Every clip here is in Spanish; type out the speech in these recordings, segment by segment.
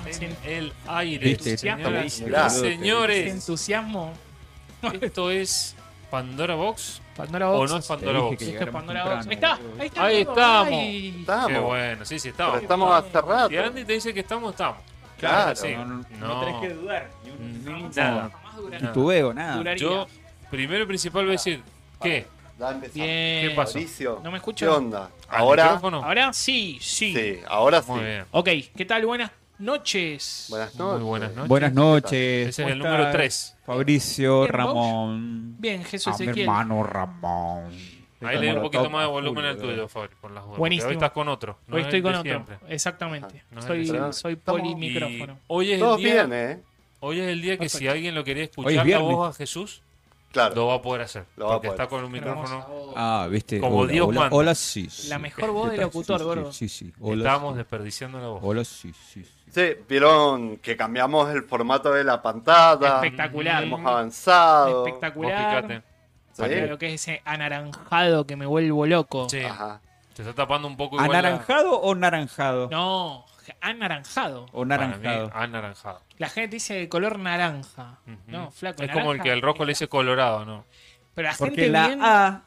en el aire. Viste, Señoras y Mirá. señores, Entusiasmo. esto es Pandora Box. Pandora ¿O Box. no es Pandora Box? que Esto es llegáramos Pandora Box. temprano, Ahí está. boludo. Ahí está. Ahí estamos. Ay. Estamos. Qué bueno, sí, Pero estamos. estamos hace rato. Si Andy te dice que estamos. Claro. Sí. No tenés que dudar. Ni un milímetro. Nada. Jamás duraría. Ni tu ego, nada. Duraría. Yo, primero y principal, voy a decir, ¿qué? Ya empezamos. Bien. ¿Qué pasó? Mauricio, ¿No me ¿qué escucho? onda? ¿Al Ahora, micrófono? Ahora sí, sí. sí, ahora sí. Muy bien. Ok, ¿qué tal? Buenas noches. Buenas Muy noches. buenas noches. Buenas noches. Ese es ¿cómo el número estás? 3. Fabricio, Bien, ¿vos? Ramón. Bien, Jesús A mi Ezequiel. hermano Ramón. Ahí le doy un poquito Molotov más de a volumen full, al tuyo, boludo. Fabri, por las dudas. Buenísimo. Hoy estás con otro. no Hoy es estoy el con de otro. siempre. Exactamente. No es el de soy siempre. soy Estamos- polimicrófono. Hoy es Todos el día. bien, ¿eh? Hoy es el día que Perfecto. si alguien lo quería Hoy escuchar es la viernes. voz a Jesús, Claro. lo va a poder hacer. Lo va a porque poder. está con un micrófono. Hermosa voz. Ah, viste. Como hola, Dios hola, manda. hola, sí. sí. La mejor voz ¿Qué de tal? locutor, Sí, gordo. Sí, sí. Hola, Estamos sí. desperdiciando la voz. Hola, sí, sí. sí. Sí, vieron que cambiamos el formato de la pantalla. Espectacular. Hemos avanzado. Vos Espectacular. fíjate. Sí. Para lo que es ese anaranjado que me vuelvo loco. Sí. Ajá. Te está tapando un poco igual la- ¿Anaranjado o naranjado? No, anaranjado. O Para mí, naranjado. anaranjado. La gente dice de color naranja. Ujú. No, flaco. Es como el naranja que al rojo le es- dice colorado, ¿no? Pero la Porque gente la bien... A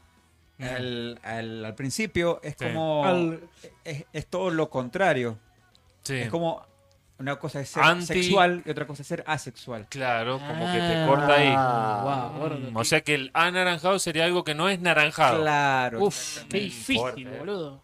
al principio es Sí. como. Al- Es todo lo contrario. Sí. Es como. Una cosa es ser Anti- sexual y otra cosa es ser asexual. Claro, como que te Ah, corta ahí. Wow, gordo. O sea que el anaranjado sería algo que no es naranjado. Claro. Uf, qué difícil, Fuerte, boludo.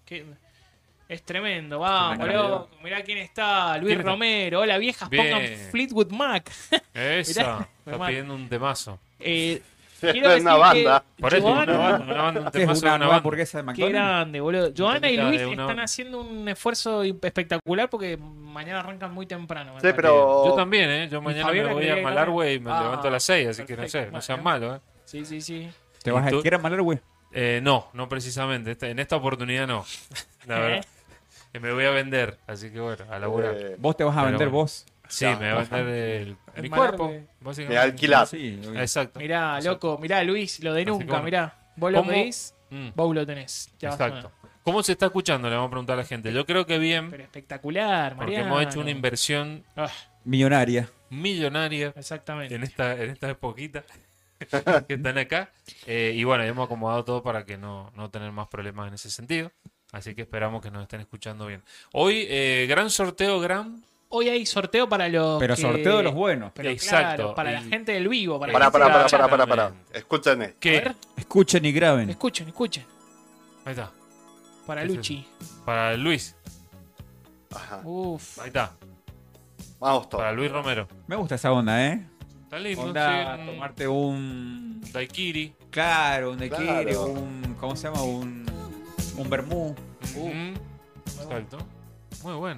Es tremendo. Vamos, Tremendo. loco. Mirá quién está. Luis ¿Quién está? Romero. Hola, viejas. Bien. Pongan Fleetwood Mac. Esa. Mirá, Está mal. pidiendo un temazo. Quiero Es una decir banda. que Por eso, Joana- una banda, un ¿Qué es temazo de una una nueva banda. hamburguesa de Qué McDonald's? grande, boludo. Joana y temita Luis de una- están haciendo un esfuerzo espectacular porque mañana arrancan muy temprano. me Sí, parece. pero. Yo también, ¿eh? Yo mañana Fabiola me voy quería a ir Malargüe y me también. levanto a las 6, así que no perfecto, sé, no bueno. sean malos, ¿eh? Sí, sí, sí. ¿Te vas ¿Y a tú? quedar a malar, güey? No, no precisamente. En esta oportunidad no. La verdad. Que me voy a vender, así que bueno, a laburar. Vos te vas a Pero vender bueno. vos. Sí, me voy a vender mi Malargüe. cuerpo, De básicamente. alquilar. Sí, obvio. Exacto. Mirá, Exacto. loco. Mirá, Luis, lo de Así que nunca. bueno. Mirá. Vos lo ¿Cómo? pedís, Mm, vos lo tenés. Ya va a exacto. sonar. ¿Cómo se está escuchando? Le vamos a preguntar a la gente. Yo creo que bien, Pero espectacular, porque Mariano. hemos hecho una inversión Ah, Millonaria. millonaria exactamente. en esta epoquita que están acá. Y bueno, hemos acomodado todo para que no tener más problemas en ese sentido. Así que esperamos que nos estén escuchando bien. Hoy, gran sorteo, Hoy hay sorteo para los Pero que- sorteo de los buenos. Pero Exacto. claro, para la Y- gente del vivo. Para Pará, la pará, gente pará, de- pará, pará, pará. Exactamente. Escuchen esto. A ¿Qué? ver, Escuchen y graben. escuchen, escuchen. Ahí está. Para ¿Qué es Luchi. Para Luis. Ajá. Uf. Ahí está. Vamos todos. Para Luis Romero. Me gusta esa onda, ¿eh? Está lindo. Onda, sí, un tomarte un. daiquiri. Claro, un daiquiri, Claro. un. ¿Cómo se llama? Un vermú. Ujú. Exacto. Muy bueno.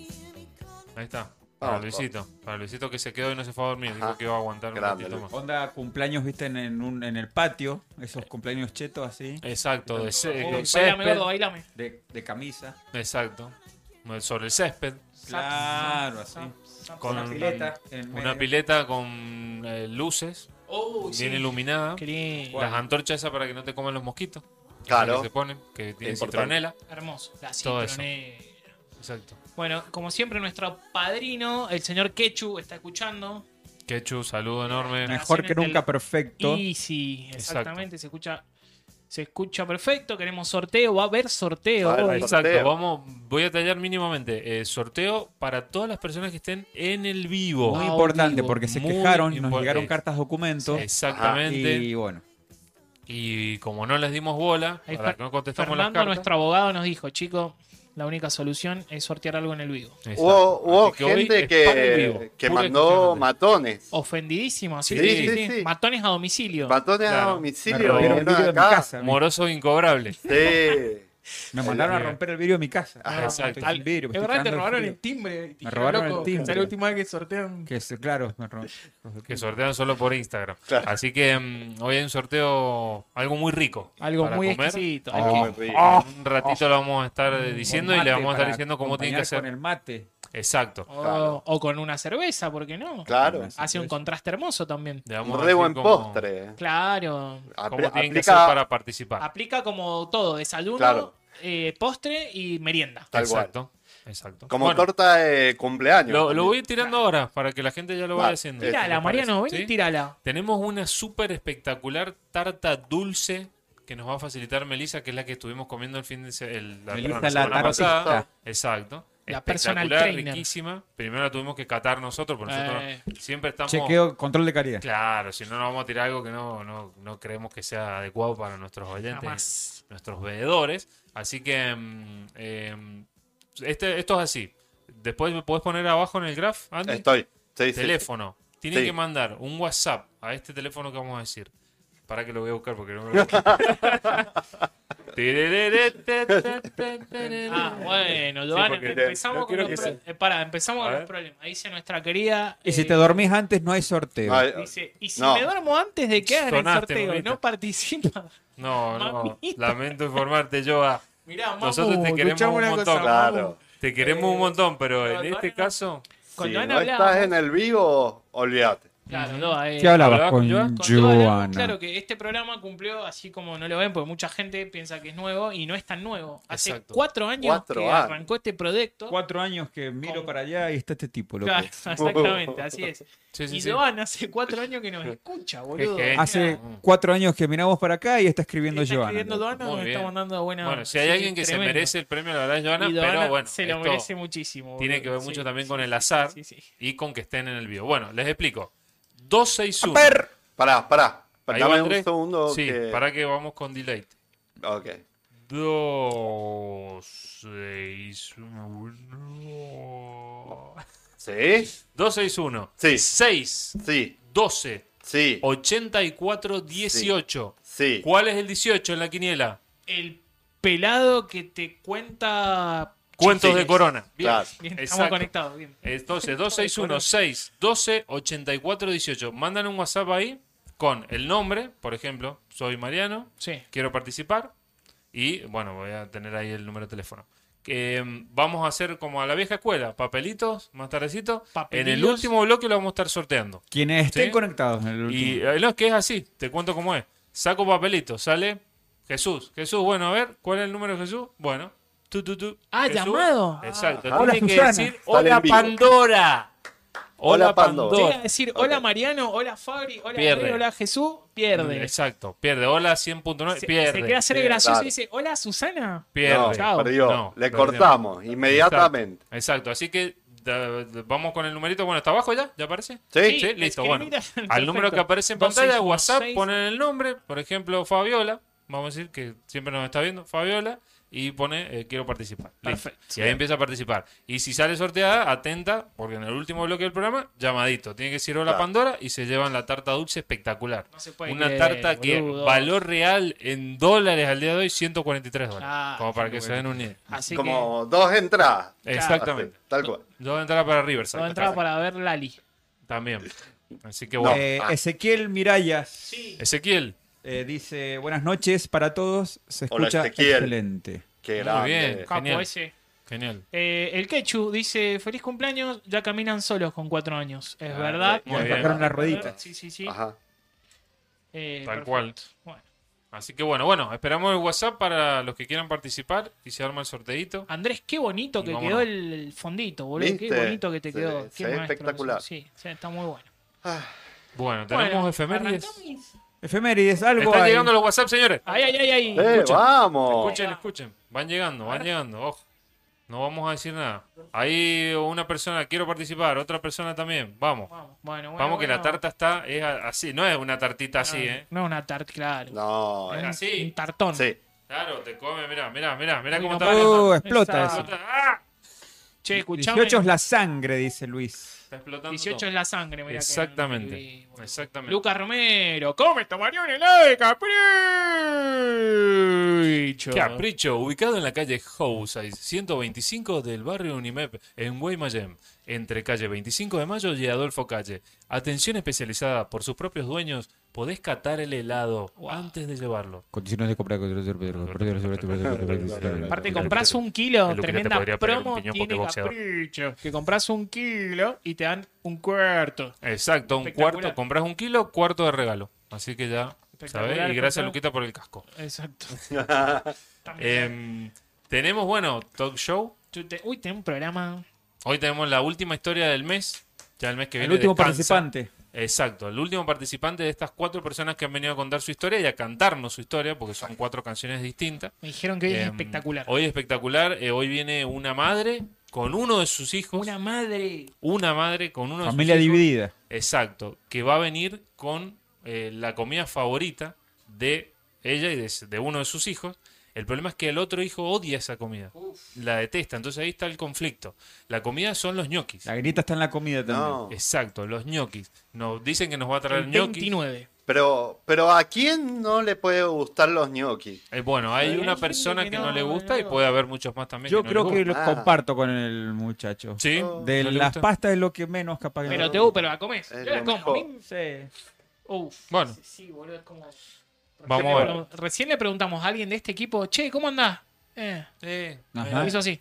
Ahí está. Para Vamos, Luisito. Para Luisito que se quedó y no se fue a dormir. Ajá. Dijo que iba a aguantar un Grande, ratito Luis. más. Onda cumpleaños, viste, en el patio. Esos cumpleaños chetos así. Exacto. De Uy, con bailame, césped. gordo, bailame. De camisa. Exacto. Sobre el césped. Claro, así. Con una pileta. En Una medio. pileta con luces. Oh, Bien iluminada. Qué lindo. Las antorchas esas para que no te coman los mosquitos. Claro. Esas que se ponen. Que tienen Importante. citronela. Hermoso. La Todo eso. citronera. Exacto. Bueno, como siempre, nuestro padrino, el señor Quechu, está escuchando. Quechu, saludo enorme. Mejor que nunca, perfecto. Y sí, Exacto. exactamente, se escucha perfecto. Queremos sorteo, va a haber sorteo. Va a haber hoy. sorteo. Exacto, voy a detallar mínimamente. Sorteo para todas las personas que estén en el vivo. Muy Ah, importante vivo. porque se Muy quejaron, nos importante. llegaron cartas documentos. Exactamente. Y bueno, Y como no les dimos bola, Ahí para Fer- que no contestamos las Fernando, cartas. nuestro abogado, nos dijo, chicos, la única solución es sortear algo en el vivo. Exacto. Hubo Así que hoy gente es para el vivo, que pura mandó exclusivamente. matones. Ofendidísimo, sí, Sí, sí, sí, sí, sí. Matones a domicilio. Matones a Claro. me domicilio. rompieron el vinieron vidrio de mi acá. casa. Moroso incobrable. Sí. Me mandaron a bien. romper el vidrio de mi casa. Ah, exacto. Estoy sin vidrio, me Es estoy verdad, te cagando de robaron frío. el timbre. Me robaron el timbre. Es la última vez que sortean. Que es, claro, Que sortean solo por Instagram. Claro. Así que hoy hay un sorteo, algo muy rico. Algo para muy comer. exquisito. Oh. Hay que- Muy rico. Un ratito lo vamos a estar diciendo y le vamos a estar diciendo cómo tiene que hacer. ser. Con el mate. Exacto. o con una cerveza, ¿por qué no? Claro. Hace un contraste hermoso también. Le vamos Un a re decir buen cómo- postre. Claro. Cómo tienen que hacer Aplica para participar. Aplica como todo, desayuno, Claro. postre y merienda. tal cual. Exacto. Exacto. Como Bueno, torta de cumpleaños. lo también. voy a ir tirando ahora para que la gente ya lo vaya Vale. haciendo. Sí. Tírala, ¿Te Mariano, ven parece? y ¿Sí? tírala. Tenemos una súper espectacular tarta dulce que nos va a facilitar Melissa, que es la que estuvimos comiendo el fin de Melissa, la la semana tartista. pasada. Exacto. La personal Espectacular, trainer. riquísima. Primero la tuvimos que catar nosotros, porque nosotros siempre estamos... Chequeo, control de calidad. Claro, si no nos vamos a tirar algo que no creemos que sea adecuado para nuestros oyentes, Jamás. nuestros veedores. Así que esto es así. Después me podés poner abajo en el graph, Andy. Estoy. Sí, sí, sí. Teléfono. Tienen Sí. que mandar un WhatsApp a este teléfono que vamos a decir. Para que lo voy a buscar porque no me lo Bueno, Joana, porque empezamos no con quiero los que empezamos A con los ver. problemas. Dice nuestra querida. Y si te dormís antes, no hay sorteo. Ay, Dice, y si No. me duermo antes de que hagan el Sonaste, sorteo y mamita. no participa. No, Mamita. lamento informarte, Joa. Mirá, mamu, Nosotros te queremos escuchame un una montón. cosa, Claro. mamu. Te queremos un montón, pero no, en no, este no. caso... Con si Joana no hablábamos. estás en el vivo, olvídate. Claro, Doa, ¿Qué hablabas ¿Hablabas con con Joan? Con Doa hablamos, Joana? claro que este programa cumplió, así como no lo ven, porque mucha gente piensa que es nuevo y no es tan nuevo. Hace Exacto. 4 años 4 que años. arrancó este proyecto. 4 años que miro Con- para allá y está este tipo, loco. Claro, exactamente, así es. Sí, sí, Y sí. Joan hace 4 años que nos escucha, boludo. Qué genio. Hace 4 años que miramos para acá y está escribiendo está Joana. escribiendo loco. Doana, Muy nos bien. está mandando buena. Bueno, si hay sí, alguien que tremendo. se merece el premio, la verdad es Joana, Y Doana pero bueno, se lo esto merece muchísimo. tiene boludo. que ver mucho Sí, también sí, con sí, el azar sí, sí. y con que estén en el video. Bueno, les explico. 261. ¡Per! Pará. Ahí Dame va, un Andrés. segundo. Sí, que... para que vamos con delay. Ok. 261. ¿Sí? 261. Sí. 6, Sí. 12, Sí. 84, 18. Sí. ¿Cuál es el 18 en la quiniela? El pelado que te cuenta. Cuentos Sí. de Corona. Bien, Claro. Bien, estamos exacto. conectados. Bien. Entonces, 261 6 12 84 18. Mandan un WhatsApp ahí con el nombre, por ejemplo, soy Mariano, Sí. quiero participar y, bueno, voy a tener ahí el número de teléfono. Vamos a hacer como a la vieja escuela, papelitos, más tardecito. En el Papelillos. último bloque lo vamos a estar sorteando. Quienes estén Sí. conectados en el último. Y no, es que es así, te cuento cómo es. Saco papelitos, sale Jesús. Jesús, bueno, a ver, ¿cuál es el número de Jesús? Bueno, tú. Ah, Jesús. llamado. Exacto, Hola, tiene que Susana. decir, Sale hola en vivo. Pandora. Hola, Pandora. Llega a Pandora. decir hola Mariano, hola Fabri, hola Pierde. Andrés, hola Jesús, pierde. Exacto, pierde. Hola 100.9, Se pierde. quiere hacer Pierde, gracioso claro. y dice hola Susana. Pierde. No, Chao. perdió. No, Le perdió. cortamos inmediatamente. Exacto, así que vamos con el numerito. Bueno, ¿está abajo ya? ¿Ya aparece? ¿Sí? Sí, listo, bueno. escribir Al número que aparece en pantalla, 261, WhatsApp, 6. ponen el nombre, por ejemplo, Fabiola, vamos a decir que siempre nos está viendo, Fabiola, y pone quiero participar. Listo. Perfecto. Y ahí empieza a participar. Y si sale sorteada, atenta, porque en el último bloque del programa, llamadito. Tiene que decir hola Claro. Pandora y se llevan la tarta dulce espectacular. No se puede Una creer, tarta que boludo. valor real en dólares al día de hoy, $143. Ah, como para que se den un idea. Así Como 2 entradas. Exactamente. Así, tal cual. Dos entradas para que Riverside. no entraba para ver Lali. También. Así que No. bueno. Ezequiel Mirallas Sí. Ezequiel. dice: Buenas noches para todos. Se Hola, escucha Ezequiel. excelente. Qué Muy grande. bien. Capo Genial. ese. Genial. El Quechu dice, feliz cumpleaños, ya caminan solos con 4 años. Es Ah, verdad. muy Ya bien. sacaron la ruedita. Sí, sí, sí. Ajá. Tal Perfecto. cual. Bueno. Así que bueno, esperamos el WhatsApp para los que quieran participar y se arma el sorteito. Andrés, qué bonito Y que vámonos. quedó el fondito, boludo. Qué ¿Viste? bonito que te Se- quedó. se Qué ve maestro espectacular. que sos. Sí, sí, está muy bueno. Bueno, tenemos Bueno, efemérides. arrancamos. Efemérides, algo Están hay. llegando los WhatsApp, señores. Ay, ay, ay, ay. Vamos. Escuchen. Van llegando, ojo. No vamos a decir nada. Ahí una persona, quiero participar, otra persona también. Vamos. Bueno, Vamos que la tarta es así, no es una tartita así, ¿eh? No, una tarta, claro. No, Es Un- así. Un tartón. sí. Claro, te come, mirá cómo no está. parece. Explota Esa- eso. ¡Ah! Che, escuchame. 18 es la sangre, dice Luis. Está explotando 18 todo. es la sangre, mirá que- Exactamente, que- bueno. exactamente. Lucas Romero, come esta Mariano helado de capricho. Capricho, ubicado en la calle Housay 125 del barrio Unimep, en Guaymallén, entre calle 25 de Mayo y Adolfo Calle. Atención especializada por sus propios dueños, podés catar el helado antes de llevarlo. Condiciones de compra. Aparte, compras un kilo, El Luquita te tremenda podría pegar un promo, piñón tiene porque es boxeador. capricho. Que compras un kilo y te dan un cuarto. Exacto, un Espectacular. cuarto, compras un kilo, cuarto de regalo. Así que ya, Espectacular, ¿sabes? Y gracias espectacular. Luquita por el casco. Exacto. Tenemos, bueno, talk show Uy, tenemos un programa. Hoy tenemos la última historia del mes. Ya el mes que El viene último descansa. participante. Exacto, el último participante de estas 4 personas que han venido a contar su historia y a cantarnos su historia, porque son 4 canciones distintas. Me dijeron que hoy es Em, espectacular. Hoy es espectacular. Hoy viene una madre con uno de sus hijos. Una madre. Una madre con uno de Familia sus hijos. dividida. Exacto, que va a venir con la comida favorita de ella y de uno de sus hijos. El problema es que el otro hijo odia esa comida, la detesta, entonces ahí está el conflicto. La comida son los ñoquis. La grieta está en la comida también. No. Exacto, los ñoquis. Nos dicen que nos va a traer El ñoquis. 29. Pero ¿a quién no le puede gustar los ñoquis? Bueno, hay Hay una gente persona que que no, no le gusta y no. puede haber muchos más también. Yo que no creo les que gusta. lo comparto con el muchacho. Sí. De ¿no le las gusta? pastas es lo que menos capaz que Pero la comés. Es Yo la lo como. mejor. Sí. Uf. Bueno. Sí, boludo, es como. Vamos a ver. Recién le preguntamos a alguien de este equipo, che, ¿cómo andás? Ajá. Hizo así.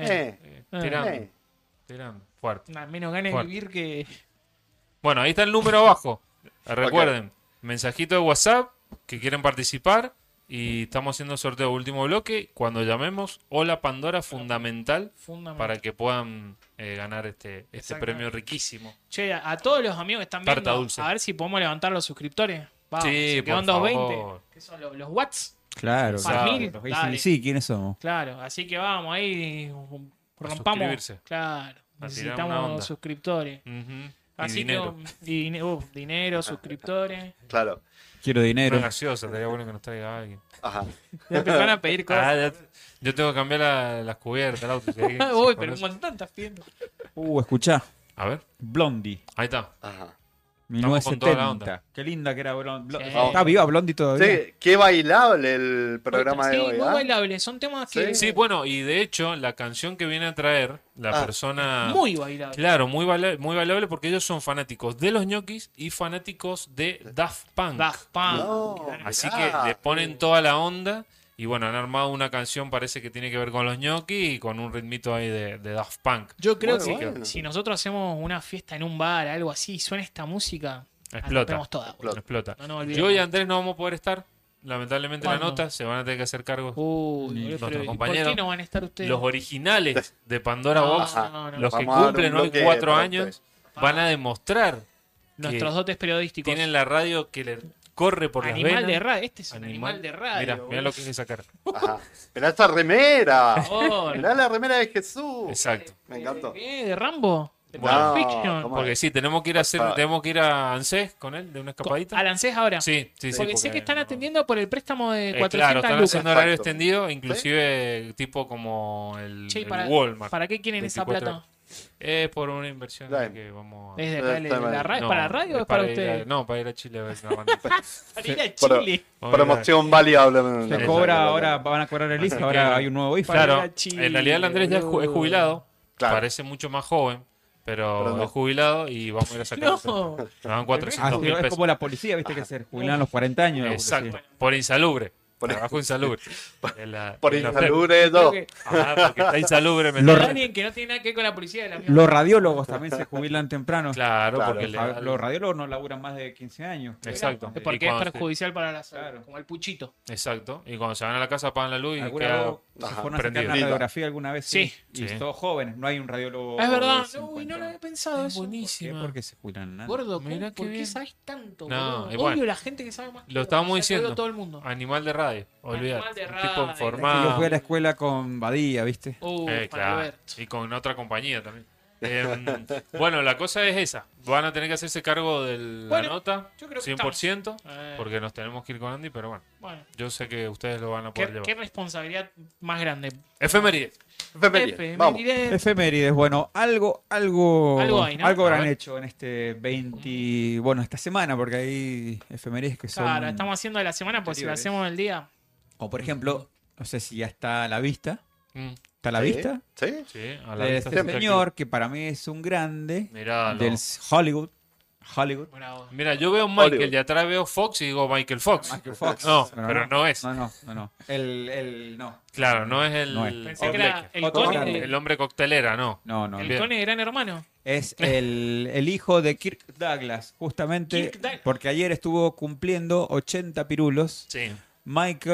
Tirando, eh. tirando, fuerte. Menos ganas de Fuerte. vivir que. Bueno, ahí está el número abajo. Recuerden, mensajito de WhatsApp que quieren participar y estamos haciendo sorteo último bloque. Cuando llamemos, hola Pandora, fundamental para que puedan ganar este Exactamente. premio riquísimo. Che, a todos los amigos que están Tarta viendo, dulce. a ver si podemos levantar los suscriptores. Vamos, Sí, se quedó en por 220. favor. Que son los watts. Claro. Exacto. Los Dale. sí, ¿quiénes somos? Claro, así que vamos ahí. Rompamos. suscribirse. Claro. A tirar una Necesitamos onda. suscriptores. Ujú. Y Así dinero. que dinero, suscriptores. Claro. Quiero Una dinero. gaseosa, estaría bueno que nos traiga alguien. Ajá. Ya empezaron a pedir cosas. Yo tengo que cambiar las cubiertas, el auto. si alguien se Uy, pone pero un eso. montón estás pidiendo. Escuchá. A ver, Blondie. ahí está. Ajá. Estamos con toda la onda. 1970. Qué linda que era Blondie. Sí. ¿Está viva Blondie todavía? Sí, qué bailable el programa Sí, de hoy. muy ¿ah? bailable. Son temas que. Sí, bueno, y de hecho, la canción que viene a traer la Ah. persona. Muy bailable. Claro, muy bailable porque ellos son fanáticos de los ñoquis y fanáticos de Daft Punk. Daft Punk. No, Así mirá. que le ponen toda la onda y bueno, han armado una canción parece que tiene que ver con los ñoquis y con un ritmito ahí de Daft Punk. Yo creo Muy que bueno. si nosotros hacemos una fiesta en un bar, algo así, y suena esta música, la Explota. rompemos toda. boludo. Explota. No nos olvidemos. Yo y Andrés no vamos a poder estar. Lamentablemente la ¿Cuándo? nota se van a tener que hacer cargo. Uy, boludo, nuestro pero ¿y ¿por compañero. qué no van a estar ustedes? Los originales de Pandora No, Box, no, no. los que Vamos a dar un cumplen hoy bloque 4 para años, ustedes. van a demostrar Nuestros que dotes periodísticos. tienen la radio que le corre por las Animal venas. de radio. Este es un animal de radio. Mira, boludo. mira lo que es esa cara. Ajá. Mirá esta remera. Oh, Mirá la remera de Jesús. Exacto. Me encantó. ¿Qué? ¿De Rambo? ¿De No, Pulp Fiction? ¿cómo? Porque sí, tenemos que ir a hacer, Por favor. tenemos que ir a ANSES con él de una escapadita. ¿Al ANSES ahora? Sí, sí, sí. Porque sé que están atendiendo por el préstamo de 400 claro, están lucas. haciendo horario Exacto. extendido, inclusive tipo como el, Che, el para, Walmart. ¿para qué quieren esa 24 plata? Es por una inversión Bien. que vamos a... ¿Es de acá, Está mal. No, ¿Para la radio o es es para ir a- ustedes? no, para ir a Chile a ver una banda. Para ir a Pero- Chile. Promoción variable. Se Exacto. cobra ahora, van a cobrar el IFE, Así ahora que- hay un nuevo IFE. Para ir Claro, a Chile, en realidad el Andrés ya es boludo. jubilado, Claro. parece mucho más joven, pero Pero no. es jubilado y vamos a ir a sacar. No. Me dan 400 Ah, mil es pesos. como la policía, viste que se jubilan a los 40 años. la Exacto, policía. por insalubre. Por- Trabajo insalubre. Por en la- insalubre 2. Creo que Ah, porque está insalubre. me Lo entendés. alguien que no tiene nada que ver con la policía de la mierda. Los radiólogos también se jubilan temprano. Claro, Claro. porque le da- Los radiólogos no laburan más de 15 años. Exacto. Es porque Y es cuando- perjudicial para la salud, Claro. como el puchito. Exacto. Y cuando se van a la casa apagan la luz y Alguna queda... vez se Ajá, fueron a sacar prendido. una radiografía alguna vez. Sí. Y Sí. todos jóvenes, no hay un radiólogo. Es verdad. de Uy, 50. no lo había pensado Es eso. ¿Por qué? buenísima. Porque se jubilan nada. Gordo, Mirá ¿por qué qué bien. sabes tanto? No, boludo? y bueno. Odio la gente que sabe más que Lo yo. estábamos Ya te diciendo. odio a todo el mundo. Animal de radio. Olvidar. Animal de Un tipo radio. Yo informado. fui a la escuela con Badía, ¿viste? Para Claro. Alberto. Y con otra compañía también. Bueno, la cosa es esa. Van a tener que hacerse cargo de la Bueno, nota, yo creo que 100%, Eh. porque nos tenemos que ir con Andy, pero bueno, Bueno, yo sé que ustedes lo van a poder ¿qué llevar. responsabilidad más grande? Efemérides. Efeméride. Vamos. Efemérides. Efemérides, bueno, algo Algo hay, ¿no? algo A habrán ver. hecho en este 20, bueno, esta semana, porque hay efemérides que son, Claro, estamos haciendo de la semana, pues si lo anteriores. hacemos el día. o por ejemplo, no sé si ya está a la vista, Mm, ¿está a la ¿Sí? vista? ¿Sí? sí, a la De vista este siempre señor que para mí es un grande aquí. Miralo. del Hollywood, Bravo. Mira, yo veo Michael, Hollywood. de atrás veo Fox y digo Michael Fox. Michael Fox. No, pero no es. No. El no. Claro, no es el, No es. Pensé que era el Otro Cone, grande. el hombre coctelera, no. No. el Bien. Cone de Gran Hermano. Es el hijo de Kirk Douglas, justamente Kirk Douglas. porque ayer estuvo cumpliendo 80 pirulos. Sí. Michael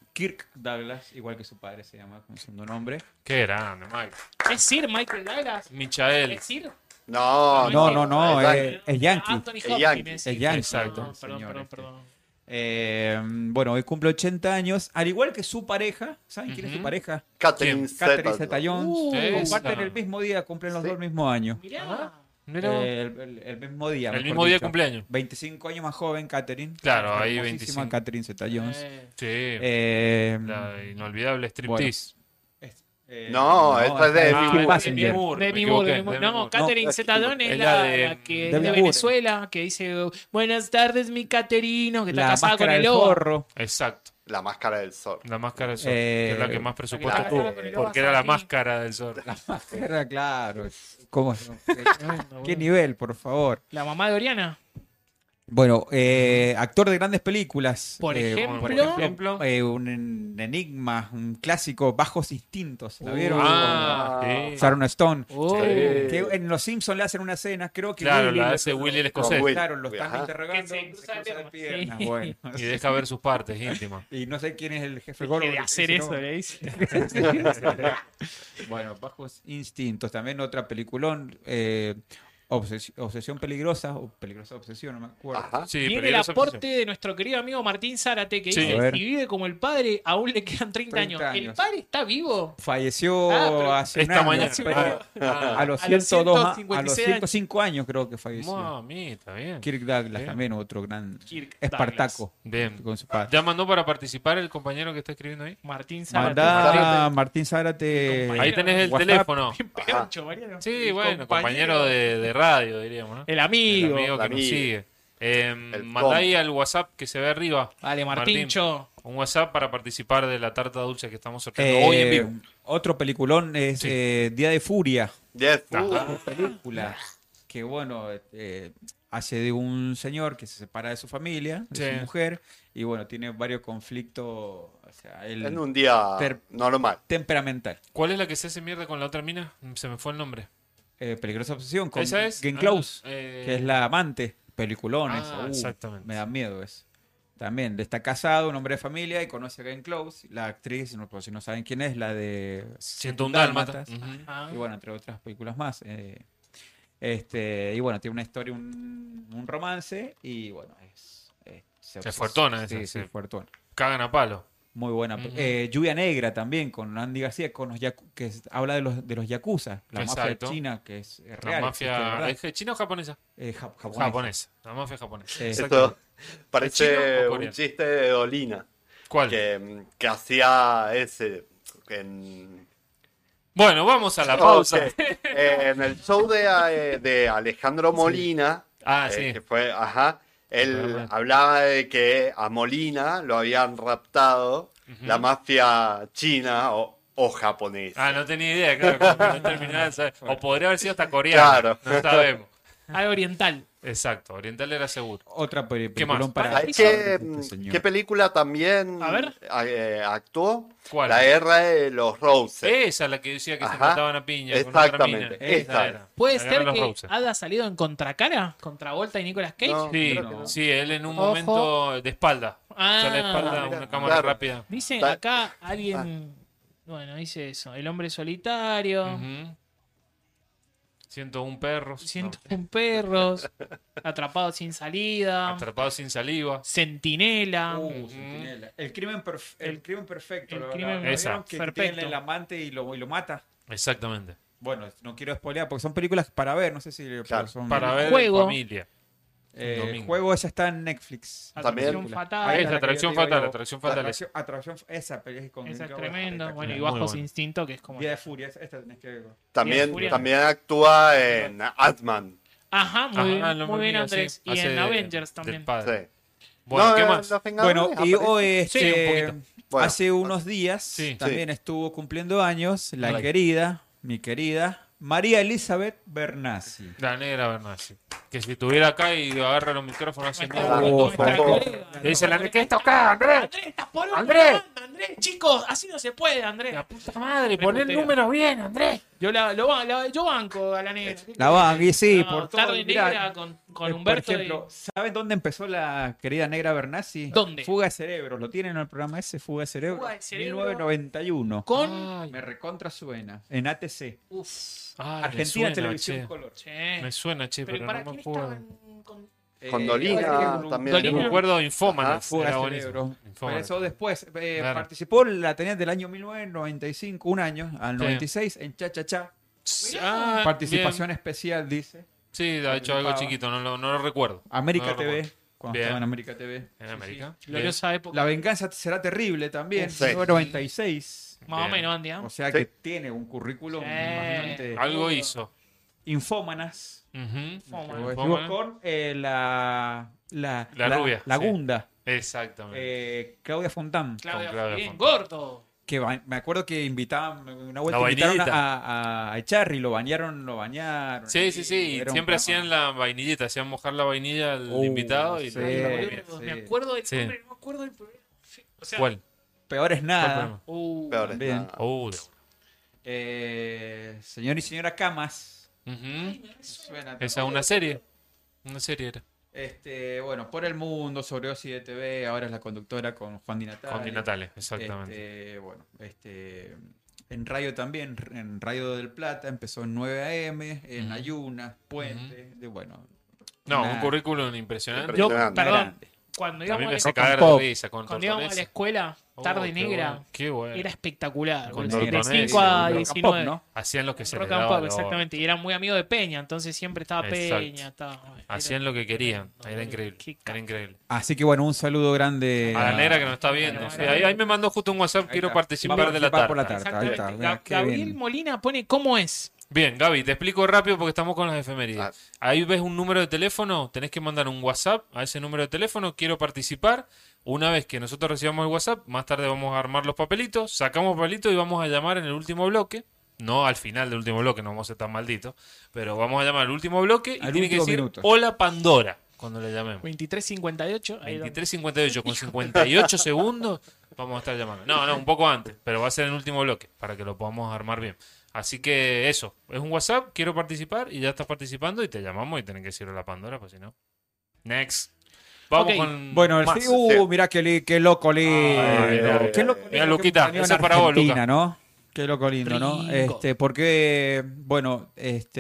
Kirk Douglas, igual que su padre se llama con su segundo nombre. Qué grande, Mike. ¿Es Sir Michael Douglas? Michael. ¿Es Sir? No, No, es es yankee. Anthony Es Hopkins. yankee. Es yankee. Exacto. Perdón. Bueno, hoy cumple 80 años, al igual que su pareja. ¿Saben quién es su Ujú. pareja? Catherine Catherine Zeta. Zeta-Jones. Esa. Comparten el mismo día, cumplen los Sí. dos el mismo año. Mirá. Mira vos. El mismo día. El mejor mismo día de dicho. cumpleaños. 25 años más joven, Catherine. Claro, ahí Hermosísima 25. Catherine Zeta-Jones. Sí. La inolvidable striptease. No, esta es de Ah, Demi Kim Basinger. Demi Moore. No, Catherine Zeta-Jones es Es la la de- la que es Demi de Moore. Venezuela, que dice, buenas tardes, mi Caterino, que está La casada con máscara el del lobo. zorro. Exacto. La máscara del sol. La máscara del zorro. Que es la que más La presupuesto que tuvo. está con el lobo Porque era la así. máscara del zorro. Era claro. ¿Cómo no? Tremendo, ¿Qué boludo. nivel, por favor? La mamá de Oriana. Bueno, actor de grandes películas. Por ejemplo. Por ejemplo. Un enigma, un clásico, Bajos Instintos. ¿La vieron? Ah, Con sí. Sharon Stone. Oh. Que en Los Simpsons le hacen una escena, creo que Claro, Willy la le- hace Willy el Con escocés. Will. Claro, lo están Ajá. interrogando. Que se cruza de cruza de piernas, piernas, sí. bueno. Y deja ver sus partes íntimas. Y no sé quién es el jefe Que gordo. de que hacer dice, eso, no. le dice. Bueno, Bajos Instintos, también otra peliculón, Obsesión Peligrosa, o Peligrosa Obsesión, no me acuerdo. Ajá. Sí, Viene el peligrosa aporte obsesión. de nuestro querido amigo Martín Zárate, que Sí. dice, A ver. si vive como el padre, aún le quedan 30 años. 30 ¿El años. padre está vivo? Falleció pero hace un Esta año, mañana. pero a los A los 102, a los 156 105 años creo que falleció. Mami, está bien. Kirk Douglas Bien. también, otro gran Kirk Espartaco Bien. con su padre. ¿Ya mandó para participar el compañero que está escribiendo ahí? Martín Zárate. Mandá Martín Zárate. Compañero. Ahí tenés el WhatsApp. teléfono. Bien peroncho, Mariano. Sí, El bueno, compañero de radio, diríamos, ¿no? El amigo. El amigo que El nos amigo. sigue. El Mandá ahí al WhatsApp que se ve arriba. Vale, Martíncho. Un WhatsApp para participar de la tarta dulce que estamos sorteando hoy en vivo. Otro peliculón es Sí. Día de Furia. Yes. Película que, bueno, hace de un señor que se separa de su familia, de Sí. su mujer, y bueno, tiene varios conflictos, o sea, En el un día Ter- normal. temperamental. ¿Cuál es la que se hace mierda con la otra mina? Se me fue el nombre. Peligrosa Obsesión con ¿Esa es? Glenn Ah, Close, eh, que es la amante, peliculón Ah, esa, exactamente. me da miedo eso. También está casado, un hombre de familia, y conoce a Glenn Close, la actriz, por si no saben quién es, la de 101 Dálmatas. Dálmatas. Ujú. Ah. Y bueno, entre otras películas más. Y bueno, tiene una historia, un romance, y bueno, Es fuertona sí, esa, sí, sí. fuertona. Cagan a palo. Muy buena. Ujú. Lluvia Negra también, con Andy García, con los habla de los yakuza, la mafia Exacto. china, que es La real. existe de mafia. verdad. ¿Es china o japonesa? Japonesa. Japonesa. La mafia japonesa. Sí. Exacto. Esto parece chino o un coreano? chiste de Dolina. ¿Cuál? Que hacía ese. Bueno, vamos a la pausa. Ok. En el show de Alejandro Molina, Ah, sí. que fue, ajá, él Programa. hablaba de que a Molina lo habían raptado la mafia china o japonesa. Ah, no tenía idea, claro. como que no terminaba de saber. O podría haber sido hasta coreano. Claro. No sabemos. Algo oriental. Exacto, Oriental era seguro. Otra más? peliculón para ¿Sabes este qué, señor. qué película también A ver. actuó? ¿Cuál? La Guerra de los Roses. Esa es la que decía que se Ajá. mataban a piña con otra Exactamente, mina. Esa esa era. ¿Puede La Guerra de ser los que Roses. haya salido en Contracara? ¿Contra Volta y Nicolas Cage? No. Sí, Creo que no. sí, él en un Ojo. momento de espalda. Ah, O sea, la espalda, mira, una cámara claro. rápida. Dice Ta- acá alguien. Bueno, dice eso. El hombre solitario. Ujú. 101 perros. 101 perros. Atrapados sin salida. Atrapados sin saliva. Centinela. Centinela. El crimen perfecto. el ¿lo- crimen lo Esa. vieron? Que perfecto. tiene el amante y lo mata. Exactamente. Bueno, no quiero spoilear porque son películas para ver, no sé si Claro. son Para ver Juego. en familia. El domingo. juego esa está en Netflix. También. Atracción fatal. Ahí Es está la Atracción que yo te digo Fatal, yo. Atracción Fatal. Esa película es con Esa es Glenn Close, tremenda. espectacular. Bueno, y Muy Bajos bueno. Instinto, que es como. Día de Furia, esta tenés que ver. También, Furia. también actúa en Ant-Man. Ajá, muy Ajá, bien, lo muy bien, amigo, Andrés. sí. Y Hace en de- Avengers Sí. también. Del padre. Sí. Bueno, No, ¿qué en más? Los Vengadores Bueno, y aparece. hoy Sí, un poquito. Bueno. hace unos días Sí. también estuvo cumpliendo años la Ay. mi querida María Elizabeth Bernasi. La negra Bernasi. Que si estuviera acá y agarra los micrófonos hace Nuestra- mierda. nuestra por colega. Le dice la negra, ¿qué está acá, Andrés? Andrés, estás por Andrés. Andrés, chicos, así no se puede, Andrés. La puta madre, Me pon el putea. número bien, Andrés. Yo banco a la negra. La van, y sí, No, por todo. Tarde Mirá, Negra con por Humberto. ejemplo, ¿saben dónde empezó la querida Negra Bernasi? ¿Dónde? Fuga de Cerebros. ¿Lo tienen en el programa ese? Fuga de Cerebros. Fuga de Cerebro. 1991. Con. Ay, Me recontra suena. En ATC. Uf. ay, me Argentina suena, Televisión che. Color. Che. Me suena, che, Pero pero ¿para no me quién acuerdo. estaban con.? Con Dolina Dolina también. Dolina. Me acuerdo de Infómanas. Fuga Era de buenísimo. Cerebros. Pero Infómanas. eso después. Claro. Participó, la tenía del año 1995, un año, al Sí. 96, en Cha Cha Cha. Ah, Participación bien. especial, dice. Sí, ha hecho algo Participaba. chiquito, no lo recuerdo. América No lo TV. recuerdo. Cuando Bien. estaba en América TV. En Sí, América. sí. Gloriosa época. La venganza será terrible también. Sí. 1996. Más o Bien. menos, Andy. ¿eh? O sea Sí. que tiene un currículum Sí. bastante. Algo hizo. Infómanas. Ujú. Fómana. Lo Infómana. decimos con la rubia, La sí. Gunda. Exactamente. Claudia Fontán. Claudia, Claudia bien, Fontana. gordo. Que me acuerdo que invitaban, una vuelta La invitaron vainillita. a Echarri, lo bañaron. Sí, sí, sí. Y Era un siempre programa. hacían la vainillita, hacían mojar la vainilla al invitado y sí. lo hacían bien. Sí. Me acuerdo del Sí. nombre, no me acuerdo del programa. O sea, ¿Cuál? Peor es ¿Cuál nada. programa? Peor Bien. está. Señor y señora Camas. Ujú. Suena Esa es una serie. Una serie era. Bueno, por el mundo, sobre Osi de TV, ahora es la conductora con Juan Di Natale. Con Di Natale, exactamente. Bueno, en radio también, en Radio del Plata, empezó en 9 AM, en Ujú. Ayunas, Puente, bueno. No, una- un currículum impresionante. Yo, Impresionante. perdón, grande. cuando A íbamos mí a me la, hace Rock and cagar de Pop. risa con cuando íbamos a la Tortonese. escuela, Oh, Tarde qué Negra, bueno, qué bueno. era espectacular. Con De Tortonese, 5 a Rock and 19. ¿no? Hacían lo que se les Rock and daba Pop, la exactamente. Y era muy amigo de Peña, entonces siempre estaba Exacto. Peña. Estaba, Hacían lo que querían. Era increíble. Qué Era increíble. Así que bueno, un saludo grande. A la negra que nos está viendo. la Sí, negra. ahí me mandó justo un WhatsApp. Ahí Quiero está. participar Va a de la participar por tarta. la tarta. Ahí está. Exactamente. Mira, qué Gabriel bien. Molina pone cómo es. Bien, Gaby, te explico rápido porque estamos con las efemérides. Ah. Ahí ves un número de teléfono, tenés que mandar un WhatsApp a ese número de teléfono, quiero participar. Una vez que nosotros recibamos el WhatsApp, más tarde vamos a armar los papelitos, sacamos papelitos y vamos a llamar en el último bloque. No al final del último bloque, no vamos a ser tan malditos, pero vamos a llamar al último bloque y Al tiene que último decir minuto. hola Pandora cuando le llamemos. 2358. ahí 23.58 con 58 segundos vamos a estar llamando. No, un poco antes, pero va a ser en el último bloque para que lo podamos armar bien. Así que eso, es un WhatsApp, quiero participar y ya estás participando y te llamamos y tenés que decirle a la Pandora, pues si no. Next. Vamos Ok. con Bueno, más. mirá qué loco lindo. Ay, no. Qué loco Mira, lindo que Luquita, hemos tenido ese en para vos, Argentina, Luca. ¿no? Qué loco lindo, ¿no? Ringo. Porque, bueno,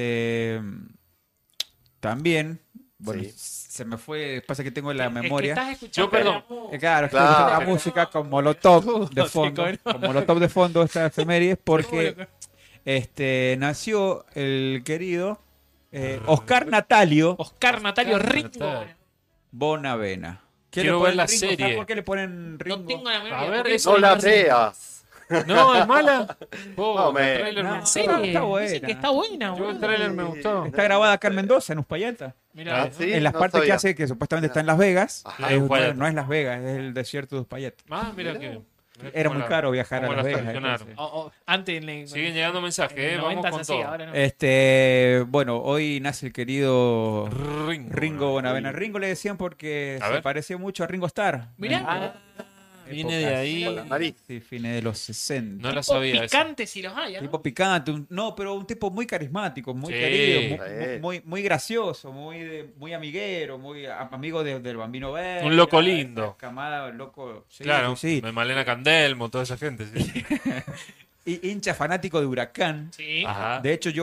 también, bueno, Sí. se me fue, pasa que tengo la Es que memoria. estás escuchando Yo, perdón. la mu- Claro, es que Claro. escucho la música con Molotov de Sí, fondo, coño. con Molotov de fondo esta efeméride, porque nació el querido Oscar Natalio Oscar Natalio Oscar Ringo. Natalio. Bonavena. ¿Qué Quiero le ponen ver la Ringo? serie. ¿Sabes por qué le ponen Ringo? No tengo la memoria. A ver, porque eso No es la más- veas. No, es mala. Oh, No, me- el tráiler me no. ¿En gustó. serio? Está buena. Dicen que está buena, Yo el boludo. tráiler me gustó. Está grabada acá en Mendoza, en Uspallata. Mirá, Ah, sí. En las no partes que sabía. hace, que supuestamente está en Las Vegas, Ajá. En Uspallata. no es Las Vegas, es el desierto de Uspallata. Ah, mira que. Era muy caro viajar a cómo Las la Vegas. solucionaron. entonces. Antes le, Siguen llegando mensajes, en los vamos 90 con se hacía, todo. ahora no. Bueno, hoy nace el querido Ringo Bonavena. Uy. Ringo le decían porque A se ver. parecía mucho a Ringo Starr. Mirá. Viene de ahí. Con la nariz. Sí, fines de los 60. No la Tipo sabía esa. picantes si los hay, ¿no? Tipo picante, pero un tipo muy carismático, muy Sí. querido, Sí. muy gracioso, muy amiguero, muy amigo del Bambino Verde. Un loco lindo. Camada, loco. Sí, Claro, sí. Malena Candelmo, toda esa gente. Sí. Y hincha fanático de Huracán. Sí. Ajá. De hecho, yo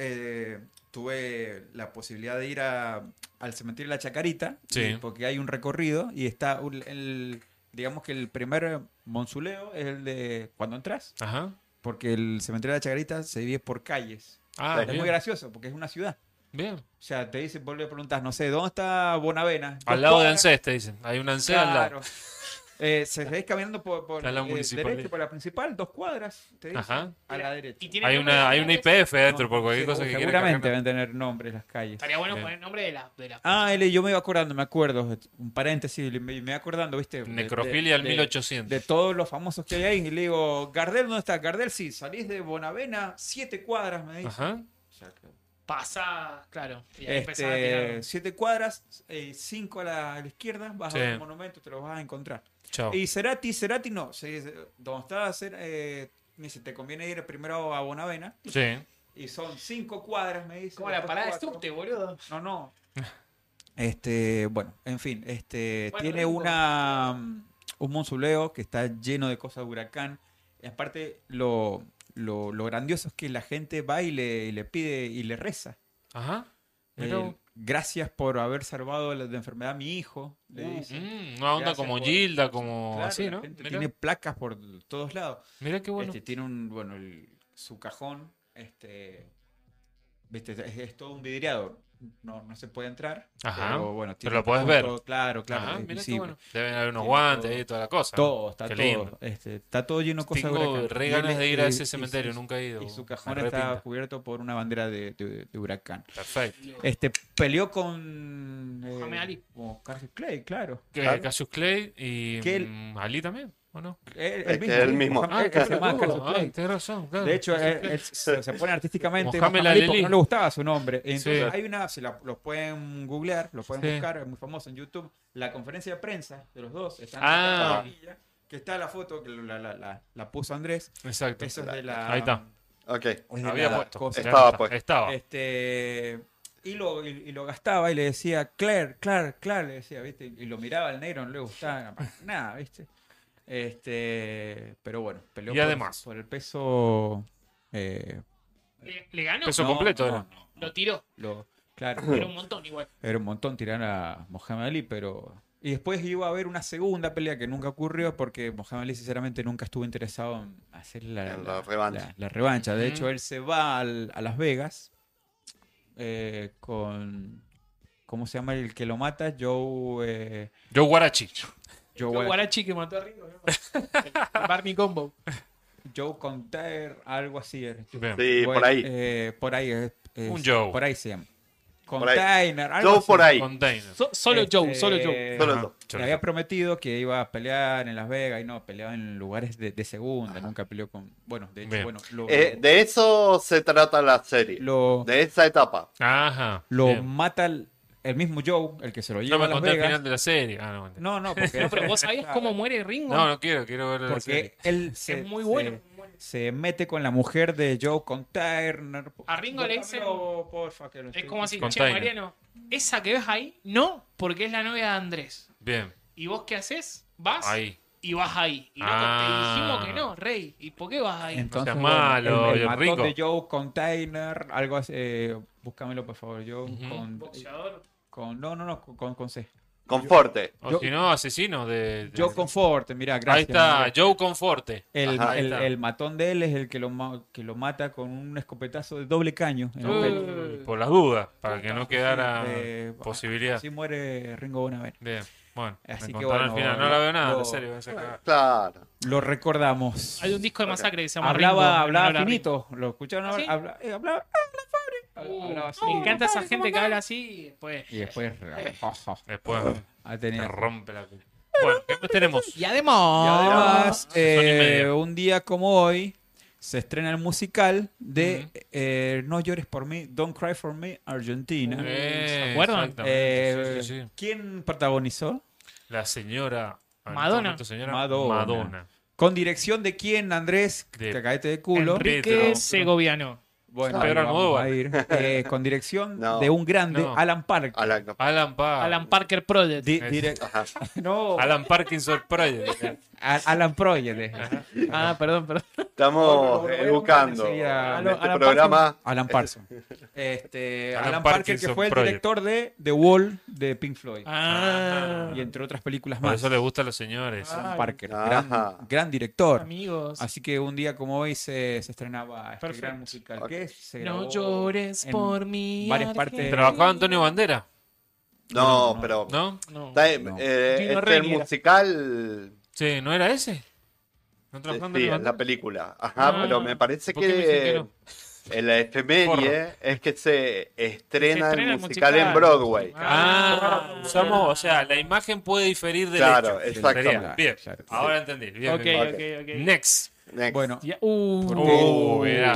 tuve la posibilidad de ir al cementerio de la Chacarita, Sí. porque hay un recorrido y está digamos que el primer mausoleo es el de cuando entras, Ajá. porque el cementerio de la Chacarita se divide por calles. Ah, Es bien. muy gracioso porque es una ciudad. Bien. O sea, te dicen, vuelve a preguntar, no sé, ¿dónde está Bonavena? Al Dos lado de cuadras. ANSES, te dicen. Hay un ANSES al lado. Claro. Seguís caminando por Está la municipalidad. derecho, por la principal, 2 cuadras, te dicen, Ajá. a la derecha. Y tiene Hay nombre de una calles. IPF dentro No, por cualquier sí, cosa que quieran. seguramente cargar. deben tener nombres las calles. Estaría bueno Bien. poner el nombre de la. Ah, yo me iba acordando, me acuerdo, un paréntesis, me iba acordando, ¿viste? Necrofilia al 1800. De todos los famosos que hay ahí, y le digo, ¿Gardel dónde está? Gardel, sí, salís de Bonavena, 7 cuadras, me dice. Ajá. O sea, que- Pasa, claro. Y ahí empezaba a tirar. 7 cuadras, 5 a la izquierda, vas Sí. a un monumento, te lo vas a encontrar. Chao. Y Cerati no, donde está, me dice, te conviene ir primero a Bonavena, Sí. Y son 5 cuadras, me dice. Como la después parada de 4. subte, boludo. No. Bueno, en fin, Bueno, tiene rico. un mausoleo que está lleno de cosas de Huracán. Y aparte, lo grandioso es que la gente va y le pide y le reza. Ajá. Mirá. Gracias por haber salvado de enfermedad a mi hijo, le dice. Una onda Gracias como por- Gilda, como Claro, así, la ¿no? gente Mirá. tiene placas por todos lados. Mirá qué bueno. Tiene su cajón, viste, es todo un vidriado. No se puede entrar. Ajá, Pero bueno, pero tiene lo podés todo, ver. Claro, Ajá, es mirá qué visible. bueno. Deben haber unos Tiene guantes todo. y toda la cosa. ¿no? Todo, está Qué todo. lindo. Está todo lleno de cosas de Tengo Huracán. re Y ganas él, de ir a ese y cementerio, nunca he ido. Y su Me cajón repinta. está cubierto por una bandera de Huracán. Perfecto. Peleó con Mohamed Ali. con Cassius Clay, claro. Claro. Cassius Clay y Que él- Ali también, ¿o no? el mismo. Mohamed- se llama Cassius Clay. Tenés razón, claro. De hecho, él se pone artísticamente Mohamed Mohamed Ali porque Ali. no le gustaba su nombre. Entonces, Sí. hay los pueden googlear, los pueden Sí. buscar, es muy famoso en YouTube. La conferencia de prensa de los dos está en Ah. la tablilla, que está la foto que la puso Andrés. Exacto. Eso es de la. Ahí está. Ok. es de Había la puesto. cosa. Estaba Está, puesto. Estaba. Y lo gastaba y le decía, Claire, le decía, ¿viste? Y lo miraba al negro, no le gustaba nada, ¿viste? Pero bueno, peleó Y además. por el peso. ¿Le ganó? Peso completo era. Lo tiró. Claro, Era un montón igual. era un montón tirar a Mohamed Ali, pero. Y después iba a haber una segunda pelea que nunca ocurrió porque Mohamed Ali sinceramente nunca estuvo interesado en hacer En la revancha. la revancha. De Ujú. hecho, él se va a Las Vegas con... ¿Cómo se llama el que lo mata? Joe Guarachi. El Guarachi que mató a Ringo. ¿no? El Barney Combo. Container, algo así. Era. Bien. Sí, Bueno, por ahí. por ahí Un Joe. Por ahí se llama. Por ahí. Container, algo Joe así. por ahí. Container. Solo Joe, solo Joe. Solo Ajá. eso. Le había prometido que iba a pelear en Las Vegas y no, peleaba en lugares de segunda, nunca peleó con... Bueno, de hecho, Bien. bueno, De eso se trata la serie. lo De esa etapa. Ajá. lo bien. mata el mismo Joe, el que se lo No lleva me a Las conté el Vegas. final de la serie. Ah, no, mentira. No, porque... No, pero vos sabías cómo muere Ringo. No, no quiero ver la serie. Porque él Es muy bueno. se mete con la mujer de Joe Container. A Ringo le dicen- Bótamelo, porfa, que lo Es estoy como así, che, Container. Mariano, esa que ves ahí, no, porque es la novia de Andrés. Bien. ¿Y vos qué haces? Vas Ahí. y vas ahí. Y loco, Ah. te dijimos que no, Rey. ¿Y por qué vas ahí? Entonces, No seas malo, el y matón Ringo. de Joe Container, algo así. Búscamelo, por favor, Joe. Ujú. Boxeador. Con C. Conforte. O Yo- si no, asesino de... Joe Conforte, mirá, gracias. Ahí está, mirá. Joe Conforte. Ajá, ahí está. El matón de él es el que lo mata con un escopetazo de doble caño en el pecho. Por las dudas, para que no quedara Eh, posibilidad. Así muere Ringo Bonavent. Bien, bueno, Así me que contaron bueno, al final. No la veo nada, lo- en serio. voy a sacar. Claro. Lo recordamos. Hay un disco de masacre que se llama Ringo, Hablaba en honor a Ringo. finito. ¿Lo escucharon? ¿Ah, sí? Hablaba hablaba así. Me encanta esa gente que habla así. Pues. Y después. Después Ha te tenido. rompe la... Bueno, ¿qué más tenemos? Y además. Y además, Son y media. un día como hoy, se estrena el musical de No llores por mí, Don't Cry for Me, Argentina. ¿Se acuerdan? Exactamente, sí, sí, sí. ¿Quién protagonizó? La señora... en Madonna. este momento, señora Madonna. Con dirección de quién, Andrés, De cacaete de culo. Enrique Pedro. Segoviano. Bueno, Pedro ahí vamos Almodóvar. a ir. Con dirección No. de un grande, No. Alan Parker. Alan Park. Alan Parker Project. Ajá. No, Alan Parkinson Project. Alan Project. Ah, perdón. Estamos educando Sería- en este Alan programa. Alan Parson. Alan Alan Parker, que Parkinson fue el Project. director de The Wall de Pink Floyd. Ah, Y entre otras películas Por más. eso le gusta a los señores. Alan Ay. Parker, Ajá. gran director. amigos. Así que un día como hoy se estrenaba este Perfecto. gran musical. Ok. Que se No grabó llores en por mí. varias partes. ¿Trabajaba Antonio Bandera? No, No, pero. ¿No? No. Está- No. este Gino Reni era. musical. Sí, ¿no era ese? ¿No trabajaba Sí, Antonio es la Bandera? película. Ajá, Ah. pero me parece ¿Por qué me dicen que no? en la efeméride es que se estrena estrena el el musical musical. en Broadway. Usamos, o sea, la imagen puede diferir del Claro, hecho. exactamente. Sería. Bien, Claro. ahora entendí. Bien, Ok, bien. ok, ok. Next. Next. Bueno, Ya- Mirá.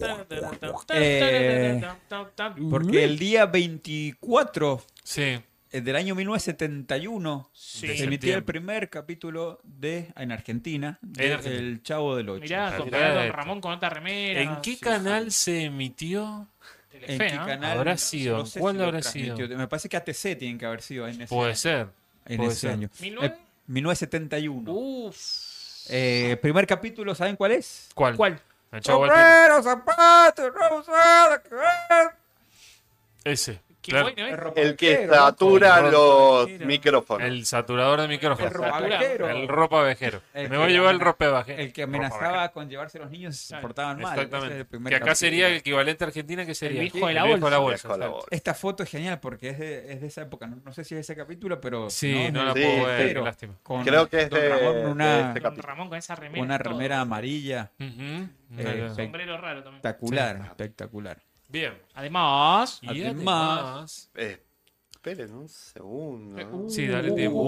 porque el día 24 Sí. del año 1971 Sí. se emitía el primer capítulo en Argentina de En Argentina. El Chavo del Ocho. Mirá, con Mirá Don esto. Ramón con otra remera. ¿En qué sí, canal se emitió? ¿En Telefe, qué ¿no? canal? Habrá sido. No sé ¿Cuál si lo habrá transmitió. sido? Me parece que ATC tienen que haber sido en ese, Puede ser. en puede ese ser. año. 1900. 1971. Uf. Primer capítulo, ¿saben cuál es? ¿Cuál? ¿Cuál? El Chavo al fin. Sombrero, zapatos, ropa usada, que ver. Ese. Qué Claro. bueno, ¿eh? ropa El que vaquero, satura loco. los Vaquero. micrófonos. El saturador de micrófono. El ropa vaquero. El ropa vejero. El Me que voy a llevar el amena- ropa vejero. El que amenazaba con llevarse a los niños se Claro. portaban mal. Ese es el Exactamente. primer Que acá capítulo. sería el equivalente a Argentina, que sería viejo de la el viejo bolsa. de la bolsa. Viejo de la exacto. bolsa. Esta foto es genial porque es de esa época. No sé si es ese capítulo, pero. Sí, no la Sí, puedo ver, pero qué lástima. con Creo que es Don de, Ramón, de una, este Don capítulo. Ramón con esa remera. una todo. remera amarilla. Ujú. Sombrero raro también. Espectacular, espectacular. Bien. Además. Y Además- además... Esperen un segundo. Sí, dale tiempo.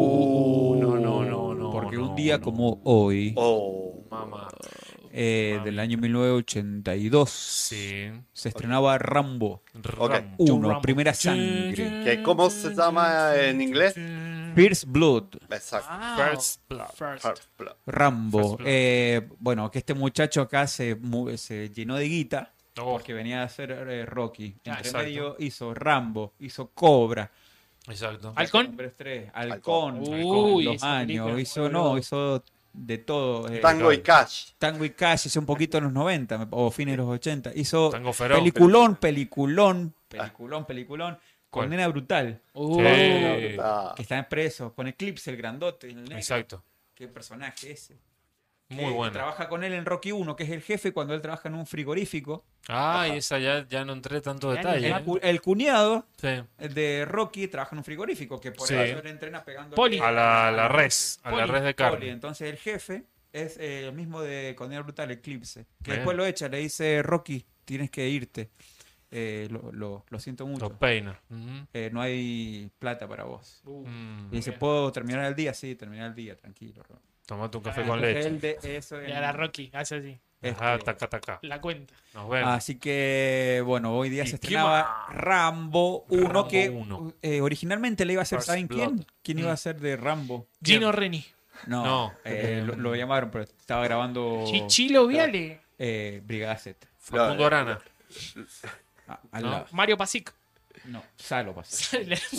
No. Porque no, un día no. como hoy, Oh, Mamá. del año 1982, Sí. se estrenaba Rambo Ok. Rambo. 1, Rambo. Primera Sangre. ¿Que cómo se llama en inglés? First Blood. Exacto. First Blood. First. First Blood. Rambo. First Blood. Bueno, que este muchacho acá se llenó de guita Oh, porque venía a hacer Rocky. Entre Exacto. medio hizo Rambo, hizo Cobra. exacto. Halcón. Hombres 3, Halcón. Uy, Los esa película años. me Hizo, vuelve no, loco. hizo de todo. Tango y Cash. Tango y Cash, hizo un poquito en los 90 o fines de los 80. Hizo Tango Feroz. peliculón, con ¿Cuál? Nena Brutal, Sí. Ah, que está preso, con Eclipse, el grandote. El negro. Exacto. Qué personaje ese. Muy Que bueno. Trabaja con él en Rocky 1, que es el jefe cuando él trabaja en un frigorífico. Ah, y esa ya no entré tanto detalle. El cuñado Sí. de Rocky trabaja en un frigorífico, que por Sí. eso él entrena pegando Poli. A la res. A la res de carne. Entonces el jefe es el mismo de Condena Brutal, Eclipse. Que Bien. después lo echa, le dice, Rocky, tienes que irte. Lo siento mucho. Los peina. Ujú. No hay plata para vos. Mm. Y dice, ¿puedo terminar el día? Sí, terminar el día, tranquilo. Tomate un café Ah, con Entonces, leche. él de eso Y a la Rocky, hace así. Ajá, taca. La cuenta. Nos vemos. Así que, bueno, hoy día ¿Y se qué estrenaba Rambo 1, Rambo que 1. Originalmente le iba a ser, First ¿saben quién? Blood. ¿Quién iba a ser de Rambo? Gino Reni. No, No. lo llamaron, pero estaba grabando Chichilo Viale. Brigada Z. Facundo Arana. Al No. lado. Mario Pasic. No, Salo pasó.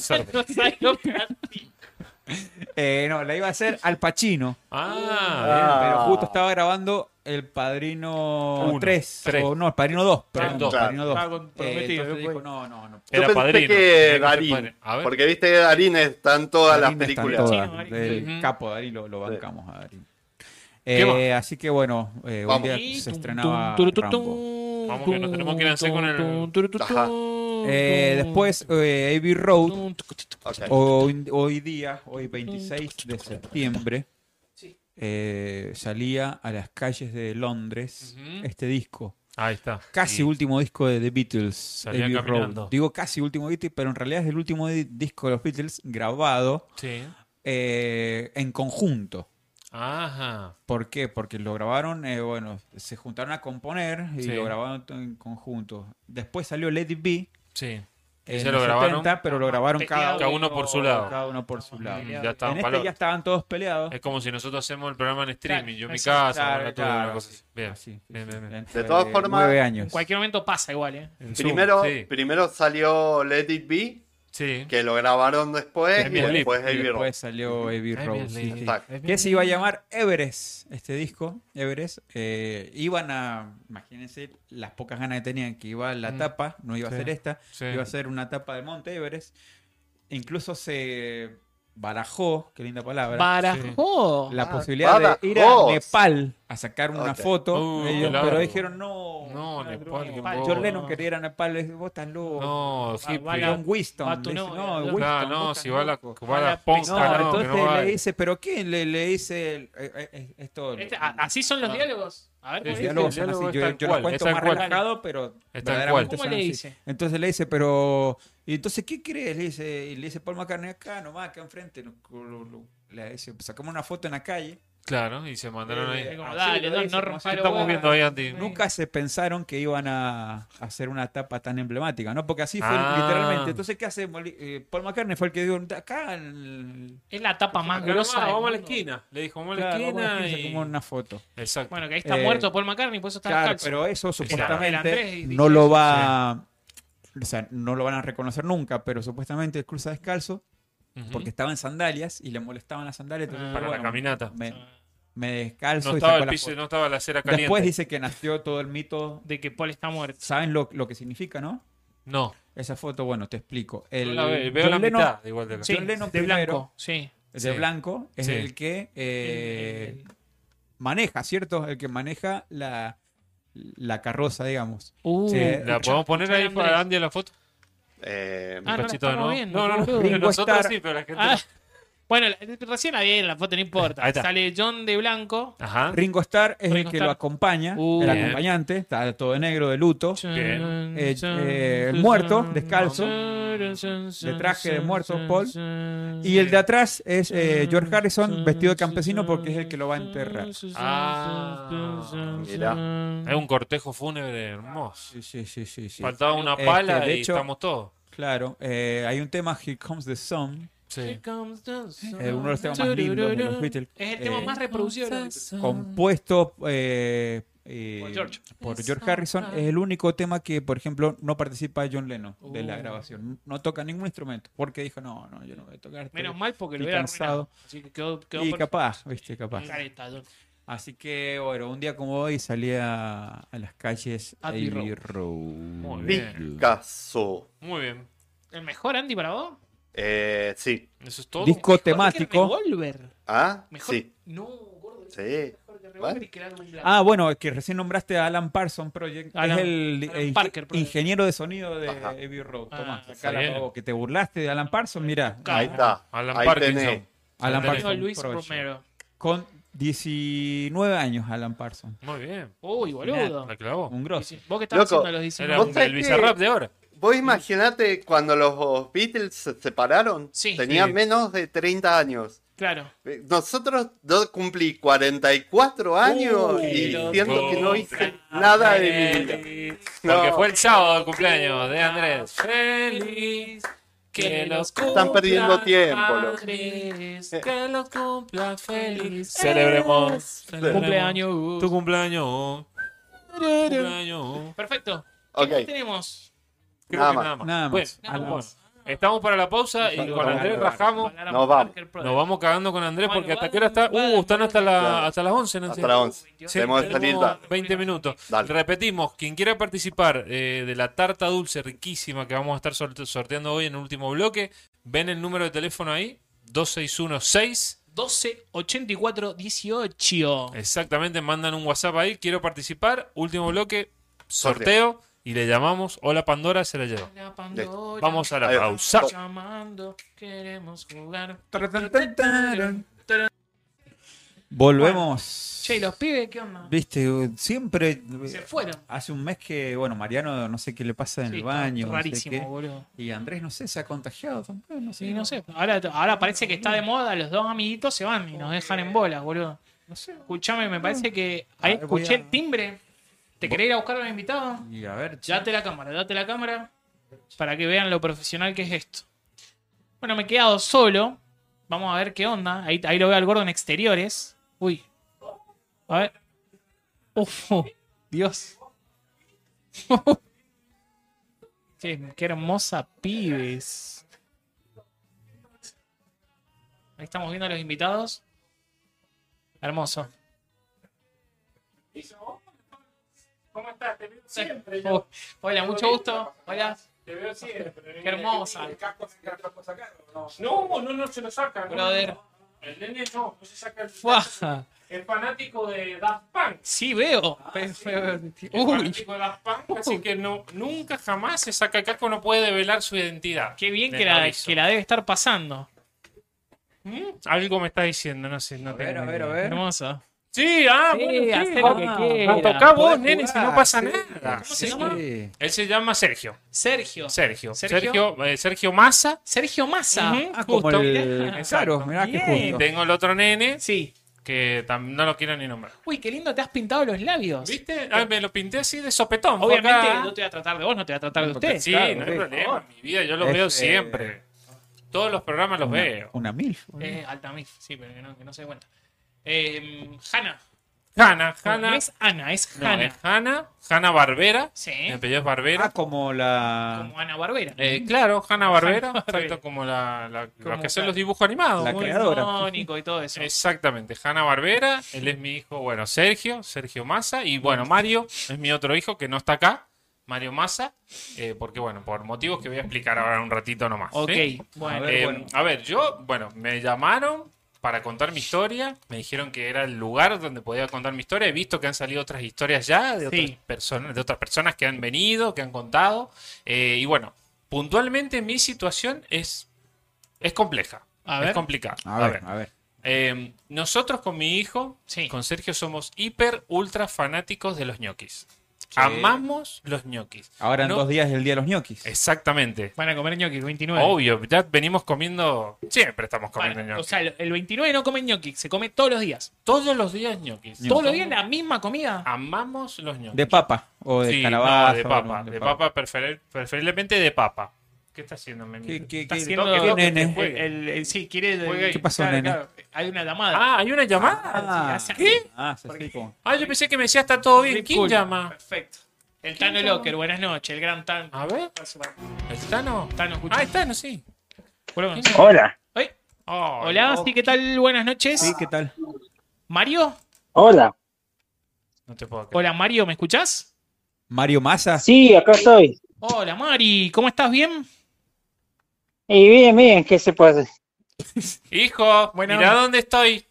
No, la iba a hacer Al Pacino. Ah, Pero justo estaba grabando El Padrino Uno, 3. tres. O no, El Padrino 2. Perdón, dos. El Padrino 2. Estaba comprometido, Entonces después. dijo, no. bien. Yo Era pensé padrino. que Tenía ser Darín. padrino. A ver. Porque viste que Darín está en todas las Darín está en películas. todas. Sí, Darín. El Ujú. capo Darín lo bancamos a Darín. ¿Qué más? Así que bueno, un Vamos. día Y se tum, estrenaba tum, tum, Rambo. tum, Vamos que nos tenemos que ir a hacer con el- Ajá. Después, Abbey Road, Ok. hoy día, hoy 26 de septiembre, salía a las calles de Londres Ujú. este disco. Ahí está. Casi Y- último disco de The Beatles, Salían Abbey caminando. Road. Digo casi último disco, pero en realidad es el último disco de los Beatles grabado Sí. en conjunto. Ajá. ¿Por qué? Porque lo grabaron, se juntaron a componer y Sí. lo grabaron todo en conjunto. Después salió Let It Be Sí. en Ese los lo grabaron 70, pero lo grabaron Cada cada uno por su lado. cada uno por su lado. Ya estaban En palo- este ya estaban todos peleados. Es como si nosotros hacemos el programa en streaming. Claro, Yo en mi exacto. casa, Claro, una tuya, claro, una cosa así. Bien. Así, Bien, bien, bien. Entre De todas formas, 9 En años. cualquier momento pasa igual, ¿eh? En Zoom, Primero, sí. primero salió Let It Be, Sí. que lo grabaron después, y Premier League. después Y Abbey Road. después salió Abbey Ay, Road. bien, sí, bien, sí. Exacto. bien. Que se iba a llamar Everest, este disco, Everest. Iban a, imagínense las pocas ganas que tenían, que iba la tapa, no iba a Sí. ser esta, Sí. iba a ser una tapa del Monte Everest. Incluso se barajó, qué linda palabra, Barajó. la posibilidad de ir a barajó. Nepal a sacar una Ok. foto, ellos, claro. pero dijeron no. No, Nepal, qué Nepal. poco. John Lennon quería ir a Nepal, le dice, vos estás loco. No, hippie. vale. John Winston, Vato, le dice, no, no, no. Winston, Claro, no, vos si estás va a la, loco". va a la Vale, ponca, No, no, que entonces no vale. le dice, ¿pero qué? Le dice esto. Así son los diálogos. A ver, Sí, ¿cómo Los sí, dice? diálogos el son diálogo así. es Yo, tal yo cual, lo cuento es tal más cual. relajado, pero Es tal verdaderamente ¿Cómo son le así. dice? Entonces le dice, pero. Y entonces, ¿qué crees? Le dice Paul McCartney acá, nomás, acá enfrente. Le dice, sacamos una foto en la calle. Claro, y se mandaron ahí. Es como, así dale, lo no dicen, rompas ¿no? los Estamos huevos. viendo ahí, Andy. Nunca se pensaron que iban a hacer una tapa tan emblemática, ¿no? Porque así fue Ah. literalmente. Entonces, ¿qué hace? Paul McCartney fue el que dijo, acá... Es la tapa más Acá grosa. nomás, del vamos a la mundo. esquina. Le dijo, vamos a la Claro, esquina. vamos a la esquina, y... sacamos una foto. Exacto. Bueno, que ahí está Eh, muerto Paul McCartney, por eso está Claro, descalzo. pero eso el supuestamente Andrés dice no lo eso, va... O sea, no lo van a reconocer nunca, pero supuestamente él cruza descalzo Ujú. porque estaba en sandalias y le molestaban las sandalias. Entonces, Ah. dijo, Para la caminata. Me descalzo No y estaba saco el la piso, foto. no estaba la cera caliente. Después dice que nació todo el mito. De que Paul está muerto. ¿Saben lo que significa, no? No, Esa foto, bueno, te explico. no la veo la John Lennon, mitad igual de acá. Sí, John Lennon de primero. blanco, sí. de Sí. blanco, es Sí. el que maneja, ¿cierto? El que maneja la carroza, digamos. Sí. ¿La podemos poner ahí Andrés. para Andy en la foto? Eh, Ah, no la cachito de estamos nuevo. viendo, No, boludo. Ringo nosotros Starr. sí, pero la gente Ah, no. bueno, recién la vi en la foto, no importa. Ahí está. Sale John de blanco. Ajá. Ringo Starr es el Ringo que Starr. lo acompaña, el Bien. acompañante, está todo de negro, de luto. Bien. El muerto, descalzo, de traje de muerto, Paul. Y el de atrás es George Harrison, vestido de campesino, porque es el que lo va a enterrar. Ah, Mirá. Es un cortejo fúnebre hermoso. Sí. Faltaba una pala de y hecho, estamos todos. Claro, hay un tema, Here Comes the Sun, Sí. uno de los temas más lindos de los Beatles. Es el tema más reproducido de los Beatles. Compuesto Por George. George Harrison, es el único tema que, por ejemplo, no participa John Lennon de la grabación. No toca ningún instrumento, porque dijo, no, yo no voy a tocar. estoy- Menos mal porque lo estoy hubiera cansado. arruinado. Así que quedó Y por- capaz, viste, capaz. Careta, John. Así que, bueno, un día como hoy salí a las calles Abbey Abbey Road. Road. Muy bien. Picasso. Muy bien. ¿El mejor Andy para vos? Sí. Eso es todo. Disco Mejor que temático. Revolver. ¿Ah? Mejor. Sí. No, gordo. Sí. Mejor que Revolver ¿Vale? y que el álbum blanco. Ah, bueno, que recién nombraste a Alan Parsons Project. Alan- es el Alan Parker Project. ingeniero de sonido de Ajá. Abbey Road. Ah, Tomás, sí. acá la pago, que te burlaste de Alan Parsons, mira. Ahí está. Alan Ahí Parkinson. tenés. Alan Tenés. Tengo Parsons Luis Project. Romero. Con 19 años, Alan Parsons. Muy bien. Uy, boludo. La clavó. Un grosso. Vos que estás Loco, haciendo a los 19. Era ¿Vos sabés el qué? Bizarrap de ahora. Vos imaginate cuando los Beatles se separaron. Sí. Tenían Sí. menos de 30 años. Claro. Nosotros yo cumplí 44 años y pero siento que no tú- hice nada de mi vida. Porque No. fue el sábado el cumpleaños de Andrés. Feliz. Que los Están perdiendo cumpla, tiempo, loco. Andrés, que los cumpla feliz. Celebremos. Cumpleaños. Tu cumpleaños. Cumpleaños. Perfecto. ¿Qué Ok. más tenemos? Creo Nada que más. nada más. Nada más. Bueno, Nada bueno, más. estamos para la pausa y Saludos con a Andrés Andrés. rajamos. Alan Nos vamos. Parker Project. Nos vamos cagando con Andrés Bueno, porque hasta van- qué hora está. van- Están hasta, hasta las 11, ¿no? Hasta las 11. Sí, Tenemos que salir. tenemos 20 minutos. Dale. Repetimos, quien quiera participar de la tarta dulce riquísima que vamos a estar sorteando hoy en el último bloque, ven el número de teléfono ahí, 2616. 12 84 18. Exactamente, mandan un WhatsApp ahí, quiero participar, último bloque, sorteo y le llamamos Hola Pandora, se la lleva. La Pandora, Vamos a la Ahí va. pausa. llamando, queremos jugar. Volvemos. Che, ¿y los pibes qué onda? Viste, siempre. Se fueron. Hace un mes que, bueno, Mariano no sé qué le pasa en Sí, el está baño. no sé rarísimo, qué. boludo. Y Andrés, no sé, se ha contagiado también. No sé. Sí, no sé. Ahora parece que está de moda, los dos amiguitos se van y nos dejan en bolas, boludo. No sé. Escuchame, me parece que ahí A ver, voy escuché a- el timbre. ¿Te querés ir a buscar a un invitado? Y a ver, che. Date la cámara para que vean lo profesional que es esto. Bueno, me he quedado solo. Vamos a ver qué onda. Ahí lo veo al gordo en exteriores. Uy. A ver. Uf, Dios. Qué hermosa pibes. Ahí estamos viendo a los invitados. Hermoso. ¿Cómo estás? Te veo siempre. Hola, mucho gusto. Hola. Te veo siempre. Qué hermosa. No, se lo saca. Brother. El nene no se saca el Fuá. Es fanático de Daft Punk. Sí, veo. Es Uy, fanático de Daft Punk, así que nunca jamás se saca el casco, no puede develar su identidad. qué bien Les que la aviso. debe estar pasando. Algo me está diciendo, no sé. No A ver, tengo a ni ver, a idea. ver. Hermoso. Sí, Sí, hacé lo que quiera. Tocá vos, Podés nene, si jugar, no pasa sí. nada. ¿Cómo se llama? Sí. Él se llama Sergio. Sergio. Sergio. ¿Sergio? Sergio Massa. Sergio Massa. Ujú. Ah, como Justo. el. Exacto. Claro, mirá qué Bien. Y justo. tengo el otro nene, Sí. que no lo quiero ni nombrar. Uy, qué lindo te has pintado los labios. ¿Viste? Ah, me lo pinté así de sopetón. Obviamente acá. no te voy a tratar de vos, no te voy a tratar de usted. Sí, Claro, no hay sí. problema. En mi vida yo lo Es, veo eh, siempre. Todos los programas los veo. Una MILF. Altamif, sí, pero que no se dé cuenta. Hanna. Hanna, No Hanna. es Ana, es No, Hanna. es Hanna Barbera. Sí. Mi apellido es Barbera. Ah, como la... Como Ana Barbera. Claro, Hanna Barbera. Hanna-Barbera. Exacto, como la Como que hacen la- los dibujos animados. la muy- creadora. Mónico y todo eso. Exactamente, Hanna Barbera. Él es mi hijo, bueno, Sergio Massa. Y bueno, Mario es mi otro hijo que no está acá. Mario Massa. Porque bueno, por motivos que voy a explicar ahora un ratito nomás. Ok, ¿sí? bueno. A ver, yo, bueno, me llamaron para contar mi historia. Me dijeron que era el lugar donde podía contar mi historia. He visto que han salido otras historias ya de Sí. otras personas que han venido, que han contado. Y bueno, puntualmente mi situación es compleja. A ver. Es complicada. A ver. Nosotros con mi hijo, Sí. con Sergio, somos hiper ultra fanáticos de los ñoquis. Amamos los ñoquis. Ahora en No- 2 días es el día de los ñoquis. Exactamente. Van a comer ñoquis, 29. Obvio, ya venimos comiendo. Siempre estamos comiendo Bueno, o ñoquis. sea, el 29 no comen ñoquis, se come todos los días. Todos los días ñoquis. Todos los días la misma comida. Amamos los ñoquis. De papa o de Sí, calabaza. no, de papa. De papa, preferiblemente de papa. ¿Qué está haciendo, Memi? Está qué- haciendo toque, toque, nene? juegue. sí, quiere. Juegue. ¿Qué pasó, nene? Hay una llamada. Ah, ¿hay una llamada? Ah, Sí, ¿qué? Ah, se así como... Ah, yo pensé que me decía está todo bien. ¿Quién Cool. llama? Perfecto. El Tano Locker, buenas noches. El gran Tano. A ver. ¿El Tano? Tano, escucha. Ah, el Tano, sí. Bueno, Hola, Ay, Ay, hola, no, sí, ¿qué tal? Buenas noches. Sí, ¿qué tal? ¿Mario? hola. no te puedo creer. Hola, Mario, ¿me escuchás? Mario Massa. Sí, acá estoy. Hola, Mari, ¿cómo estás? ¿Bien? Y bien, bien, ¿qué se puede hacer? Hijo, Buena mirá onda. dónde estoy.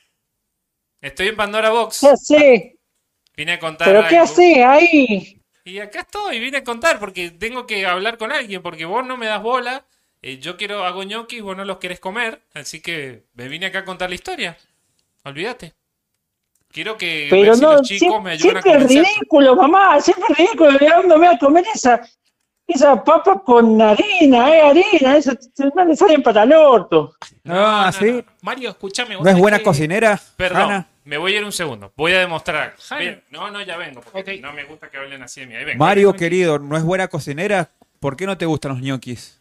Estoy en Pandora Box. ¿Qué haces? Vine a contar ¿Pero qué algo. haces ahí? Y acá estoy, vine a contar porque tengo que hablar con alguien, porque vos no me das bola. Yo hago ñoquis, vos no los querés comer, así que me vine acá a contar la historia. Olvídate. Quiero que ver Pero si no, los chicos me ayudan a siempre es convencer. ridículo, mamá, siempre es ridículo. ¿Dónde voy a comer esa papa con harina? Eso no le salen para el orto. Ah, sí. Mario, escúchame. vos ¿No es sabés buena que- cocinera? Perdón, Hanna? me voy a ir un segundo. Voy a demostrar. Hanna. Bien. No, ya vengo, porque Ok. no me gusta que hablen así de mí. Ahí vengo. Mario, querido, ¿no es buena cocinera? ¿Por qué no te gustan los ñoquis?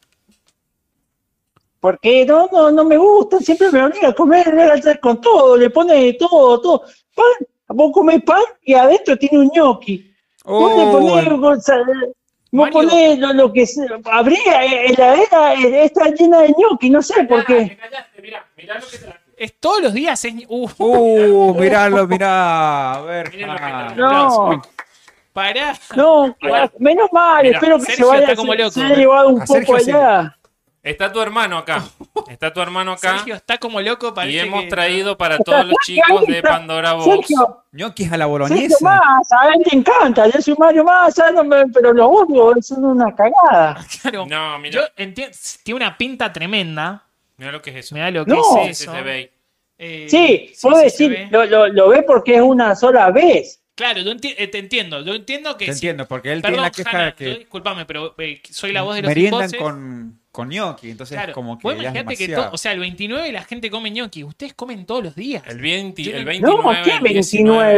Porque no me gustan, siempre me obliga a comer, me hacer con todo, le pone todo. Pan, vos comés pan y adentro tiene un ñoqui. Vos le ponés, vos Mario. ponés lo que se, habría, la heladera está llena de ñoqui, no sé por qué. Callaste, mirá lo que traje. Es todos los días. Miralo, mirá. A ver. Miren lo que Hanna. traje. No, Pará. no, menos mal, Mira, espero que Sergio se vaya está como loco. se haya llevado un A Sergio poco se- allá. Está tu hermano acá. Está tu hermano acá. Sergio está como loco. Y Parece hemos que- traído para todos los chicos de Pandora Box. Sergio, ñoquis a la Sergio boloñesa. Massa, a él te encanta, yo soy Mario Massa, pero los odio, son una cagada. Claro. No, mira, Yo entiendo. Tiene una pinta tremenda. mira lo que es eso. Mirá lo que No. es Sí, eso. se ve ahí. Sí, puedo se decir, ve. lo ve porque es una sola vez. Claro, te entiendo. Yo entiendo que Te sí. entiendo, porque él Perdón, tiene la queja Hanna, de que disculpame, pero soy la voz de los meriendan sin voces. con ñoqui, entonces Claro, como que vos ya es imaginate que demasiado. o sea, el 29 la gente come ñoqui, ustedes comen todos los días. El 20, Yo el no- 29, No, ¿qué? el 19.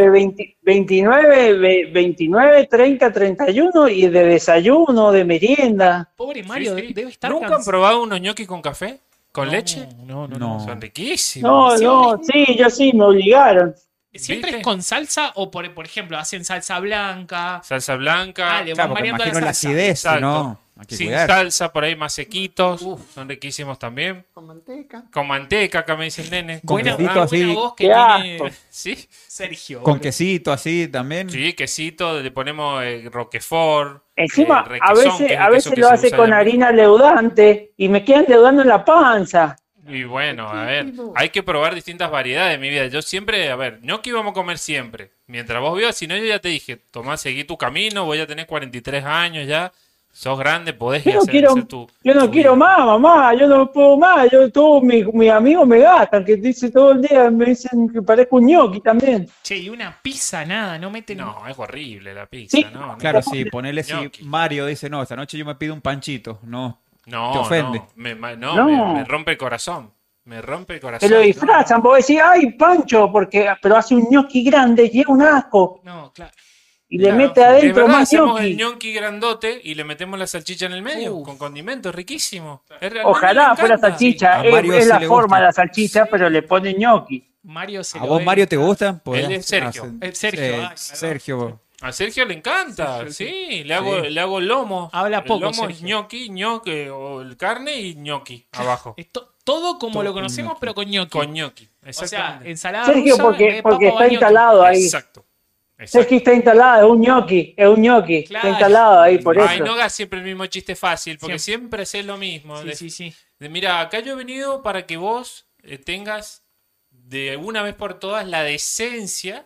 29, 30, 31 y de desayuno, de merienda. Pobre Mario, Sí, sí. debe estar ¿Nunca han cansado. probado unos ñoquis con café? ¿Con No, leche? No, No. Son riquísimos. No, sí, yo sí, me obligaron. ¿Siempre ¿Viste? es con salsa o por ejemplo hacen salsa blanca? Salsa blanca. Ah, le Claro, van porque variando imagino la la salsa. acidez, Exacto. ¿no? Hay que Sin cuidar. salsa, por ahí más sequitos. Son riquísimos también. Con manteca. Con manteca, acá me dice el nene. Con Buena, quesito buena así. voz que Qué tiene asco. Sí, Sergio. Con boludo. quesito así también. sí, quesito, le ponemos Roquefort. Encima, requesón, a que es veces, el a queso veces que lo se hace usa con allá. harina leudante y me quedan leudando en la panza. Y bueno, a ver, hay que probar distintas variedades, mi vida. Yo siempre, a ver, ñoqui vamos a comer siempre. Mientras vos vivas, si no, yo ya te dije, tomá, seguí tu camino, voy a tener 43 años ya. Sos grande, podés Yo no hacer, quiero, hacer tu... yo no tu quiero vida. más, mamá, yo no puedo más. Todos mis amigos me gastan, que dice todo el día, me dicen que parezco un ñoqui también. Che, y una pizza, nada, no meten. No, es horrible la pizza, Sí, ¿no? Claro, sí, ponele si Ñoqui. Mario dice, no, esta noche yo me pido un panchito, no. No, Te ofende. no, No. me rompe el corazón. Me rompe el Se corazón. lo disfrazan, vos decís, ay, Pancho, pero hace un ñoqui grande y es un asco. No, claro. Y le Claro. mete Es adentro verdad, más hacemos el ñoqui. ñoqui grandote y le metemos la salchicha en el medio, Uf. con condimentos, riquísimo. Ojalá fuera salchicha. salchicha, A Mario es sí la le forma gusta. de la salchicha, pero le pone ñoqui. Mario se ¿A lo vos, ve. Mario, te gusta? Podés Él es Sergio. hacer- Sergio, ay, perdón. Sergio. A Sergio le encanta, Sergio, sí. Le hago lomo. Habla El poco, lomo es Sergio. ñoqui, o el carne y ñoqui abajo. Todo como Todo lo con conocemos, ñoqui. pero con ñoqui. Con ñoqui. O sea, Exactamente. ensalada Sergio, rusa, en vez de porque papa, está va ñoqui. instalado ahí. Exacto. Sergio está instalado, es un ñoqui, Claro. está instalado ahí por Ay, eso. no hagas siempre el mismo chiste fácil, porque siempre haces lo mismo. Sí. Mira, acá yo he venido para que vos tengas de una vez por todas la decencia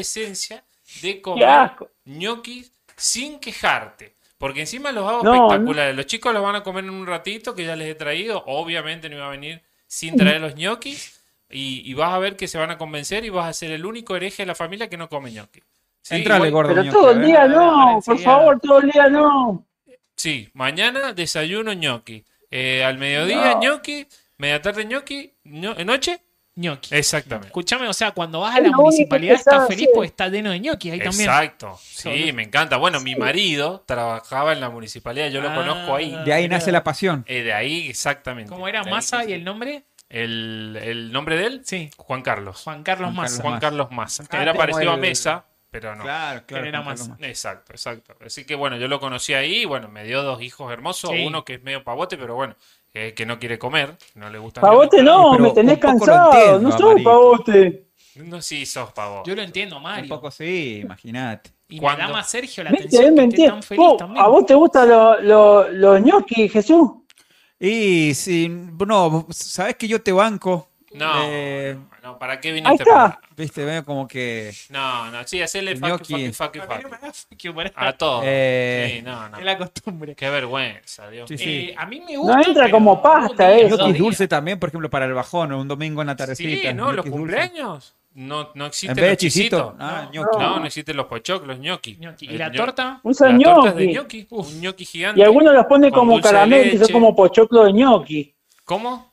de Qué comer asco. ñoquis sin quejarte. Porque encima los hago No, espectaculares. Los chicos los van a comer en un ratito que ya les he traído. Obviamente no iba a venir sin traer los ñoquis. Y vas a ver que se van a convencer y vas a ser el único hereje de la familia que no come ñoquis. Sí, Entrale, igual- gordo Pero ñoqui, todo a el ver. día Ahora no, por enseguida. favor, todo el día no. Sí, mañana desayuno ñoqui. Al mediodía No. ñoqui. Media tarde ñoqui. ¿Noche? Ñoqui. Exactamente. Escuchame, o sea, cuando vas a Es la lo único municipalidad que estás sabe feliz hacer. porque está lleno de ñoquis ahí también. Exacto. Sí, me encanta. Bueno, mi marido trabajaba en la municipalidad, yo lo Ah. conozco ahí. De ahí nace la pasión. De ahí, exactamente. ¿Cómo era De ahí Massa y nace. el nombre? El nombre de él? Sí, Juan Carlos. Juan Carlos Juan Massa. Juan Carlos Massa. Ah, Era como parecido a el- Mesa, pero no. Claro, Él era Juan más- Carlos Exacto, exacto. Así que bueno, yo lo conocí ahí, bueno, me dio dos hijos hermosos, Sí. uno que es medio pavote, pero bueno, que no quiere comer, no le gusta. Pavote no, pero me tenés un poco lo cansado, entiendo, no soy Amarito. pavote. No, sí, sos pavote. Yo lo entiendo, Un Mario. poco sí, imagínate. Y me ¿Cuándo? da más Sergio la Viste, atención es que esté mentira. tan feliz también. ¿A vos te gustan los ñoquis, Jesús? Y si, no, sabes que yo te banco. No, Eh, no, ¿para qué Ahí viniste? está. Viste, veo como que. No, sí, hacerle fuck, Gnocchi. fuck, fuck, A mí no fuck. me da fuck para A todos. Eh, Sí, no. Es la costumbre. Qué vergüenza, Dios. Sí, sí. A mí me gusta. No entra pero como pasta un día, eso. dos Ñoquis días. dulce también, por ejemplo, para el bajón o un domingo en la tardecita. Sí, ¿no? Los ñoquis dulce. cumpleaños. No existen En vez de los chisitos. chisito. Ah, ñoqui. No existen los pochoclos, los ñoqui. Ñoqui. El ¿Y la ño- torta? Usan La torta es de ñoqui. ñoqui. Un ñoqui gigante. Y algunos los ponen con como dulce de caramelo, que son leche. como pochoclo de ñoqui. ¿Cómo?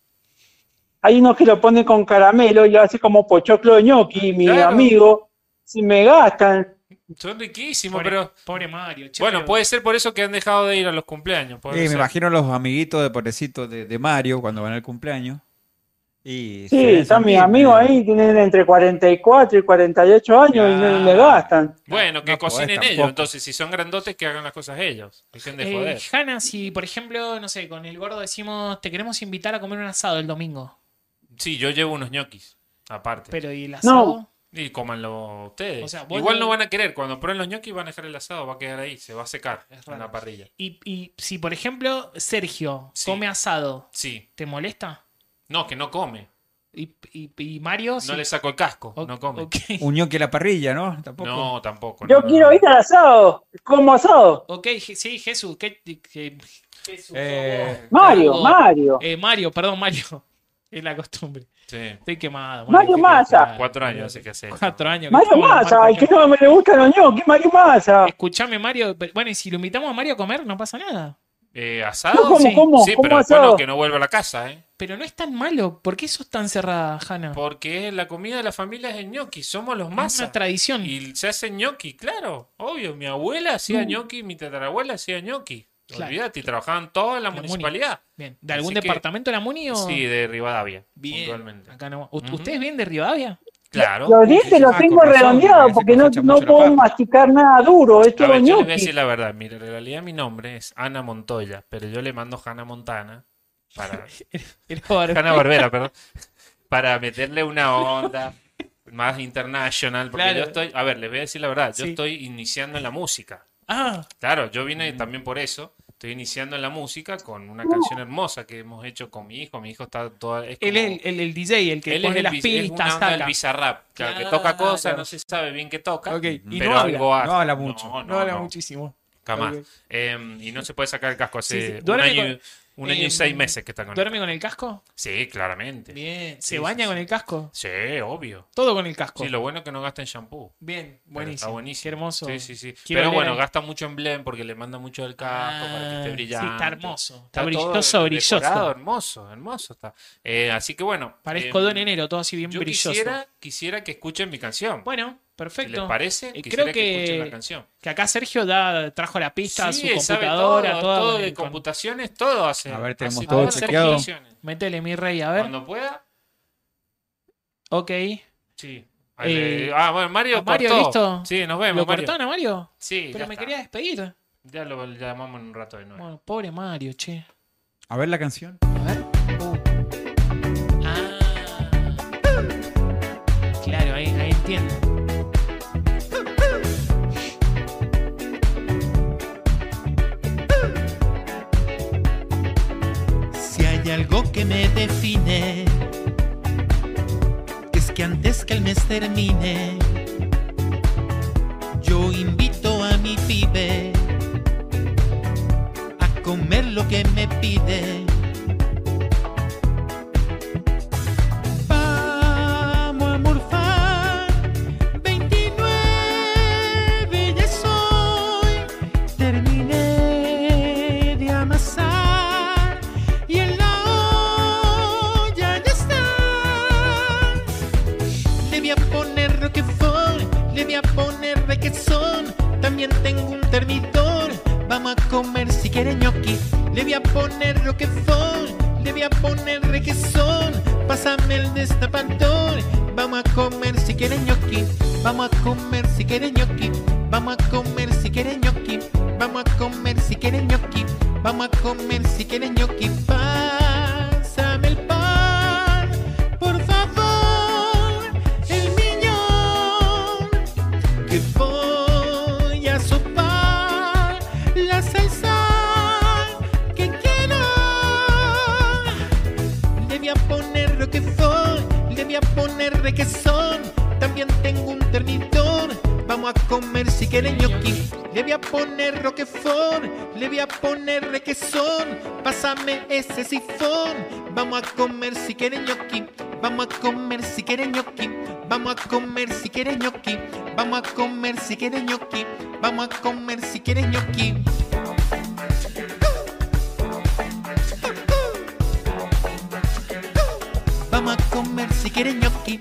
Hay unos que lo ponen con caramelo y lo hace como pochoclo de ñoqui. Y mi Claro. amigo, si me gastan. Son riquísimos, Pobre, pero... pobre Mario. che, Bueno, pero- puede ser por eso que han dejado de ir a los cumpleaños. puede Sí, me ser. imagino los amiguitos de pobrecito de Mario cuando van al cumpleaños. Y se Sí, deben están mis sentir, amigos ahí, tienen entre 44 y 48 años y no le gastan. Bueno, que No podés cocinen tampoco. ellos. Entonces, si son grandotes, que hagan las cosas ellos. Dejen de joder. Hanna, si por ejemplo, no sé, con el gordo decimos, te queremos invitar a comer un asado el domingo. Sí, yo llevo unos ñoquis, aparte. Pero ¿y el asado? Y cómanlo ustedes. O sea, vos Igual no- no van a querer. Cuando prueben los ñoquis van a dejar el asado, va a quedar ahí, se va a secar Es en raro. la parrilla. Y si por ejemplo Sergio Sí. come asado, Sí. ¿te molesta? No, que no come. Y Mario No sí. le saco el casco, O- no come. ok. Un ñoqui a la parrilla, ¿no? Tampoco. No, tampoco. Yo no, quiero no. ir al asado, como asado. Ok, sí, Jesús. Jesús, Mario, sos vos. Mario. Mario, perdón, Mario. Es la costumbre. Sí. Estoy quemado. Mario ¿qué Massa. querés? 4 años hace que hace. 4 años. que Mario estamos en la Massa, marca el que acá. no me le gustan los ñoquis, Mario Massa. Escuchame, Mario. Bueno, y si lo invitamos a Mario a comer, no pasa nada. ¿Asado? ¿Cómo, Sí, cómo, sí, cómo pero asado? bueno, que no vuelva a la casa, ¿eh? Pero no es tan malo. ¿Por qué sos tan cerrada, Hanna? Porque la comida de la familia es el ñoqui, somos los Es masas. una tradición. Y se hace ñoqui, claro, obvio. Mi abuela hacía ñoqui, mi tatarabuela hacía ñoqui. Claro. Olvídate, y trabajaban todos en la La Muni. municipalidad. Bien. ¿De algún Así que- departamento de la Muni o...? Sí, de Rivadavia, Bien. puntualmente. Acá no. Ujú. ¿Ustedes vienen de Rivadavia? Claro. Los dientes los Ah, tengo con razón, redondeados me porque no, hace no mucho la puedo papa. masticar nada duro, es A todo ver, yo les voy a ñoqui. decir la verdad. Mira, en realidad mi nombre es Ana Montoya, pero yo le mando Hannah Montana para... Hanna Barbera, perdón. Para meterle una onda más internacional. Porque Claro. yo estoy... A ver, les voy a decir la verdad. Yo Sí. estoy iniciando en la música. Ah, Claro, yo vine también por eso. Estoy iniciando en la música con una canción hermosa que hemos hecho con mi hijo. Mi hijo está toda... es él como- es el DJ, el que él es pone el las es una pistas, onda del saca. bizarrap. Claro, que Claro. toca cosas, no se sabe bien qué toca. Ok, y pero no habla. algo hace. No habla mucho. No habla muchísimo. Jamás. Ok. Y no se puede sacar el casco. Hace Sí, sí. un Duerme año, con- Un año y 6 meses que está con ¿Duerme con el casco? Sí, claramente. Bien. Sí, ¿Se baña sí, con sí. el casco? Sí, obvio. Todo con el casco. Sí, lo bueno es que no gasta en shampoo. Bien, Pero buenísimo. Está buenísimo. Qué hermoso. Sí, sí, sí. Quiero Pero leer bueno, ahí. gasta mucho en blend porque le manda mucho del casco para que esté brillante. Sí, está hermoso. Está todo brilloso, brilloso. decorado, hermoso, hermoso está. Así que bueno. Parezco Don Enero, todo así bien yo brilloso. quisiera que escuchen mi canción. Bueno, Si perfecto. les parece, Creo quisiera que escuchen la que, canción. que acá Sergio trajo la pista a su Sí, sabe computadora, todo toda de con- computaciones, todo hace. A ver, tenemos hace todo todas las chequeado. canciones. Métele mi rey, a ver. Cuando pueda, Ok. sí. Bueno, Mario, ¿a Mario cortó. listo? Sí, nos vemos, ¿Lo Mario. cortaron a Mario? Sí, Pero ya me está. quería despedir. Ya lo llamamos en un rato de nuevo. Bueno, pobre Mario, che. A ver la canción. A ver. Ah. Claro, ahí entiendo. Si hay algo que me define, es que antes que el mes termine, yo invito a mi pibe a comer lo que me pide. Vamos a morfar, 29 ya soy, terminé de amasar y en la olla ya está. Le voy a poner Roquefort, le voy a poner requesón, también tengo un termidor, vamos a comer si quiere ñoqui. Le voy a poner Roquefort, le voy a poner requesón, pásame el destapador, vamos a comer si quiere ñoqui. Vamos a comer si quiere ñoqui, vamos a comer si quiere ñoqui, vamos a comer si quiere ñoqui, vamos a comer si quiere ñoqui. Pásame el pan, por favor, el millón, que voy a sopar la salsa que quiero. Le voy a poner Roquefort, le voy a poner requesón, también tengo un termidor, vamos a comer si quiere ñoqui. Le voy a poner Roquefort, le voy a poner requesón, pásame ese sifón, vamos a comer si quiere ñoqui. Vamos a comer si quiere ñoqui, vamos a comer si quiere ñoqui, vamos a comer si quiere ñoqui, vamos a comer si quiere ñoqui. Vamos a comer si quiere ñoqui.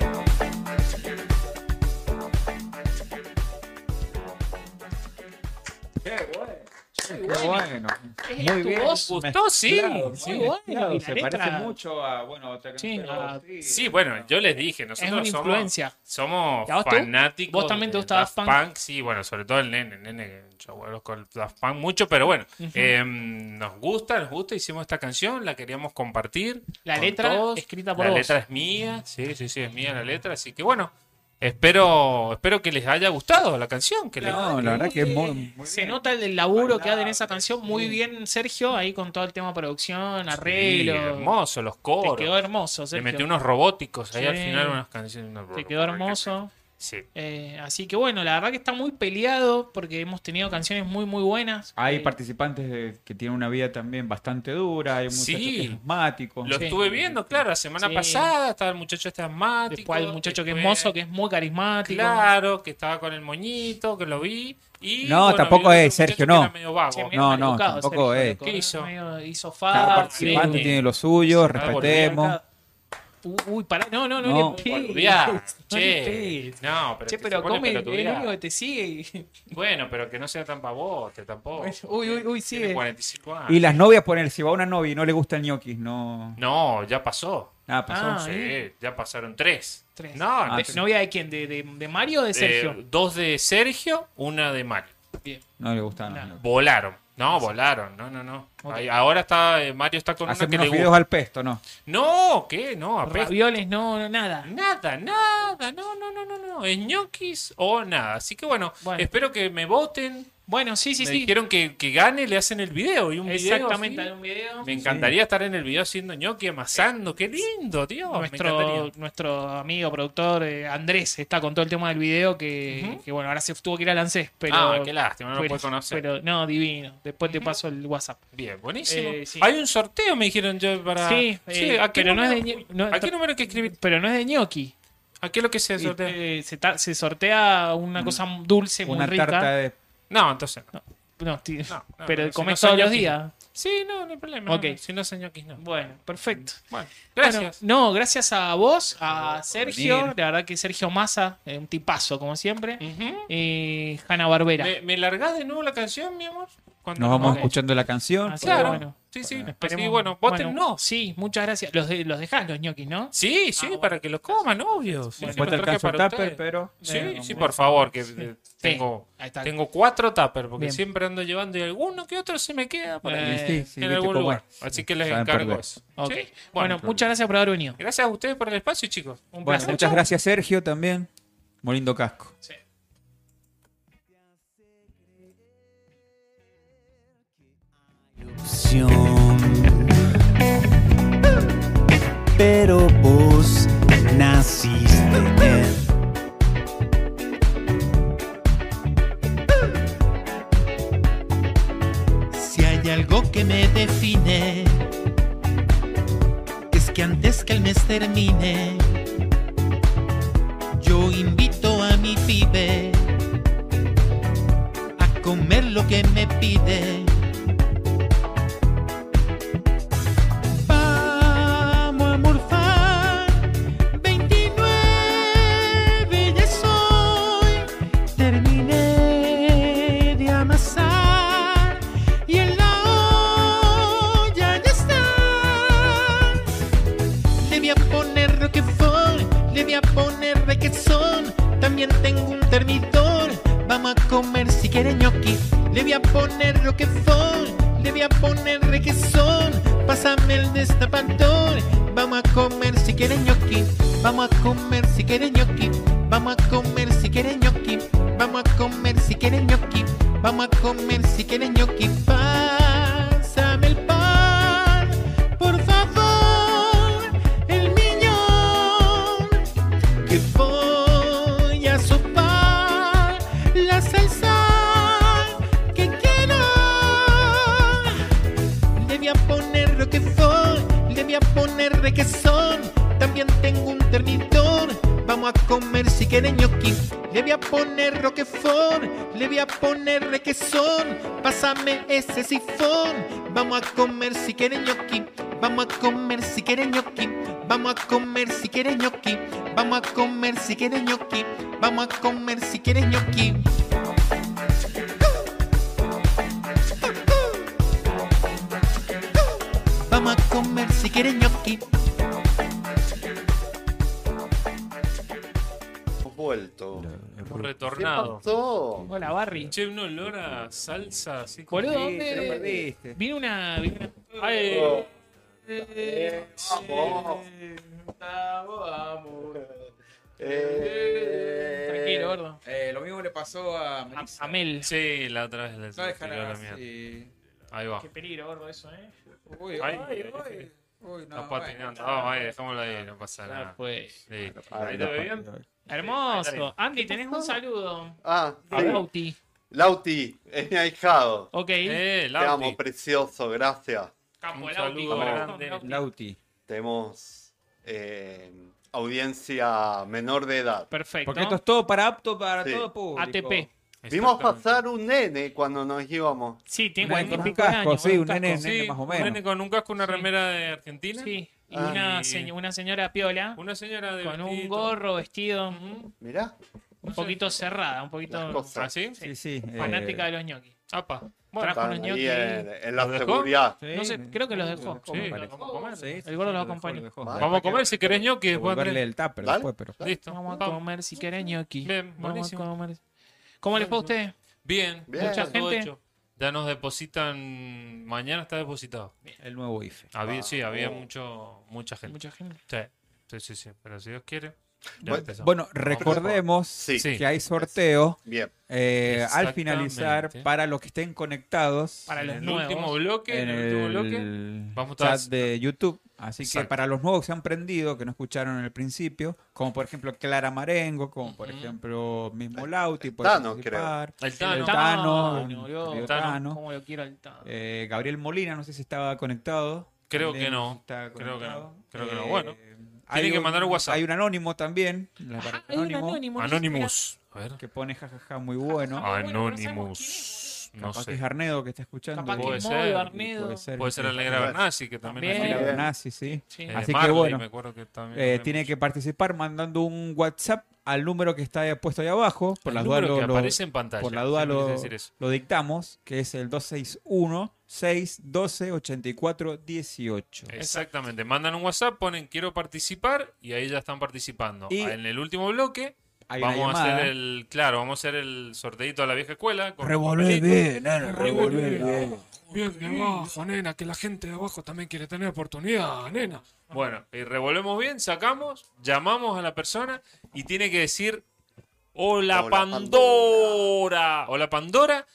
Qué bueno. ¿Es Muy tu bien. voz? ¿Gustó? Sí. Mezclado, Sí, muy bueno, mezclado. y la Se letra- parece mucho a, bueno, otra Sí, canción. a- pero Sí, bueno, yo les dije, Es nosotros una somos, influencia. somos ¿Y a vos tú? fanáticos. ¿Vos también te de gusta Daft Punk? Sí, bueno, sobre todo el nene, yo conozco el Daft Punk mucho, pero bueno, nos gusta, hicimos esta canción, la queríamos compartir. La con letra todos. escrita por La vos. letra es mía, sí, es mía la letra, así que bueno, espero que les haya gustado la canción. Que No, la verdad que es muy Se bien. nota el laburo que hay en esa canción. Muy bien, Sergio, ahí con todo el tema producción, arreglo. Sí, hermoso, los Te coros. quedó hermoso, Le Sergio. metió unos robóticos ahí al Sí. final, unas canciones. Te quedó hermoso. Sí. Así que bueno, la verdad que está muy peleado porque hemos tenido canciones muy, muy buenas. Hay Eh, participantes que tienen una vida también bastante dura, hay muchachos Sí. que es asmático. Lo Sí. estuve viendo, claro, la semana Sí. pasada estaba el muchacho este asmático. Después hay un muchacho que es después- mozo, que es muy carismático. Claro, que estaba con el moñito, que lo vi. Y, No, bueno, tampoco vi otro es, Sergio, muchacho que no. era medio vago. Che, medio No, maleducado, tampoco Sergio, es. loco, ¿Qué hizo? Hizo Cada fama. participante sí. tiene lo suyo, Se va a respetemos. Uy, pará, no No, le pegues. Boludear. No le Che, pegues. no, pero, Che, que pero se pone come el pelotudear. único que te sigue. Bueno, pero que no sea tan pavote tampoco. Uy, Tiene sigue. 45 años. Y las novias poner, si va una novia y no le gusta el ñoquis, no. No, ya pasó. Nada, pasó. Ah, Sí, ya pasaron 3. Tres. No, Ah, de- sí. ¿Novia de quién? ¿De Mario o de Sergio? 2 de Sergio, una de Mario. Bien. No le gusta. No. No. Volaron. No, volaron. No. Ok. Ahí- ahora está Mario está con una Hacen que le unos videos gusta. al pesto, ¿no? No, ¿qué? No, apesta. Ravioles, no, nada. Nada. No. Es ñoquis o nada. Así que bueno, Bueno. espero que me voten Bueno, sí, Me dijeron que gane, le hacen el video. Y un Exactamente, video hay un video. me encantaría estar en el video haciendo ñoqui, amasando. Qué lindo, tío. Me encantaría. Nuestro amigo productor Andrés está con todo el tema del video que bueno, ahora se tuvo que ir al ANSES, pero Qué lástima, no lo puedo conocer. pero no, divino. Después te paso el WhatsApp. Bien, buenísimo. Sí. Hay un sorteo, me dijeron yo, para... Sí, ¿a qué pero no número? es de no, ¿A qué número hay que escribir? pero no es de ñoqui. ¿A qué es lo que se sortea? Se sortea una cosa dulce, muy Una rica. tarta de... No, entonces no. No, No, pero si comes no todos los ñoquis. días. Sí, no hay problema. Ok. No. Si no son ñoquis, no. Bueno, perfecto. Bueno, gracias. Bueno, no, gracias a vos, a Sergio. venir. La verdad que Sergio Massa, un tipazo, como siempre. Ujú. Y Hanna Barbera. ¿Me largás de nuevo la canción, mi amor? Cuando Nos vamos Ok. escuchando la canción. Así Claro. que bueno. Sí, sí. Esperemos. Así, bueno, votennos. Sí, muchas gracias. Los dejás, los ñoquis, ¿no? Sí, sí, bueno. para que los coman, obvio. Sí, Después me te traje alcanzo el para tupper, ustedes. pero... Sí, por favor, que tengo, ahí está. tengo 4 tuppers, porque Bien. siempre ando llevando y alguno que otro se me queda por ahí Sí, sí, en viste algún cómo lugar. es. Así que les Saben encargo perder. eso. Ok. ¿Sí? Bueno, muchas gracias por haber venido. Gracias a ustedes por el espacio, chicos. Un Bueno, placer. muchas gracias Sergio también. Muy lindo casco. Sí. Pero vos naciste bien. Si hay algo que me define, es que antes que el mes termine, yo invito a mi pibe a comer lo que me pide. Vamos a morfar, 29 ya soy, terminé de amasar y en la olla ya está. Le voy a poner Roquefort, le voy a poner requesón, también tengo un termidor, vamos a comer si quiere ñoqui. Le voy a poner Roquefort, le voy a poner requesón, pásame el destapador, vamos a comer si quiere ñoqui. Vamos a comer si quiere ñoqui, vamos a comer si quiere ñoqui, vamos a comer si quiere ñoqui, vamos a comer si quiere ñoqui. Pásame el pan, por favor, el millón, que voy a sopar la salsa que quiero. Le voy a poner Roquefort, le voy a poner requesón, también tengo un termidor, vamos a comer si quiere ñoqui. Le voy a poner Roquefort, le voy a poner requesón, pásame ese sifón, vamos a comer si quiere ñoqui. Vamos a comer si quiere ñoqui, vamos a comer si quiere ñoqui, vamos a comer si quiere ñoqui, vamos a comer si quiere ñoqui. Vamos a comer si quiere ñoqui. Hemos vuelto. Hemos ¿Qué retornado. pasó? Hola, Barry. Che, un olor a salsa así como... Boludo, Sí, te lo ¿dónde? perdiste. Vino una. Ay, Vamos. Tranquilo, gordo. Lo mismo le pasó a Melissa. A Mel. sí, la otra vez le No tiró dejará la mierda. así. Ahí va. Qué peligro, gordo, eso, Uy, Ay, uy, Está patinando. Vamos, ahí, dejámoslo ahí, no pasa nada. Pues. Sí. Ahí Ahí te ve bien. Hermoso. Andy, tenés un saludo. Ah, A sí. Bauti. Lauti, es mi ahijado. Ok. Te Lauti. amo, precioso, gracias. Capo, Un Lauti. saludo Corazón, grande. Lauti. Lauti. Tenemos audiencia menor de edad. Perfecto. Porque esto es todo para apto para Sí. todo público. ATP. Vimos Exactamente. pasar un nene cuando nos íbamos. Sí, tiene Un nene 40 y con un pico de casco, años. sí, con un nene, casco. nene Sí, más o un menos. nene con un casco, una Sí. remera de Argentina. Sí. Y Ah. una señora piola. Una señora de Con un vestidito. gorro, vestido. Ujú. Mirá, Un poquito cerrada. Un las poquito cosas. ¿Así? Sí, sí. fanática de los ñoquis. Apa. Bueno, Trajo Están unos ahí ñoquis. en la ¿Los dejó? seguridad. Sí, No sé, creo que los dejó. Sí, me los parece. vamos a comer. Sí, El gordo sí, los lo acompaña. dejó. Vale. Vamos a comer si querés ñoqui después, Devolverle Andrés. el tupper Dale. después, pero... Listo. Vamos a Vamos. comer si quieren ñoqui. Bien, Vamos a buenísimo. comer. ¿Cómo les fue a ustedes? Bien, Bien. Mucha todo gente. hecho. Ya nos depositan. Mañana está depositado. El nuevo IFE. Sí, había oh. mucha gente. Mucha gente. Sí, sí. Pero si Dios quiere. Ya empezó. Bueno, Vamos. recordemos Sí. Sí. que hay sorteo Bien. al Exactamente. finalizar para los que estén conectados Para los En el nuevos. último bloque, en en el último bloque, el vamos chat todas- de YouTube. Así que Exacto. para los nuevos que se han prendido, que no escucharon en el principio, como por ejemplo Clara Marengo, como por Ujú. ejemplo mismo Lauti, puede Tano, participar. El El Tano. Tano, boludo. querido Tano. Tano. ¿Cómo lo quiero al Tano? Gabriel Molina, no sé si estaba conectado. Creo También que no. está Creo que no. conectado. Creo que no. Bueno, hay que mandar un WhatsApp. Hay un anónimo también. Ah, hay un anónimo. Anonymous. A ver. Que pone jajaja muy bueno. Ah, bueno, no Anonymous. No Capaz que sé. es Arnedo que está escuchando. Capaz que Puede Modo, ser. Arnedo. Puede ser el Negra Bernasi, que también También. es También. Nazi, sí. Sí. Así que Marley, bueno, me acuerdo que también tiene que participar mandando un WhatsApp al número que está puesto ahí abajo. Por el las dudas número que lo, aparece en pantalla. por la duda siempre quise lo, decir eso. lo dictamos, que es el 261-612-8418. Exactamente. Mandan un WhatsApp, ponen quiero participar y ahí ya están participando. Y- En el último bloque Hay una vamos a llamada. hacer el, claro, vamos a hacer el sorteito a la vieja escuela. con Revolvé papelitos. bien, nena, revolvé bien. Bien de abajo, nena, que la gente de abajo también quiere tener oportunidad, nena. Bueno, y revolvemos bien, sacamos, llamamos a la persona y tiene que decir Hola, Hola, Pandora. Hola Pandora.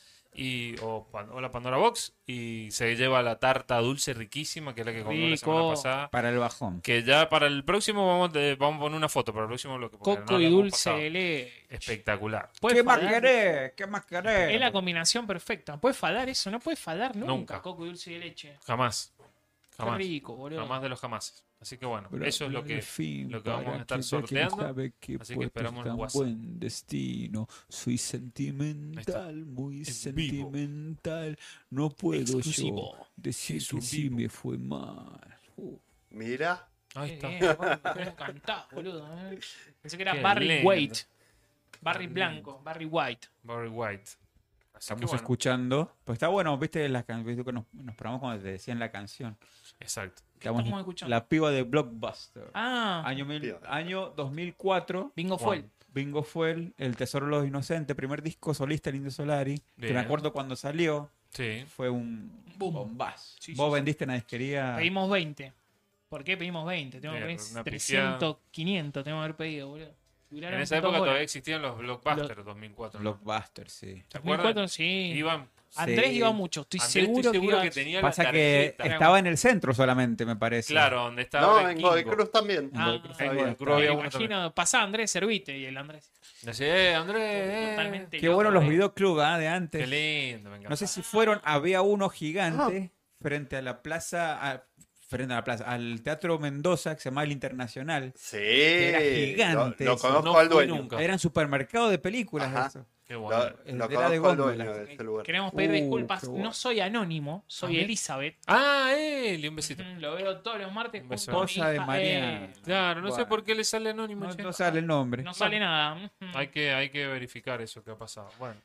Hola Pandora Box. Y se lleva la tarta dulce riquísima, que es la que compró la semana Rico. pasada. Para el bajón. Que ya para el próximo vamos a poner una foto para el próximo bloque. porque Coco no la y hemos dulce pasado. de leche. Espectacular. ¿Puede ¿Qué más fadar? querés? ¿Qué más querés? Es la combinación perfecta. ¿Puede fadar eso? No puede fadar nunca. Nunca. Coco y dulce de leche. Jamás. Qué Jamás. rico, boludo. Jamás de los jamás. Así que bueno, Pero eso es lo al que fin, lo que vamos a para estar aquella que sorteando. sabe que Así que puesto esperamos el tan WhatsApp. buen destino. Soy sentimental, muy En vivo. sentimental. No puedo Exclusivo. yo decir Es que un sí vivo. me fue mal. Mira. Ahí está. ¿Cómo cantás, boludo? Pensé que era Qué Barry lindo. White. Barry Blanco. Barry White. Barry White. Así que Estamos bueno, escuchando. Pues está bueno, viste, viste que nos paramos cuando te decían la canción. exacto. Estamos estamos escuchando? La piba de Blockbuster. Ah, Año 2004. Bingo fue. Bingo fue el Tesoro de los Inocentes, primer disco solista del Indio Solari. Que Bien. me acuerdo cuando salió, Sí. fue un Boom. bombazo. Sí, Vos sí, vendiste en la disquería. Pedimos 20. ¿Por qué pedimos 20? Tengo que Bien, pedir una 300, 500. Tengo que haber pedido, boludo. Duraron En esa 2 época horas. todavía existían los Blockbusters 2004. ¿no? Blockbuster, sí. ¿Te acuerdas? 2004, sí. Iban. Andrés Sí. iba mucho. Estoy Andrés, seguro, estoy seguro iba- que tenía Pasa la que tarjeta. estaba en el centro solamente, me parece. Claro, donde estaba No, el en Godoy Kingo. Cruz también. Ah, En Godoy Cruz En había Godoy Cruz estado. había Me uno también. imagino, pasá Andrés, servite. Y el Andrés. Decía, Andrés. Totalmente Qué loco, bueno los eh. videoclubs de Qué antes. lindo, me encanta. No sé si fueron, había uno gigante frente a la plaza, frente a la plaza, al Teatro Mendoza que se llamaba El Internacional. Sí. Era gigante Lo eso. conozco No al fue dueño. nunca. Era un supermercado de películas Ajá. eso. Qué bueno. Era Lo de conozco al góndolas. dueño de ese lugar. Queremos pedir disculpas. qué bueno. No soy anónimo, soy A ver. Elizabeth. Ah, él, y un besito. Lo veo todos los martes Un beso. junto a mi Esposa de hija. Mariana. Claro, no sé Bueno. por qué le sale anónimo. No, che. no sale el nombre. No sale nada. Hay que verificar eso que ha pasado. Bueno,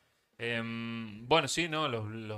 bueno sí, no,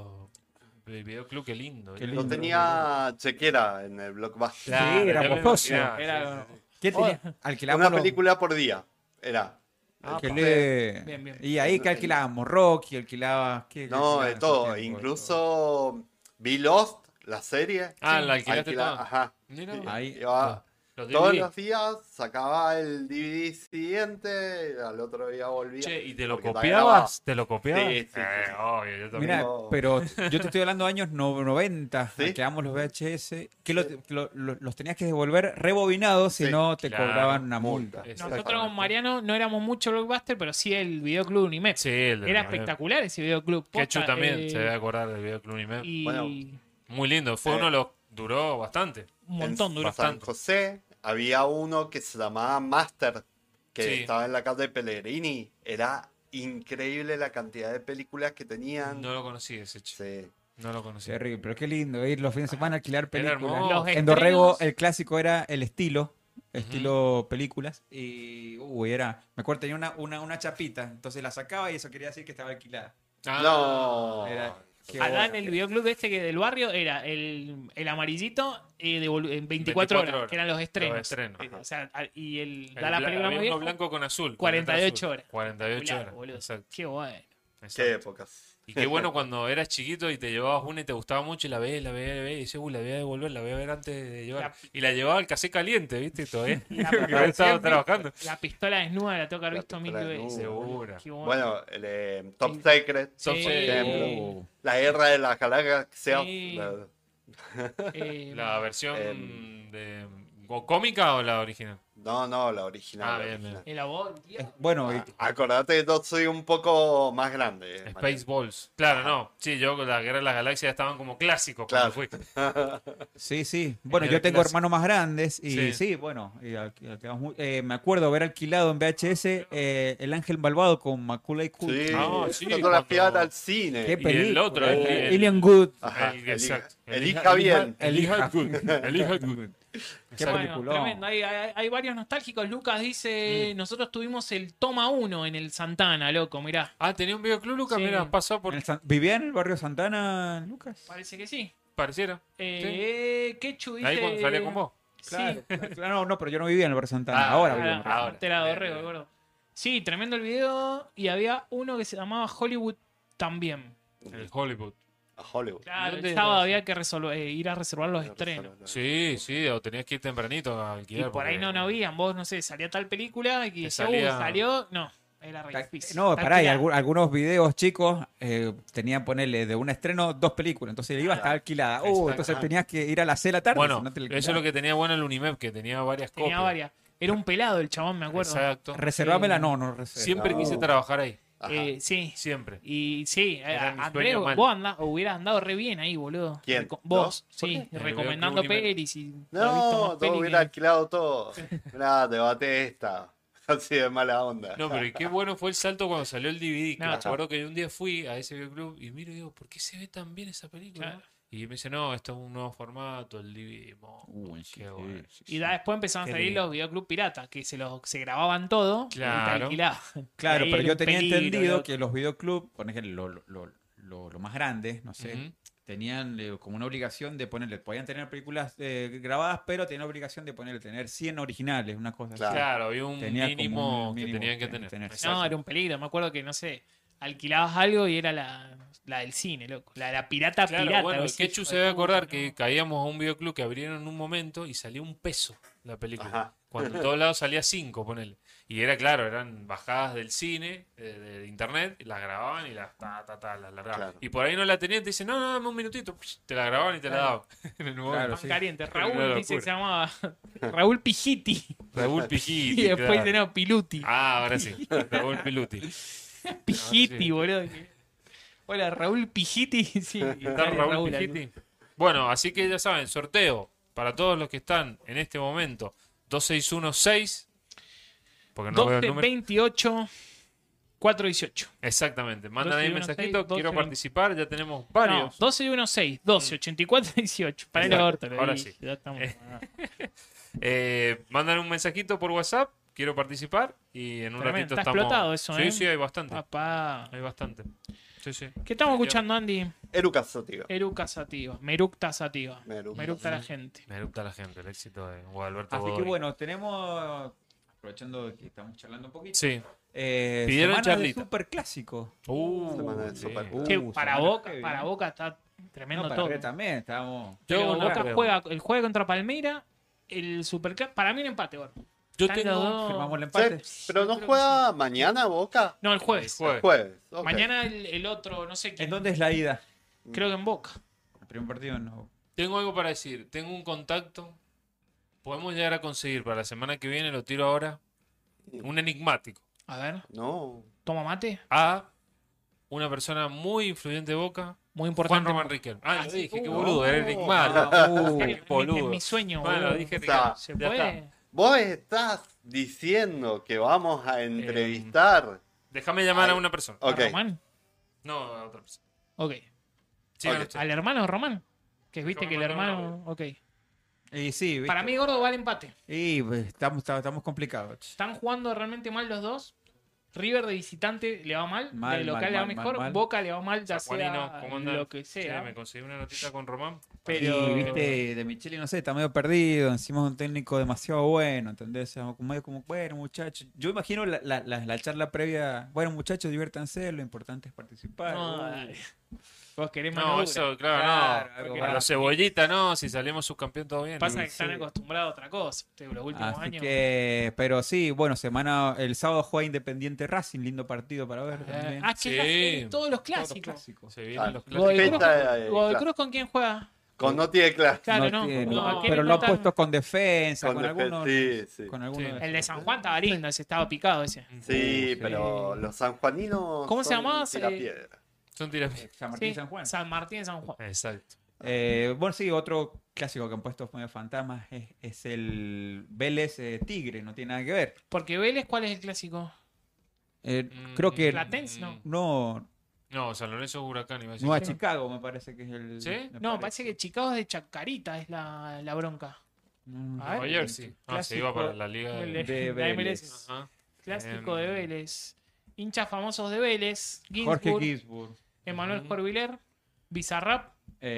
el videoclub, qué lindo. Qué Lo lindo. tenía Chequera en el Blockbuster. Claro, Sí, era ya me mojoso. imaginaba, Era- sí, sí, sí. ¿Qué tenía? Alquilábamos Una los- película por día. Era. alquilé- Bien, bien. Y ahí que alquilábamos Rocky, alquilaba. ¿qué No, de alquilábamos todo. ese tiempo? Incluso vi Lost, la serie. Ah, la alquilaste Alquila- toda. Ajá. Mira, Ahí. Iba los todos DVD. los días, sacaba el DVD siguiente, al otro día volvía. Che, ¿y te lo porque está copiabas? ¿Te lo copiabas? Sí, sí, sí. Obvio, yo también. Mira, No. pero yo te estoy hablando de años 90, ¿Sí? alquilábamos los VHS, que los tenías que devolver rebobinados, si Sí, no te claro. cobraban una multa. Exactamente. Nosotros con Mariano no éramos mucho Blockbuster, pero sí el videoclub Unimep. Sí, el de Era Unimep. espectacular ese videoclub. Quechu Posta, también se debe acordar del videoclub Unimep. Y Bueno. Muy lindo. Fue uno de los. Duró bastante. un montón En duró. San José había uno que se llamaba Master, que Sí. estaba en la casa de Pellegrini. Era increíble la cantidad de películas que tenían. No lo conocí ese, che. Sí. No lo conocí. Terrible, pero qué lindo ir los fines de semana a alquilar películas. hermoso. Los En Dorrego estrenos- el clásico era el estilo películas. Y me acuerdo, tenía una chapita, entonces la sacaba y eso quería decir que estaba alquilada. Ah, No. Era- qué Adán, bueno. el videoclub este que del barrio era el amarillito en 24 24 horas, horas. que eran los estrenos. Los estrenos. O sea, y El da la bla- película había muy uno vieja, blanco con azul. 48 azul. horas. 48 Espectacular, horas. boludo. Exacto. Qué bueno. Qué exacto. épocas. Y qué bueno cuando eras chiquito y te llevabas una y te gustaba mucho y la ves, y dices, la voy a devolver, la voy a ver antes de llevar. Y la llevaba al casé caliente, ¿viste? Todavía. Que estaba trabajando. La pistola desnuda la tengo que haber visto mil pistola veces. Segura. Qué Bueno, Top Secret, Sí. por ejemplo. La Guerra de las Galaxias. Sí. ¿La versión Em, cómica o la original? No, la original. Ah, la bien, original. El abogado, tío. Bueno, Acordate que yo soy un poco más grande. Spaceballs. Claro, no. Sí, yo con la Guerra de las Galaxias estaban como clásicos cuando fui. sí. Bueno, Era yo tengo clásico. hermanos más grandes y Sí. sí, bueno, me acuerdo haber alquilado en VHS El Ángel Malvado con Macaulay Culkin. Sí, Sí, fotografiada cuando- al cine. Qué Y el película. otro, el- Alien Good. Ajá, Exacto. elija bien. Elija good. Elija good. Qué Exacto. Bueno, peliculón. tremendo. Hay varios nostálgicos. Lucas dice: Nosotros tuvimos el toma 1 en el Santana, loco, mirá. Ah, tenía un videoclub, Lucas, Sí. mira, pasó por... ¿Vivía en el barrio Santana, Lucas? Parece que sí. Pareciera. Quechu dice. Ahí cuando salía con vos. Sí. Claro, no, pero yo no vivía en el barrio Santana. Ah, ahora Ah, vivo en el barrio ahora. antes era Bien, Dorrego, bien. me acuerdo. Sí, tremendo el video. Y había uno que se llamaba Hollywood también. El Hollywood. A Hollywood. Claro, ¿Dónde el era sábado eso? había que ir a reservar los estrenos. Sí, o tenías que ir tempranito a Y alquilar. por ahí porque- no habían. Vos, no sé, salía tal película y Te decía, salía- salió. No, era re difícil. No, Está pará, y alquilada. algunos videos chicos tenían, ponerle de un estreno 2 películas, entonces iba a estar alquilada. Exacto. Entonces tenías que ir a las 6 de la tarde. Bueno, si no te la eso es alquilabas. lo que tenía bueno el Unimep, que tenía varias Tenía copias. varias. Era un pelado el chabón, me acuerdo. Exacto. Reservámela, no reserva. Siempre No. quise trabajar ahí. Ajá. Sí. Siempre. Y sí, Era mi Andrés, sueño mal. vos hubieras andado re bien ahí, boludo. ¿Quién? Vos, ¿Yo? sí, qué? recomendando En el Club pelis y... lo he visto más No, todo pelis hubiera que- alquilado todo. Mirá, debate esta. Así de mala onda. No, pero y qué bueno fue el salto cuando salió el DVD. Que No, me acuerdo que un día fui a ese videoclub y miro y digo, ¿por qué se ve tan bien esa película? Claro. Y me dice, no, esto es un nuevo formato, el DVD. Qué bueno. Y después empezaron a Qué salir lindo. los videoclub piratas, que se grababan todo y Claro. te alquilaban. Claro, Ahí pero era yo un tenía peligro, entendido loco. que los videoclubs, por ejemplo, lo más grande, no sé, Ujú. tenían como una obligación de ponerle, podían tener películas grabadas, pero tenían la obligación de tener 100 originales, una cosa Claro. así. Claro, había un Tenía como mínimo, un que mínimo tenían que que tener. tener. Exacto. No, era un peligro. Me acuerdo que, no sé, alquilabas algo y era la del cine, loco. La pirata Claro, pirata. bueno, el ¿ves? Quechu Hijo se de debe puta, acordar ¿no? que caíamos a un videoclub que abrieron en un momento y salió un peso la película. Ajá. Cuando en todos lados salía 5, ponele. Y era claro, eran bajadas del cine, de internet, y las grababan y las las largaban. Claro. Y por ahí no la tenían, te dicen, no, dame un minutito. Te la grababan y te la daban. En el momento. Claro, Pan sí. caliente. Una Raúl dice que locura. se llamaba Raúl Pijiti. Raúl Pijiti. Y después claro. tenemos Piluti. Ah, ahora sí. Raúl Piluti. Pijiti, sí. boludo. Hola, Raúl Pijiti. Sí, ¿Está dale, Raúl ahí. Pijiti? Bueno, así que ya saben, sorteo para todos los que están en este momento. 2616. Porque no veo el 12, número. 28, 418. Exactamente. Mandan ahí un 12, mensajito. 12, Quiero 20. participar. Ya tenemos No, varios. 12, 16, 12, 84, 18. Para el Exacto. orto. lo Ahora dije, sí. ya estamos. Mandan un mensajito por WhatsApp. Quiero participar. Y en un Tremendo. ratito Está estamos. explotado eso, Sí, ¿eh? sí, hay bastante. Papá. Hay bastante. Sí, sí. ¿Qué estamos escuchando, Andy? Eruca Sativa. Eruca Sativa. Meructa Sativa. Meructa. Meructa la gente. Me gusta la gente. El éxito de Guadalberto Así que Godoy. bueno, tenemos, aprovechando que estamos charlando un poquito, Sí. Pidieron semana de charlita. super clásico. Semana de Sí. Super- Che, semana Boca, que viene. para Boca está tremendo No, para todo. Red también, estábamos... Yo Pero no Boca creo. juega el jueves contra Palmeira, el Superclub. Para mí un empate, gordo. Yo Están los tengo. dos- Firmamos el empate. Pero no juega mañana Boca. No, el jueves. Jueves. Jueves. ok. Mañana el otro, no sé quién. ¿En dónde es la ida? Creo que en Boca. El primer partido no. Tengo algo para decir. Tengo un contacto. Podemos llegar a conseguir para la semana que viene, lo tiro ahora. Un enigmático. A ver, No. toma mate. A una persona muy influyente de Boca. Muy Juan importante. Román Riquelme. Ah, Ah, lo sí. dije, qué Uh, boludo, era no. enigmático. Qué boludo. En mi sueño, Bueno, boludo. dije O sea, ¿Se ya puede? está. Vos estás diciendo que vamos a entrevistar. Déjame llamar a Ay. una persona. ¿A Ok. Román? No, a otra persona. Ok. Sigan Ok. ustedes. ¿Al hermano de Román? Que viste Yo que el me mandé un hermano... Ok. Y sí, ¿viste? Para mí, gordo, va al empate. Y pues, estamos complicados. ¿Están jugando realmente mal los dos? River de visitante le va mal, Mal, de local mal, le va mal, mejor, mal. Boca le va mal, ya San Juanino, sea ¿cómo andan? lo que sea. Che, me conseguí una notita con Román. Pero Y viste, de Micheli, no sé, está medio perdido. Encima es un técnico demasiado bueno, ¿entendés? O sea, como medio como, bueno, muchachos. Yo imagino la charla previa. Bueno, muchachos, diviértanse, lo importante es participar. no, dale. Vos querés mano No, dura. eso, claro, Claro, no. algo A más. los cebollitas, no. Si salimos subcampeón, todo bien. Pasa que Sí. están acostumbrados a otra cosa. Los últimos Así años. que, pero sí, bueno, el sábado juega Independiente Racing, lindo partido para ver también. Que Sí. es todos los Todos clásicos. clásicos. Se vienen los Claro. clásicos. Godoy Cruz, Fecha, Godoy claro. Cruz, ¿con quién juega? Con no tiene clase. Claro, no. tiene, No, no, ¿quiénes pero no lo ha están? puesto con defensa, Con con algunos. sí, sí. Con algunos Sí. El de San Juan estaba lindo, ese estaba picado ese. Sí, Sí. pero los sanjuaninos. ¿Cómo se son llamaba? tirapiedra. Son tirapiedras. San Martín y Sí, San Juan. San Martín y San Juan. Exacto. Bueno, sí, otro clásico que han puesto medio fantasmas es el Vélez Tigre, no tiene nada que ver. Porque Vélez, ¿cuál es el clásico? Creo que Platense, no. no, No, San Lorenzo Huracán iba a decir. Nueva Chicago me parece que es el. ¿Sí? me No, parece que Chicago es de Chacarita, es la bronca. No, A ver. Nueva Jersey. Ah, se iba para la liga El de... de de la Vélez. MLS. Ajá. Clásico de Vélez. Hinchas famosos de Vélez. Jorge Ginsburg, Gisburg, Emanuel Ujú. Jorviler, Bizarrap,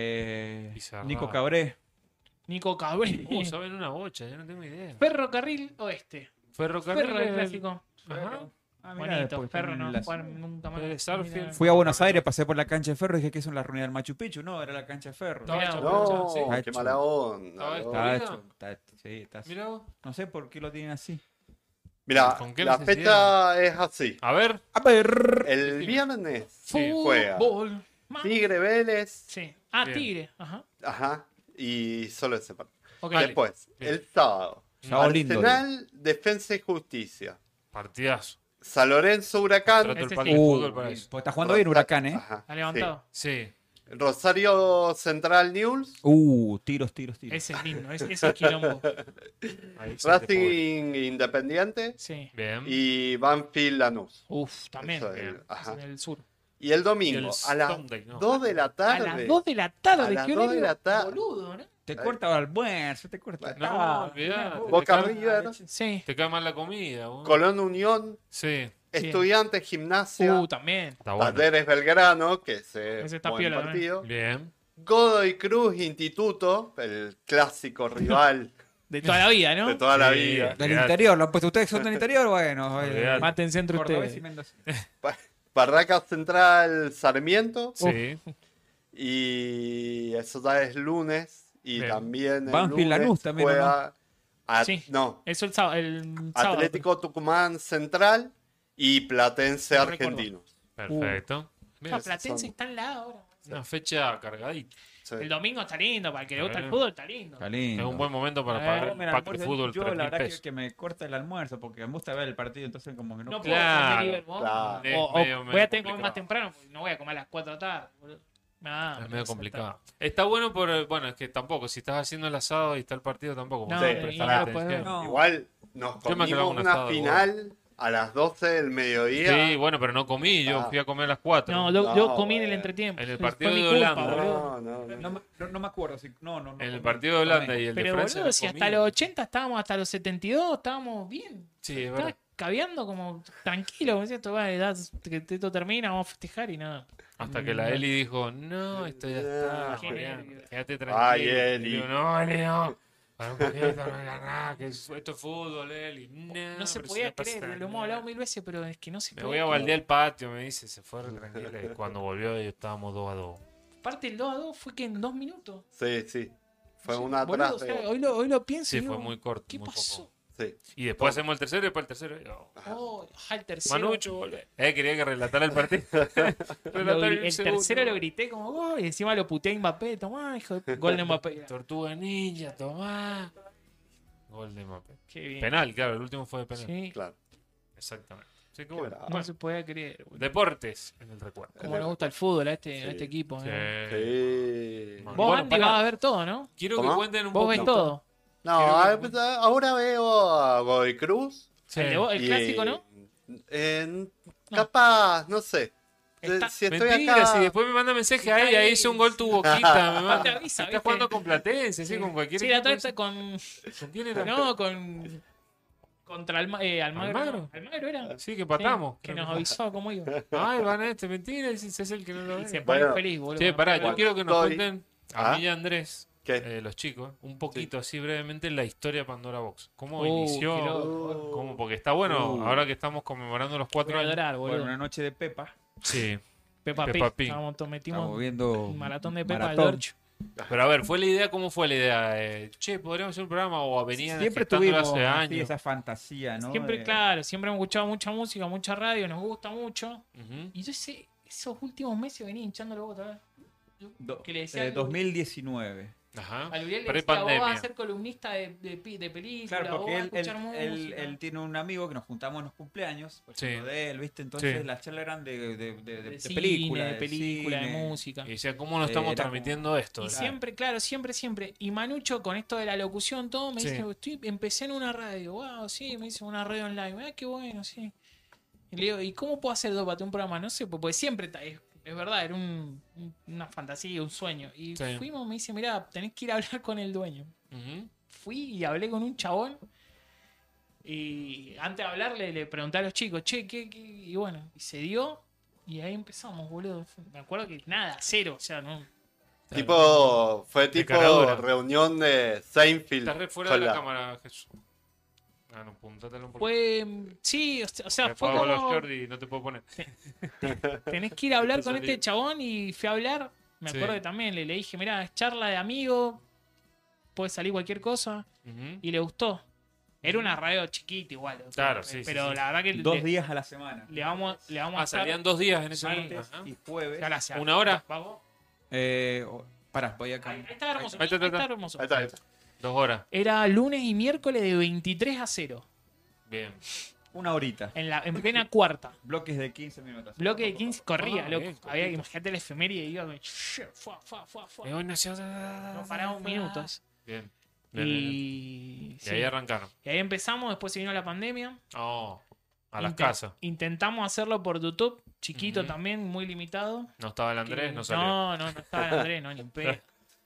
Nico Bizarrap. Cabré. Nico Cabré. Saben una bocha, yo no tengo idea. Ferrocarril Oeste. Ferrocarril. Ferro el clásico. Ajá. Ah, mirá, Bonito. después Ferro ponen no las- jugaron nunca más. Sarfield. Mira. Fui a Buenos Aires, pasé por la cancha de Ferro y dije que es la reunión del Machu Picchu. No, era la cancha de Ferro. Estaba Mirá, hecho No, bocha, sí. Está qué hecho. mala onda. Estaba ¿no? Está Mira. hecho. Sí, está así. Mirá vos. No sé por qué lo tienen así. Mira, ¿Con qué la necesidad? fecha es así. A ver. A ver. El viernes Sí, juega Fútbol. Man. Tigre Vélez. Sí. Ah, Bien. Tigre. Ajá. Ajá. Y solo ese partido. Ok. Después, Bien. el sábado. Sábado lindo. Arsenal, Defensa y Justicia. Partidazo. San Lorenzo, Huracán. Trato el Ese parque sí. de fútbol para eso. Pues está jugando bien Huracán, ¿eh? Ajá, Ha levantado. Sí. sí. Rosario Central News. Tiros. Ese es lindo. Ese es quilombo. Ahí se te puede. Racing Independiente. Sí. Bien. Y Banfield Lanús. Uf, también. Eso es, Bien. ajá. En el sur. Y el Y domingo, el a las Sunday, ¿no? 2 de la A tarde. las 2 de la tarde. A las qué 2 de horario la tarde. boludo, ¿no? Te corta el almuerzo, te corta. No, olvidá. Boca Te cae- River, Sí. Te cae mal la comida. vos. Colón Unión, Sí. Estudiantes Gimnasia, También. Está bueno. Talleres Belgrano, que ese Ese está buen piola partido. Bien. Godoy Cruz Instituto, el clásico rival De toda la vida, ¿no? de toda la Sí. vida. Del interior, lo han puesto ustedes que son del interior, bueno. Olvidate. Mátense entre Cordobés ustedes. y Mendoza. Barracas Central Sarmiento. Sí. Y eso ya es lunes. Y Bien. también el Banfield lunes Lanús también, ¿o juega Sí. no, Eso el sábado. El sábado. Atlético Tucumán Central y Platense No recuerdo. Argentinos. Perfecto. Mira, Ah, Platense son- está en la hora. una fecha cargadita. Sí. El domingo está lindo. Para el que le gusta el Bien. fútbol, está lindo. Está lindo. Es un buen momento para A ver, pagar Yo, el mira, pack de almuerzo, fútbol. yo 3.000 la verdad pesos. que me corta el almuerzo porque me gusta ver el partido, entonces como que no, No puedo. puedo Claro. comer River, vos. Claro. Es O medio voy a tener que comer complicado. más temprano. Porque no voy a comer a las 4 de la tarde. boludo. Nada, Es medio complicado. Está bueno por. Bueno, es que tampoco. Si estás haciendo el asado y está el partido, tampoco. No, porque y prestar no lo atención. puedes ver. No. Igual nos Yo me quedaba comimos un una asado de final a las 12 del mediodía. Sí, bueno, pero no comí. Yo Ah. fui a comer a las 4. No, No, yo comí en el bueno. entretiempo. En el Fue partido mi de culpa, Holanda. boludo. No me acuerdo. No. En el partido de Holanda y el de Pero Francia. boludo, no si comí. hasta los 80 estábamos, hasta los 72 estábamos bien. Sí, es Estabas verdad. caviando como tranquilo, como esto va, que esto termina, vamos a festejar y nada. Hasta que la Eli dijo: No, esto ya está. Qué Julián, nervio. quédate tranquilo. Ay, Y Eli. digo, no, Eli, no. Para un poquito, no hagas nada, que esto es fútbol, Eli. No se pero si podía no pasa creer, lo hemos nada. hablado 1000 veces, pero es que no se Me puede voy a creer. baldear el patio, me dice. Se fue tranquila. Y cuando volvió, estábamos 2-2. Aparte el 2-2 fue que en 2 minutos. Sí. Fue una Boludo, atrás o sea, de hoy lo pienso Sí, y digo, fue muy corto. ¿qué muy pasó? poco. Sí. Y después hacemos el tercero y después el tercero. y, oh, Oh, el tercero. Manucho, volvé. Quería que relatara el partido. Lo Relatar gri- el segundo. tercero lo grité como gol y encima lo puteé a Mbappé. Tomá, hijo de... Gol de Mbappé. Tortuga Ninja, tomá. Gol de Mbappé. Qué bien. Penal, claro, el último fue de penal. Sí, Claro. Exactamente. Así que Qué bueno. bravo. no se podía creer. boludo. Deportes en el recuerdo. Como nos gusta el fútbol a Sí. este equipo. Sí. Sí. Bueno, Vos, Andy, pará. vas a ver todo, ¿no? Quiero ¿Cómo? que cuenten un Vos poquito. ves todo. No, ahora veo a Godoy Cruz. Sí. El y- clásico, ¿no? Capaz, no sé. Está- Si estoy Mentira, acá. si después me manda mensaje, Está ay, ahí ahí. hizo un gol tu boquita. Me manda. Te avisa, Está ¿viste? jugando con Platense, sí, con cualquier Sí, la equipo. trata con. ¿Con quién era? No, con. Contra Almagro. ¿Almagro? ¿Almagro era? Sí, que empatamos. Sí, que nos avisó cómo iba. Ay, van mentira, ese es el que no lo Y ve. se pone Bueno. feliz, boludo. Che, pará, yo Bueno, quiero que nos estoy- cuenten a ¿Ah? mí y a Andrés, ¿Qué? los chicos, un poquito así brevemente la historia de Pandora Box. ¿Cómo Qué inició? loco. ¿Cómo? Porque está bueno, ahora que estamos conmemorando los 4 Voy a años. llorar, Bueno, boludo. una noche de Pepa. Sí, Peppa Peppa Pig. Pig. Estamos Metimos viendo un maratón de Peppa maratón. George. pero a ver, ¿fue la idea? ¿Cómo fue la idea? Che, ¿podríamos hacer un programa? ¿O venían Siempre gestándolo tuvimos hace así, años? esa fantasía, ¿no? Siempre, De- claro, siempre hemos escuchado mucha música, mucha radio, nos gusta mucho. Ujú. Y yo esos últimos meses venía hinchando la boca. Que le decía algo- 2019. Ajá. A Luriel le decía, vos Pre-pandemia. vas a ser columnista de película, Claro, porque vos vas a él, escuchar él- música. él tiene un amigo que nos juntamos en los cumpleaños, por Sí. ejemplo, de él, ¿viste? Entonces Sí. las charlas eran de de película, cine, de película, de cine. música. Y decía, ¿cómo no estamos Era transmitiendo esto? Y Claro. siempre, claro, siempre. Y Manucho, con esto de la locución, todo, me Sí. dice, empecé en una radio. Wow, sí, me dice una radio online. Ah, qué bueno, sí. Y le digo, ¿y cómo puedo hacer para un programa? No sé, porque siempre es verdad, era una fantasía, un sueño. Y Sí. fuimos, me dice, mirá, tenés que ir a hablar con el dueño. Ujú. Fui y hablé con un chabón. Y antes de hablarle, le pregunté a los chicos, che, ¿qué? Y bueno, y se dio. Y ahí empezamos, boludo. Me acuerdo que nada, cero. O sea, no. Fue tipo caradura. reunión de Seinfeld. Estás re fuera de la Sola. cámara, Jesús. Ah, no, puntátelo un poquito. Fue. Sí, o sea, Me fue apago los como. Jordi y no te puedo poner. Tenés que ir a hablar Te con salí. este chabón y fui a hablar. Me Sí. acuerdo que también le dije, mirá, es charla de amigo, puede salir cualquier cosa. Ujú. Y le gustó. Era una radio chiquita igual. o sea, Claro, sí, pero sí, sí. la verdad que 2 días a la semana. le vamos a Ah, estar. salían 2 días en ese Sí. momento. Martes Ajá. y jueves. Gracias. ¿Una hora? Vamos. Pará, voy acá. Ahí está hermoso. Ahí está. hermoso. Ahí está, ahí está. 2 horas. Era lunes y miércoles de 23 a 0. Bien. Una horita. En plena cuarta. Bloques de 15 minutos. Bloque de 15 corría, Ah, loco. bien, Había, cortito. imagínate la efeméride y iba con. Fua. Hoy nació. No paraba un minuto. Bien. Bien, bien, bien. Y, Y ahí arrancaron. y ahí empezamos, después se vino la pandemia. Oh, a las Inte- casas. Intentamos hacerlo por YouTube, chiquito Ujú. también, muy limitado. No estaba el Andrés, Que- no salió. no estaba el Andrés, no, ni en pedo.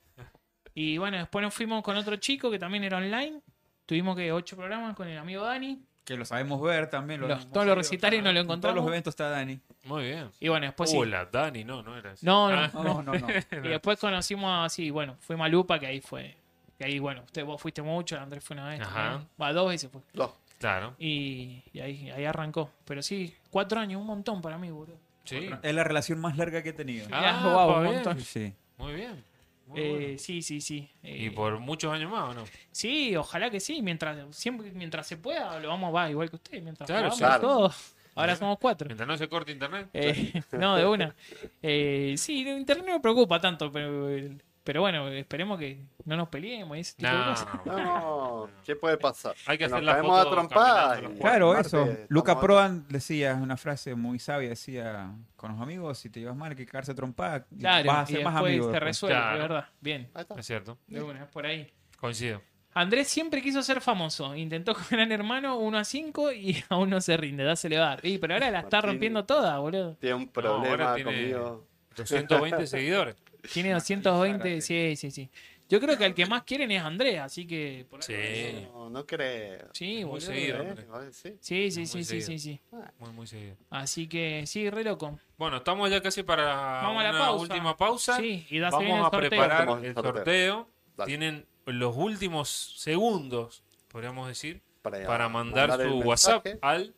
Y bueno, después nos fuimos con otro chico que también era online. Tuvimos que 8 programas con el amigo Dani. Que lo sabemos ver también. Todos los recitales nos lo En todos encontramos. los eventos está Dani. Muy bien. Y bueno, después sí. Hola, Dani, no era ese. No, Ah, No. Y después conocimos así, bueno, fue Malupa, que ahí fue. Que ahí, bueno, vos fuiste mucho, el Andrés fue una vez. Ajá. también. Va, 2 veces fue. No. Claro. Y ahí arrancó. Pero sí, 4 años, un montón para mí, boludo. Sí. Es la relación más larga que he tenido. Ah, Ah, guau, un bien. montón. Sí. Muy bien. Muy bueno. Sí. Y por muchos años más, ¿o no? Sí, ojalá que sí. Mientras se pueda, lo vamos a igual que usted. Mientras Claro, podamos, claro. todos. Ahora somos 4. Mientras no se corte internet. No, de una. Sí, internet no me preocupa tanto, pero bueno, esperemos que no nos peleemos y ese tipo de No, cosas. No, ¿qué puede pasar? Hay que Nos hacer la caemos a foto trompadas caminando. y- Claro, Marte, eso. estamos Luca acá. Prodan decía una frase muy sabia, decía, con los amigos, si te llevas mal, hay que cagarse a trompada, y Claro, vas a y ser más después amigos. se después. resuelve, Claro. de verdad. Bien, Ahí está. Es cierto. de una, es por ahí. Coincido. Andrés siempre quiso ser famoso. Intentó con Gran Hermano 1-5 y aún no se rinde, dásele dar. Pero ahora la está Martín. rompiendo toda, boludo. Tiene un ahora problema tiene- conmigo. 220 seguidores. Tiene 220, sí. Yo creo que al que más quieren es Andrés, así que. por ahí- Sí. No creo. Sí, Muy boludo. seguido. ¿Eh? hombre. ¿Vale? Sí. Sí. Muy seguido. Sí. Muy seguido. Así que sí, re loco. Bueno, estamos ya casi para Vamos a la una pausa. última pausa. Sí, y se viene el Vamos a sorteo. preparar Hacemos el el sorteo. sorteo. Dale. Tienen los últimos segundos, podríamos decir, para mandar el su WhatsApp mensaje. al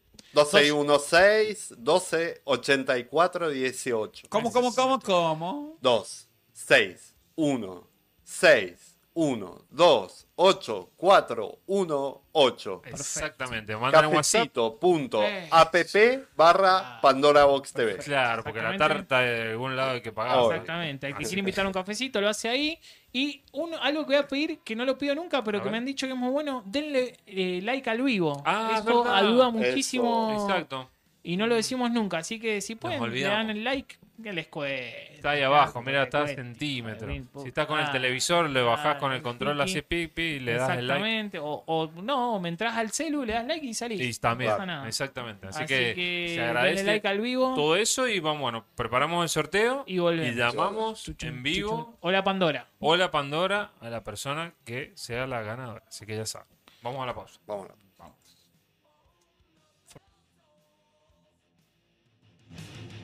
1216 12 84 18. ¿Cómo? 2 6 1 6 1 2 8 4 1 8. Exactamente. Mandan un WhatsApp. Cafecito.app barra Pandora Box TV. Claro, porque la Exactamente. tarta de algún lado hay que pagar. Obvio. Exactamente. El que quiere invitar un cafecito lo hace ahí. Y algo que voy a pedir, que no lo pido nunca, pero A que ver. me han dicho que es muy bueno, denle like al vivo. Ah, es Eso verdad. ayuda muchísimo. Exacto. Y no lo decimos nunca. Así que si pueden, le olvidamos. dan el like, que les cueste. Está ahí abajo, mira, Les está a cueste. centímetros. Hijo de Si estás con el puta. televisor, le bajás con el Ah, control, sí. hace pipi y le das el like. Exactamente. O no, me entras al celu, le das like y salís. Y también, No pasa nada. exactamente. Así, Así que, que se denle agradece like al vivo todo eso y vamos, bueno, preparamos el sorteo y volvemos. y llamamos Chuchun, en vivo chuchun. Hola Pandora. Hola Pandora a la persona que sea la ganadora. Así que ya saben. Vamos a la pausa. Vámonos. Vamos.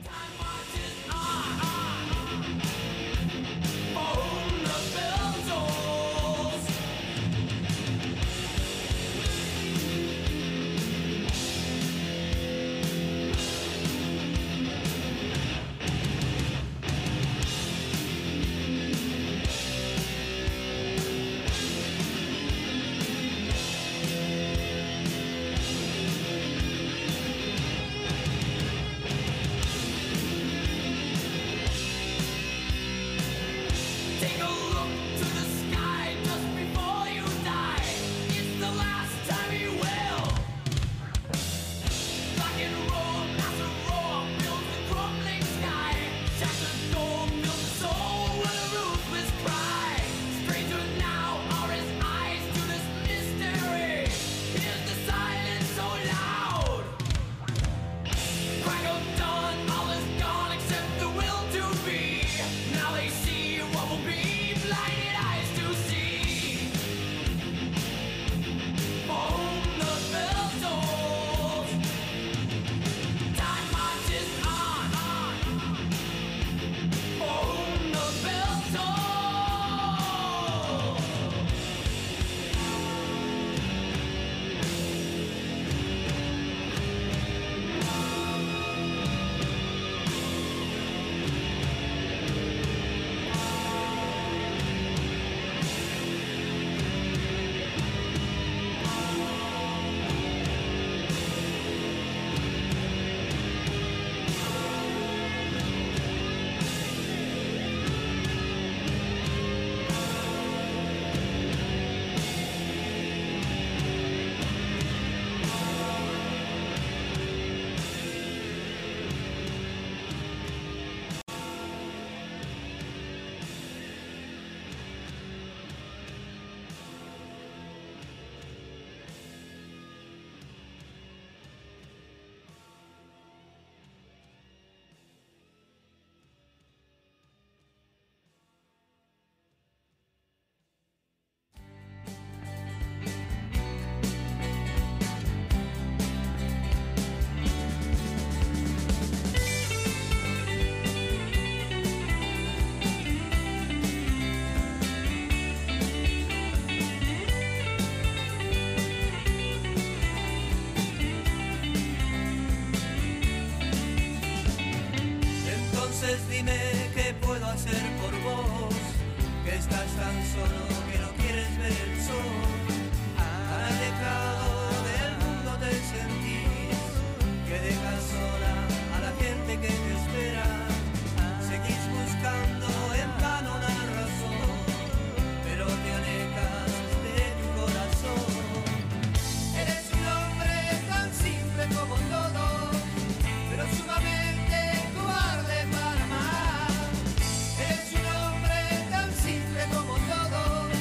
Eres un hombre tan simple como todo,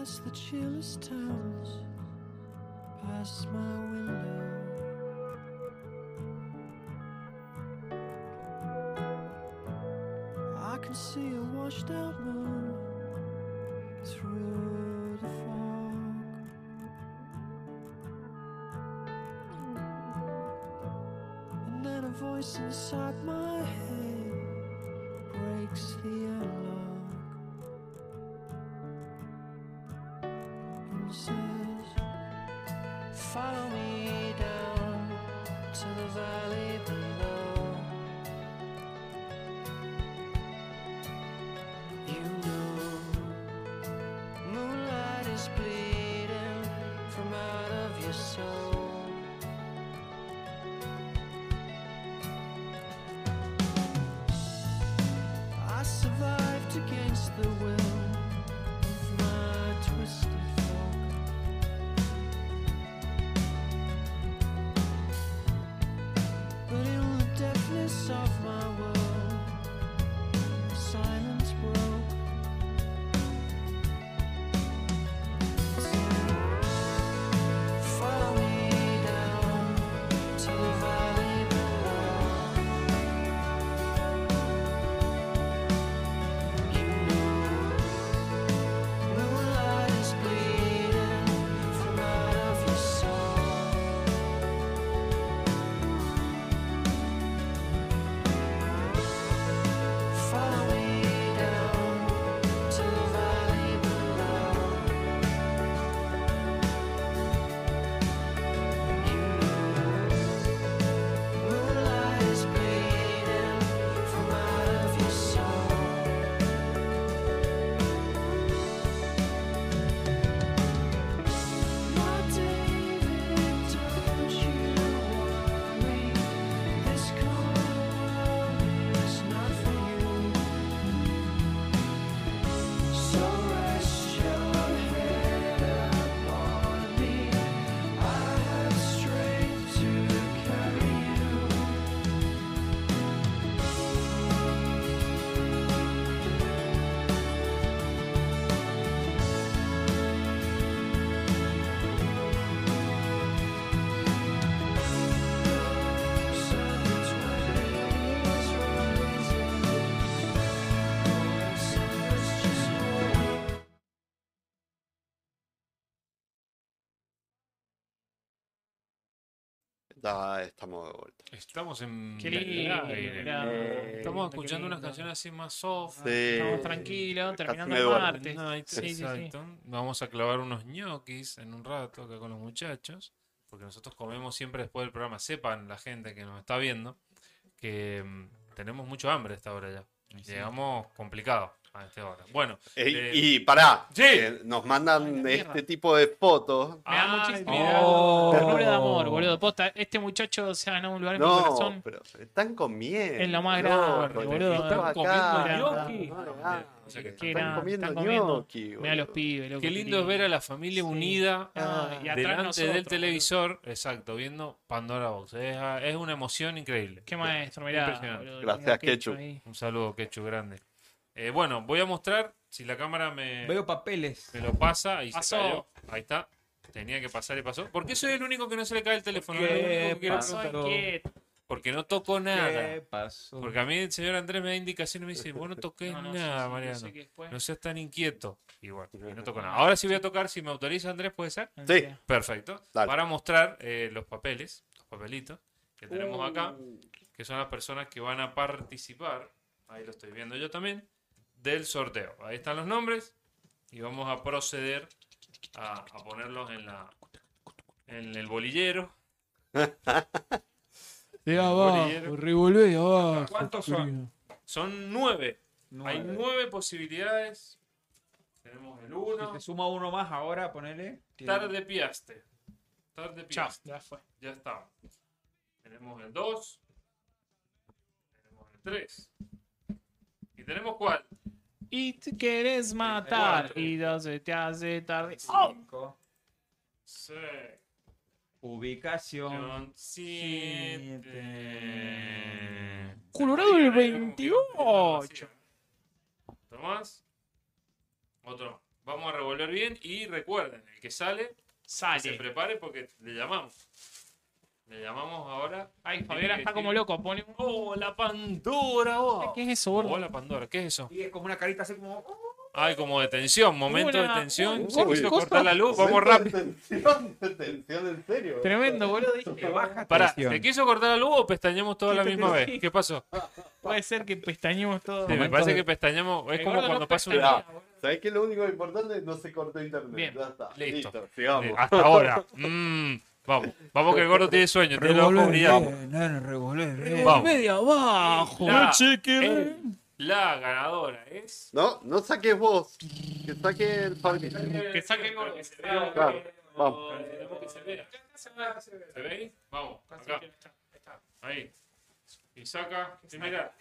past the chillest towns, past my window. I can see a washed out moon through the fog. And then a voice inside my head breaks the alarm and says, follow me down to the valley below. You know, moonlight is bleeding from out of your soul. I survived against the will of my twisted folk. But in the deafness of my world, silence broke. Follow me down to the valley below. You know, moonlight is bleeding from out of your soul. Follow me down to the valley below. You know, moonlight is bleeding from out of your soul. My David, don't you worry, this cold is not for you. So rest your head upon me, I have strength to carry you. Ya estamos de vuelta. Estamos en Qué lindo. aire. mirá. Estamos Qué escuchando unas lindo. canciones así más soft. Sí. Estamos tranquilos, Casi terminando me el duermo. martes. Night, Sí, sí, sí. exacto. Vamos a clavar unos ñoquis en un rato acá con los muchachos, porque nosotros comemos siempre después del programa. Sepan la gente que nos está viendo que tenemos mucho hambre a esta hora ya. Llegamos complicados a esta hora. Bueno, Y pará, Sí. nos mandan Ay, la mierda. este tipo de fotos. Me da Ay, muchísimo mirá. ternura de amor, boludo. Posta, este muchacho se ha ganado un lugar en mi No, corazón. pero se están comiendo. Es lo más no, grande, con el boludo. pito Están acá. comiendo Mirá. ñoqui. No, O sea que Qué están grande, comiendo están comiendo. ñoqui, Mirá los boludo. pibes, loco. Qué lindo es ver a la familia Sí. unida Y atrás delante nosotros, del boludo. televisor, exacto, viendo Pandora Box. Es una emoción increíble. Qué maestro, mirá. Impresionante. boludo, Gracias, mirá Ketchup. ahí. Un saludo, Quechu, grande. Bueno, voy a mostrar, si la cámara me Veo papeles. lo pasa y Pasó. se cayó. Ahí está. Tenía que pasar y pasó. ¿Por qué soy el único que no se le cae el teléfono? ¿Qué Es lo único que quiero pasó? preguntar. Soy quieto. Porque no toco nada. ¿Qué pasó? Porque a mí el señor Andrés me da indicaciones y me dice, vos no toques No, no, nada, sí, sí, Mariano. yo sé que después- No seas tan inquieto. Y bueno, y no toco nada. Ahora sí voy a tocar, si me autoriza Andrés, ¿puede ser? Sí. Perfecto. Dale. Para mostrar los papeles, los papelitos que tenemos acá, que son las personas que van a participar, ahí lo estoy viendo yo también, del sorteo. Ahí están los nombres y vamos a proceder a ponerlos en el bolillero. De bolillero. revolvé de abajo. ¿Cuántos son? Son 9. Hay 9. 9 posibilidades. Tenemos el Si 1. te suma uno más ahora, ponele. Tarde piaste. Tarde Chao, piaste. ya fue. Ya está. Tenemos el 2. Tenemos el 3. ¿Y tenemos cuál? Y te quieres matar. cuatro. Y no se te hace tarde. ¡Oh! 5. Sí. Ubicación. 7. Colorado el 28. ¿Otro más? Otro. Vamos a revolver bien y recuerden, el que sale, que se Sale. prepare porque le llamamos. Le llamamos ahora. Ay, Fabiola está como loco. Pone un... ¡Oh, la Pandora! Oh. ¿Qué es eso, gordo? Oh, la Pandora, ¿qué es eso? Y es como una carita así como... Ay, como de tensión, momento de Una- tensión. Uy, Se quiso cosa. cortar la luz, vamos rápido. Tensión, en serio. Tremendo, boludo. Que baja Pará, tensión. ¿te quiso cortar la luz o pestañemos toda la misma vez? ¿Qué pasó? Puede ser que pestañemos todo. Sí, me parece que pestañemos. Es El como gordo cuando no pasa un. pestañea, boludo. ¿Sabés qué? Lo único importante es no se cortó internet. Bien. Ya está. Listo. Sigamos. Hasta ahora. Vamos que el gordo tiene sueño, tiene los ojos brillando. Revolver. Media abajo. La ganadora es. No saques vos. Que saque el Fabricio. Que saque el gordo. Claro, vamos. Necesitamos que se vea. ¿Se ve ahí? Vamos, acá. Ahí. Y saca. Y mira.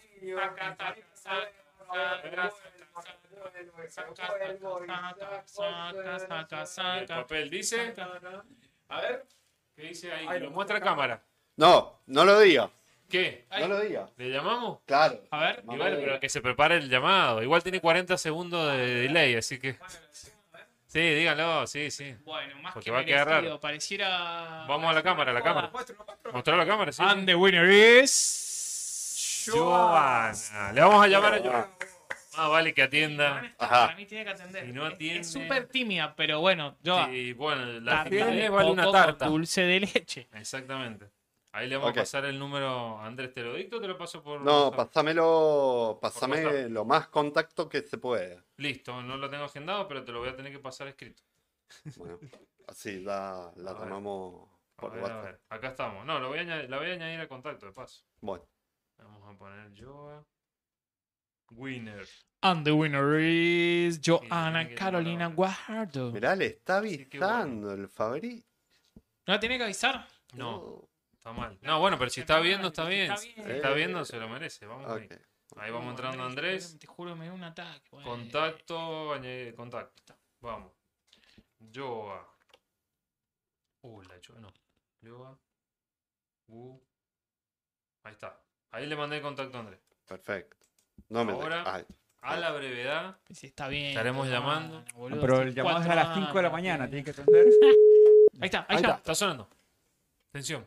El papel dice. A ver. ¿Qué dice ahí? Lo muestra a cámara. No lo diga. ¿Qué? No lo diga. ¿Le llamamos? Claro. A ver. Y vale, pero que se prepare el llamado. Igual tiene 40 segundos de delay, así que. Sí, díganlo, sí. Bueno, más Porque que va a quedar merecido. raro. Pareciera... Vamos a la cámara, Mostrar la cámara, sí. And the winner is... Joana. Le vamos a llamar a Joana. Más vale que atienda. Ajá. Para mí tiene que atender. Si no atiende- Es súper tímida, pero bueno, yo... Y bueno, la Tarta timidez de vale una coco tarta. con dulce de leche. Exactamente. Ahí le vamos Ok. a pasar el número a Andrés. ¿Te lo dicto o te lo paso por No, WhatsApp? pasame WhatsApp. lo más contacto que se pueda. Listo, no lo tengo agendado, pero te lo voy a tener que pasar escrito. Bueno, así la A ver. tomamos A por ver, a WhatsApp. ver. Acá estamos. No, la voy a añadir al contacto de paso. Bueno, Vamos a poner Joa. Winner. And the winner is Joana tiene que Carolina llamar Guajardo. mirá, le está Sí, qué bueno. avisando el Fabri. ¿No la tiene que avisar? No, está mal. No, bueno, pero si está viendo, está bien. Está bien. Si está viendo, se lo merece. Vamos ahí. Ok. Ahí vamos entrando Andrés. Te juro, me dio un ataque. Bueno. Contacto, añadir contacto. Vamos. Joa. La Joa, no. Joa. Ahí está. Ahí le mandé el contacto a Andrés. Perfecto. No me Ahora- Ay, A la brevedad. Si está bien. Estaremos Joana, llamando. boludo, Pero si el llamado es a 4 las 5 de la años, mañana, bien. tiene que atender. Ahí está, Ahí está, está sonando. Atención.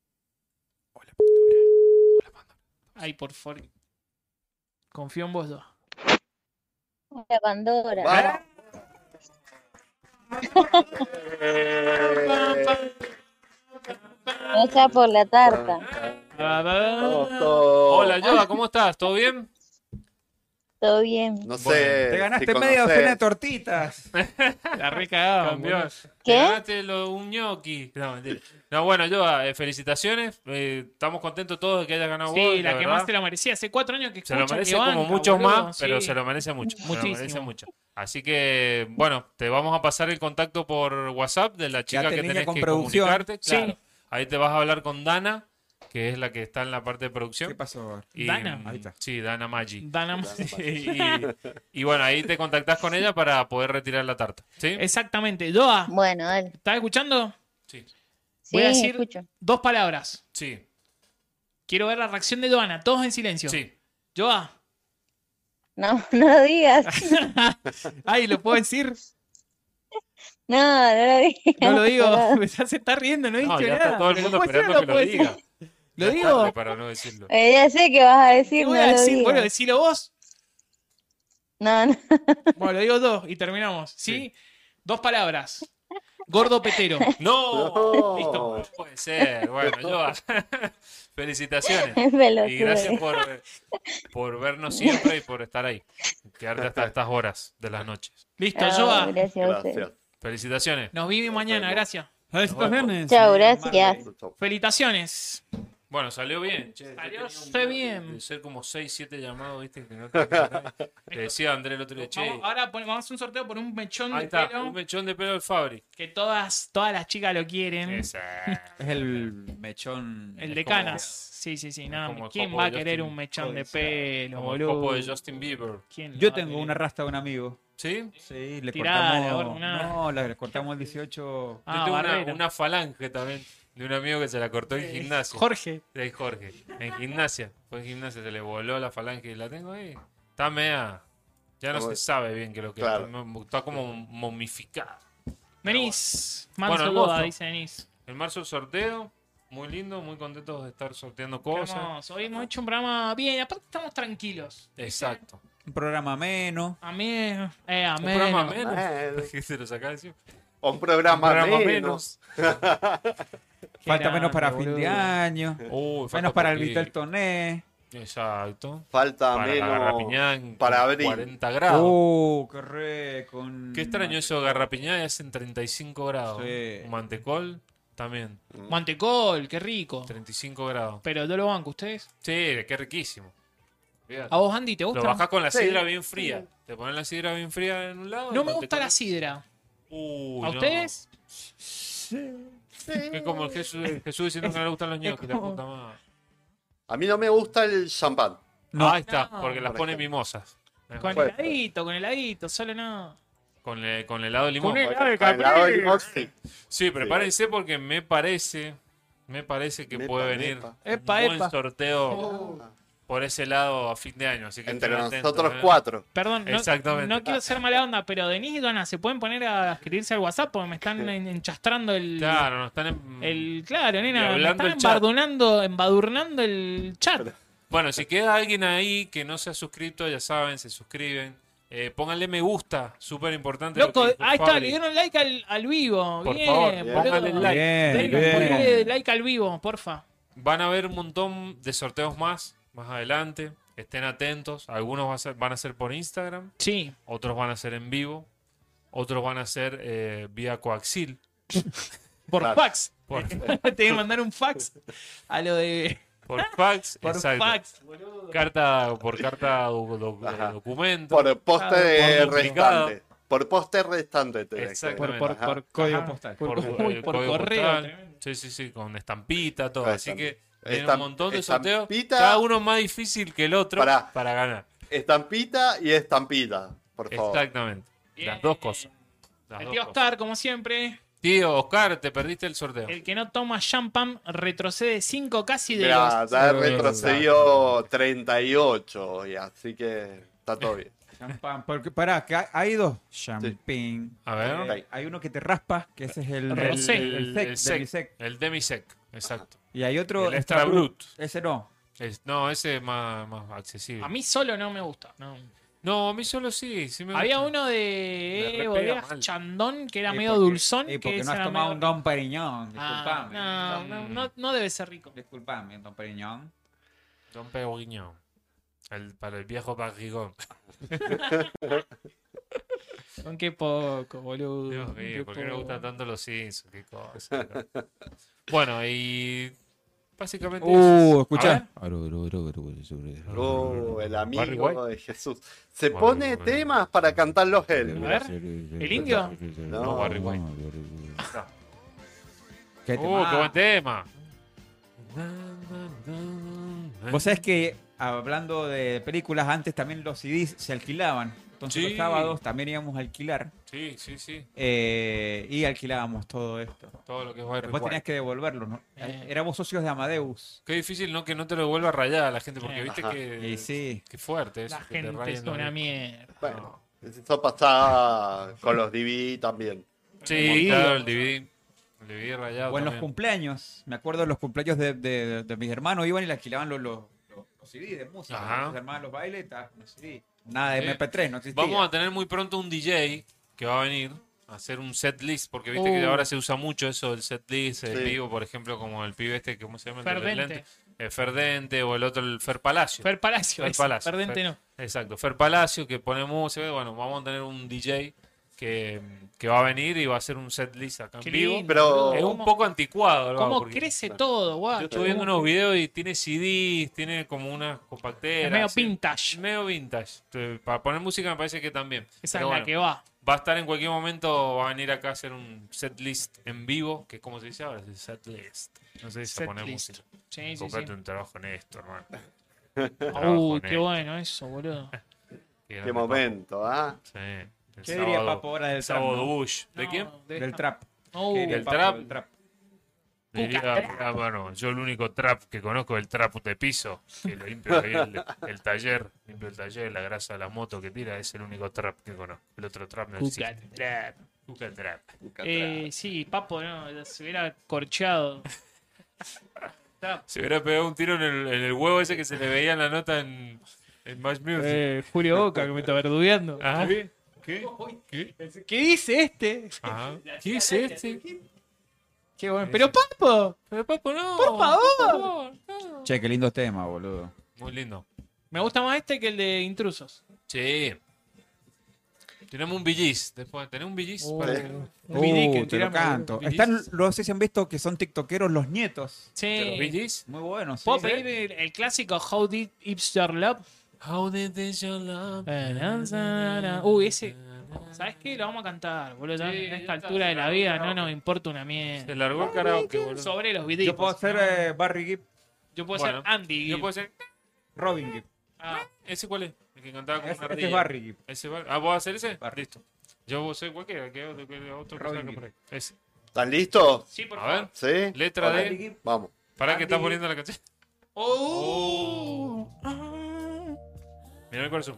Ay, por favor. Confío en vos dos. La Pandora. ¡Vamos! No sea por la tarta. Vamos todos. Hola, Joa, ¿cómo estás? ¿Todo bien? Todo bien. No Bueno, sé. Te ganaste si media conocés- docena de tortitas. La recagaba. Cambió. ¿Qué? Te ganaste un gnocchi. No, mentira. No, bueno, Joa, felicitaciones. Estamos contentos todos de que hayas ganado vos. Sí, la que verdad. más se lo merecía. Hace 4 años que Se lo escucha, merece que como banca, muchos boludo, más, pero sí. se lo merece mucho. Se lo merece Muchísimo. mucho. Así que, bueno, te vamos a pasar el contacto por WhatsApp de la chica Quédate que en línea tenés con que producción. comunicarte. Sí. Claro. Ahí te vas a hablar con Dana, que es la que está en la parte de producción. ¿Qué pasó? Y, ¿Dana? Ahí está. Sí, Dana Maggi. Dana- y bueno, ahí te contactás con ella para poder retirar la tarta. ¿Sí? Exactamente. Joa, Bueno, dale. ¿estás escuchando? Sí. Sí, Voy a decir escucho. 2 palabras. Sí. Quiero ver la reacción de Joana. Todos en silencio. Sí. Joa. No, no lo digas. Ay, ¿lo puedo decir? No, no lo digas. No lo digo. Ya se está riendo, no he No, dicho ya nada. está todo el mundo ¿Puedo decir o esperando no que lo puedo decir? diga. ¿Lo Ya es digo? tarde para no decirlo. Ya sé que vas a ¿Qué decir, voy no a lo decir? Bueno, digas. decilo vos. No, no. Bueno, lo digo 2 y terminamos. ¿Sí? 2 palabras. Gordo petero. No, No. listo, no puede ser. Bueno, Joa, felicitaciones. Es veloz. Y gracias por vernos siempre y por estar ahí. Quedarte hasta estas horas de las noches. Listo, Ah, Joa. gracias a ustedes. Gracias. Felicitaciones. Nos vimos mañana, gracias. Estos viernes. Chao, gracias. Felicitaciones. Bueno, salió bien. Che, yo Salió tenía un re miedo bien. De ser como 6, 7 llamados, ¿viste? Que no te decía Andrés el otro día, che. Ahora vamos a hacer un sorteo por un mechón Ahí de está, pelo un mechón de pelo del Fabri. que todas las chicas lo quieren. Esa. Es el mechón. El Es de como- canas. Sí, sí, sí. No, como el ¿quién copo va a de querer Justin un mechón de Codiciado. pelo, Como el boludo? copo de Justin Bieber. ¿Quién Yo lo va a tengo querer? una rasta de un amigo. ¿Sí? Sí, le Tirala, cortamos. gordo, una. No, le cortamos el 18. Ah, Yo tengo Barrera. una falange también. De un amigo que se la cortó en gimnasia. Jorge. De Jorge. En gimnasia. Fue en gimnasia, se le voló la falange y la tengo ahí. Está media. Ya no se sabe bien qué es lo que es. Claro. Está como momificado. Venís, Bueno, manso el Goda, monstruo. dice Denis. En marzo el sorteo, muy lindo, muy contentos de estar sorteando Qué cosas. hermoso. Hoy hemos hecho un programa bien, aparte estamos tranquilos. Exacto. Un programa menos. Amén. Un Amén. programa menos. Bueno. ¿Qué se lo saca de encima? Un programa, Un programa menos. Qué Falta grande, menos para fin de boludo. año. Uy, falta Menos para el poquito. Vitel Toné. Exacto. Falta Para menos Garrapiñán, para abril. 40 grados. Qué rico. Qué extraño eso, Garrapiñán y hacen 35 grados. Sí. Un mantecol también, Mantecol, qué rico. 35 grados. Pero yo lo banco, ¿ustedes? Sí, qué riquísimo. Fíjate. ¿A vos, Andy, te Lo gusta? bajás con la Sí. sidra bien fría. Te pones la sidra bien fría en un lado. No el me gusta mantecol- la sidra. Uy, ¿A no. ustedes? Es como el Jesús diciendo que no le gustan los ñoquis, la como- puta madre. A mí no me gusta el champán. No. Ahí está, No. porque las Por pone ejemplo. mimosas. Con Bueno. heladito, solo no. Con helado de limón. Con el- Con de helado de Capri. limón, sí. Sí, prepárense porque me parece que Mepa, puede venir mepa. Epa, un buen epa. sorteo por ese lado a fin de año. Así que Entre estén atentos, nosotros ¿eh? 4. Perdón, no, Exactamente. no quiero ser mala onda, pero Denis y Dona, ¿se pueden poner a escribirse al WhatsApp? Porque me están enchastrando el... Claro, no están en... Claro, Y nena, me hablando están el chat. embadurnando el chat. Bueno, si queda alguien ahí que no se ha suscrito, ya saben, se suscriben. Pónganle me gusta, súper importante. lo Loco, que dijo ahí está, Fabri. le dieron like al vivo. Por bien, favor, boludo. pónganle like. Bien, Denle bien. like al vivo, porfa. Van a haber un montón de sorteos más adelante. Estén atentos. Algunos van a ser por Instagram, Sí. otros van a ser en vivo, otros van a ser vía coaxil. Por Claro. fax. Por, Te que mandar un fax a lo de... por fax, Por exacto. fax, boludo. Por carta de Ajá. documento. Por poste por duplicado. restante. Por poste restante. tenés que- Exactamente. Por Ajá. Código ajá, postal. Por, Por, uy, por código correo. postal. tremendo. Sí, con estampita, todo. Ahí Así está. que tienen un montón de sorteos. Estampita. Cada uno más difícil que el otro Pará. para ganar. Estampita y estampita, por favor. Exactamente. Bien. Las dos cosas. Las El dos tío cosas. Oscar, como siempre, Tío, Oscar, te perdiste el sorteo. el que no toma champán retrocede 5 casi de Mirá, los... ya retrocedió 38, y así que está todo bien. Champán. Porque, pará, que hay dos. Champagne. A ver. Ok. Hay uno que te raspa, que ese es el Rosé. el sec, El demisec, exacto. Y hay otro. El extra brut. Ese no. No, ese es más accesible. A mí solo no me gusta. No. No, a mí solo sí. Sí me Había gusta. uno Me de repega bodegas mal. Chandon que era Y medio porque- dulzón. Y que porque ese no has era tomado medio- un Don Periñón. Ah, Disculpame. no debe ser rico. Disculpame, Don Periñón. Don Perignon. Para el viejo barrigón. Con qué poco, boludo. Dios con qué mío, ¿por qué me poco. gustan tanto los Simpsons? Qué cosa. Bueno, y básicamente eso. Escuchá. El Barry amigo White. de Jesús. Se Barry pone White. temas para cantarlos él. A ver, ¿el indio? No, Barry White. ¿Qué Qué buen tema. Vos sabés que hablando de películas, antes también los CDs se alquilaban. Entonces Sí. los sábados también íbamos a alquilar Sí. y alquilábamos todo esto. Todo lo que es Barry Después tenías White. que devolverlo, ¿no? Éramos socios de Amadeus. Qué difícil, ¿no? Que no te lo vuelva a rayar a la gente, porque viste Ajá. que. Y sí. Qué fuerte eso. La que te gente rayen es los una discos. mierda. Bueno, eso pasaba con los DVD también. Sí, claro, el DVD. El DVD rayado. O en los también. cumpleaños. Me acuerdo de los cumpleaños de mis hermanos. Iban y le alquilaban los CD de música. Ajá. Los hermanos los bailes, los CD. Nada de Sí. MP3, no existía. Vamos a tener muy pronto un DJ que va a venir a hacer un set list, porque viste que ahora se usa mucho eso del set list en Sí. vivo, por ejemplo, como el pibe este, ¿cómo se llama? El del Ferdente. lente. Ferdente, o el otro, el Fer Palacio. Fer Palacio. Fer ese, Palacio. Perdente Fer- no. Exacto, Fer Palacio, que pone música. Bueno, vamos a tener un DJ que va a venir y va a hacer un set list acá en Qué vivo. lindo, Pero- boludo. Es un poco anticuado, ¿no? ¿Cómo Porque crece todo, guau? yo estuve viendo unos videos y tiene CDs, tiene como unas compacteras. Es medio así. vintage. Medio vintage. Para poner música me parece que también. Esa Pero es la bueno, que va. va a estar en cualquier momento, va a venir acá a hacer un set list en vivo, que es como se dice ahora, es set list. No sé si se Set pone list. música. Sí, sí, sí. Comprate un trabajo en esto, hermano. Uy, qué bueno. bueno eso, boludo. Qué momento, ¿ah? Sí. El ¿Qué diría sábado- Papo ahora del trap? Sábado ¿no? Bush. ¿De No, quién? de- Del trap. No, ¿Qué diría del Papo trap? del trap? Diría, bueno, yo el único trap que conozco es el trap de piso, que lo limpio ahí el taller, limpio el taller, la grasa de la moto que tira, es el único trap que conozco. El otro trap no existe. Cuca trap. Sí, Papo, no, se hubiera corcheado. Se hubiera pegado un tiro en el huevo ese que se le veía en la nota en Match Music. Julio Boca, que me está verdugueando. Ah, ¿Qué? ¿Qué dice este? ajá. ¿Qué dice este? Qué bueno. Pero Papo, Pero Papo, no. Por favor. No. Che, qué lindo tema, boludo. Muy lindo. me gusta más este que el de Intrusos. Sí. Tenemos un billis. Después, ¿tenés un billis? Oh. Para- Un BD que Te lo tirame, canto. ¿Billis? Están, no sé si han visto que son tiktokeros los nietos. ¿De los Sí. billis? Muy buenos. ¿Puedo sí. pedir el clásico How Did Hipster Love? How did they show love? Uy, ese. ¿Sabes qué? Lo vamos a cantar, boludo. Ya Sí, en ya esta está, altura de la vida karaoke. no nos importa una mierda. Se largó el karaoke, boludo. Sobre los videos. Yo puedo hacer Barry Gibb, Yo puedo Bueno, ser Andy. Yo puedo ser. Robin Gibb. Ah, ¿Ese cuál es? El que cantaba con una Este ardilla. es Barry Gibb. Ah, ¿vos vas a hacer ese? Barry. Listo. Yo voy a hacer cualquiera, que otro que Robin salga Gibb. por ahí. Ese. ¿Están listos? sí, por A favor. ver, ¿Sí? letra Hola. de. Vamos. ¿Para que estás Andy. poniendo la canción? Oh. Mira el corazón.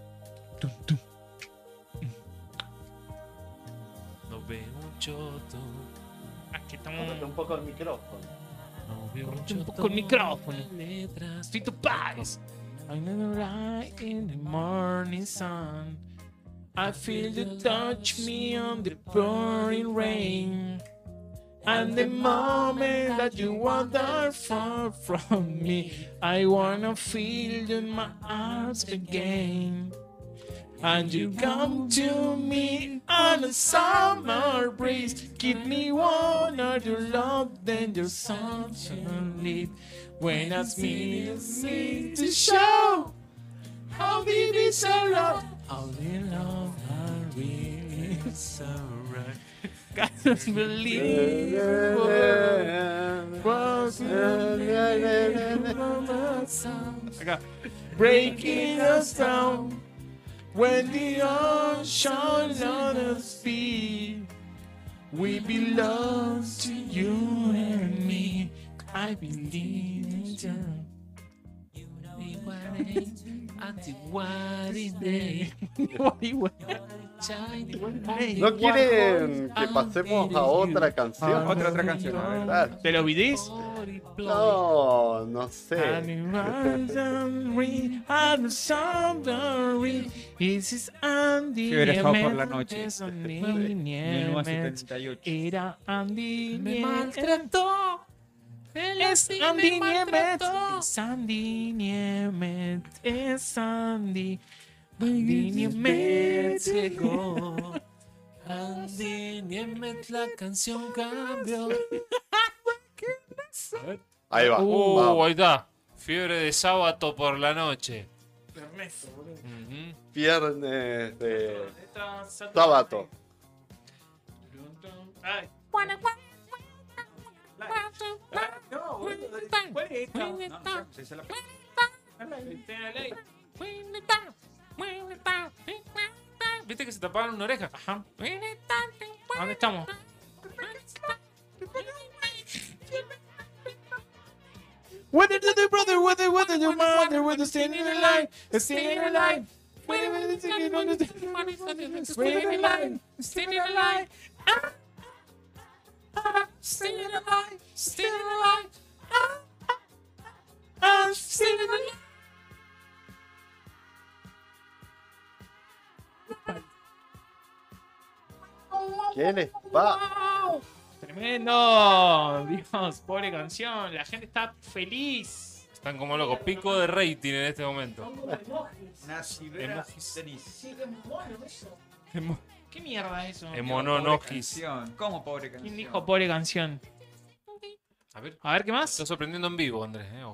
No veo un choto. Aquí estamos. un poco el micrófono. No veo Un poco el micrófono. Letras. Fito Páez. I never lie in the morning sun. I feel you touch me on the pouring rain. And the moment that you wander far from me, I wanna feel you in my arms again. And you come to me on a summer breeze. Keep me warm, or your love, then your sunshine lit. When I me to show how deep is our love, how deep love I really is alright. Can't believe Acá. Breaking us down when the ocean on us feet. We belong to you and me. I believe in you. ¿No quieren que pasemos a otra canción? Otra canción. A ver. Claro. ¿Te lo vidís? No, no sé. Fiebre Sao por la noche. 1978. 1978. Era Andy Me Niemet. maltrató. Es Andy Niemet. Es Andy Niemet. Es Andy. Andy Niemet llegó. Andy Niemet, la canción cambió. Ahí va. vamos. Ahí está. Fiebre de sábado por la noche. Ujú. Viernes de sábado. Ay. Sí, se la- ¿Viste que se tapaban una oreja? Ajá. ¿Dónde estamos? Whether to the brother, whether your mother, whether standing in line, standing in line. Whether standing in line, standing in line, standing in line. Standing in line, standing in line. Standing in line. ¿Qué les va? Tremendo, Dios, pobre canción, la gente está feliz. Están como locos. Pico de rating en este momento. Una cibera Emojis. tenis. ¿Qué mierda es eso? Pobre Emononojis. canción. ¿Cómo pobre canción? ¿Quién dijo pobre canción? A ver. A ver, ¿qué más? Está sorprendiendo en vivo, Andrés. Ojo.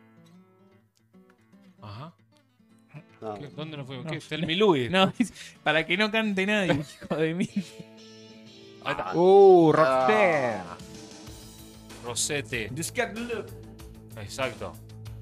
Ajá. No. ¿Dónde nos fuimos? No. ¿Qué? Tell Louis. No, para que no cante nadie, hijo de mí. Ahí está. Rockstar. Rosete. Just got the look. Exacto.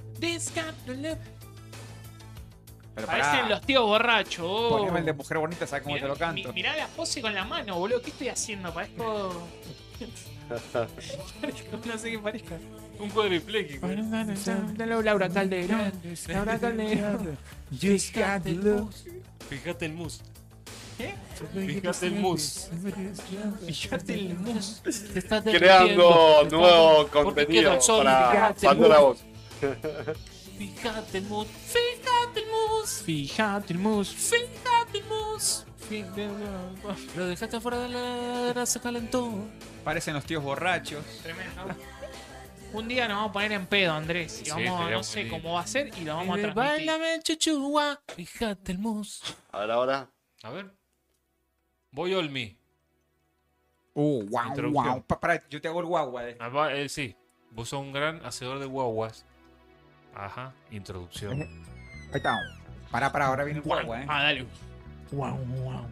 Pero Parecen pará. los tíos borrachos. oh. Poneme el de mujer bonita, ¿sabes cómo Mirá, te lo canto? mirá la pose con la mano, boludo. ¿Qué estoy haciendo? Parezco. No sé qué parezca. Un cuadripléjico. Laura Calderón. Laura Calderón. Just got the look. Fíjate el mus. ¿Qué? Fíjate el mus. Fíjate el mus. Te estás Creando nuevo Porque queda contenido el sol, para fíjate el Pandora mus. Voz. Fíjate el mus. Fíjate el mus. Fíjate el mus. Fíjate el mus. Lo dejaste afuera de la heladera, se calentó. Parecen los tíos borrachos. Tremendo. Un día nos vamos a poner en pedo, Andrés. Y Sí, vamos, estaría no sé muy bien. cómo va a ser y lo vamos a transmitir. Báilame el chuchua. Fíjate el mus. Ahora. A ver. Voy Olmi. Wow, Introducción. wow. Para, yo te hago el guagua de Sí. Vos sos un gran hacedor de guaguas. Ajá. Introducción. Ahí está. Para, ahora viene el guagua, Ah, dale. Wow, wow.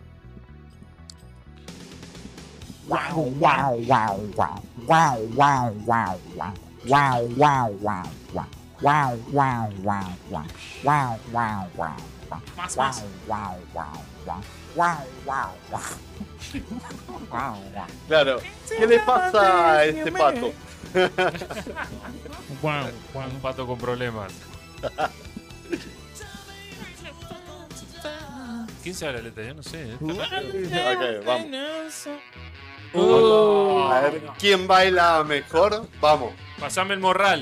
Wow, wow, wow, wow. Wow, wow, wow, wow. Wow, wow, wow, wow. Wow, wow, wow, wow. Wow, wow, wow, wow. Más, Wow, más. wow, wow, wow. Wow, wow, wow. Wow, wow. Claro. ¿Qué le pasa a este pato? Wow, wow. Un pato con problemas. ¿Quién sabe la letra? Yo no sé. Ok, vamos. A ver, ¿quién baila mejor? Vamos. Pasame el morral.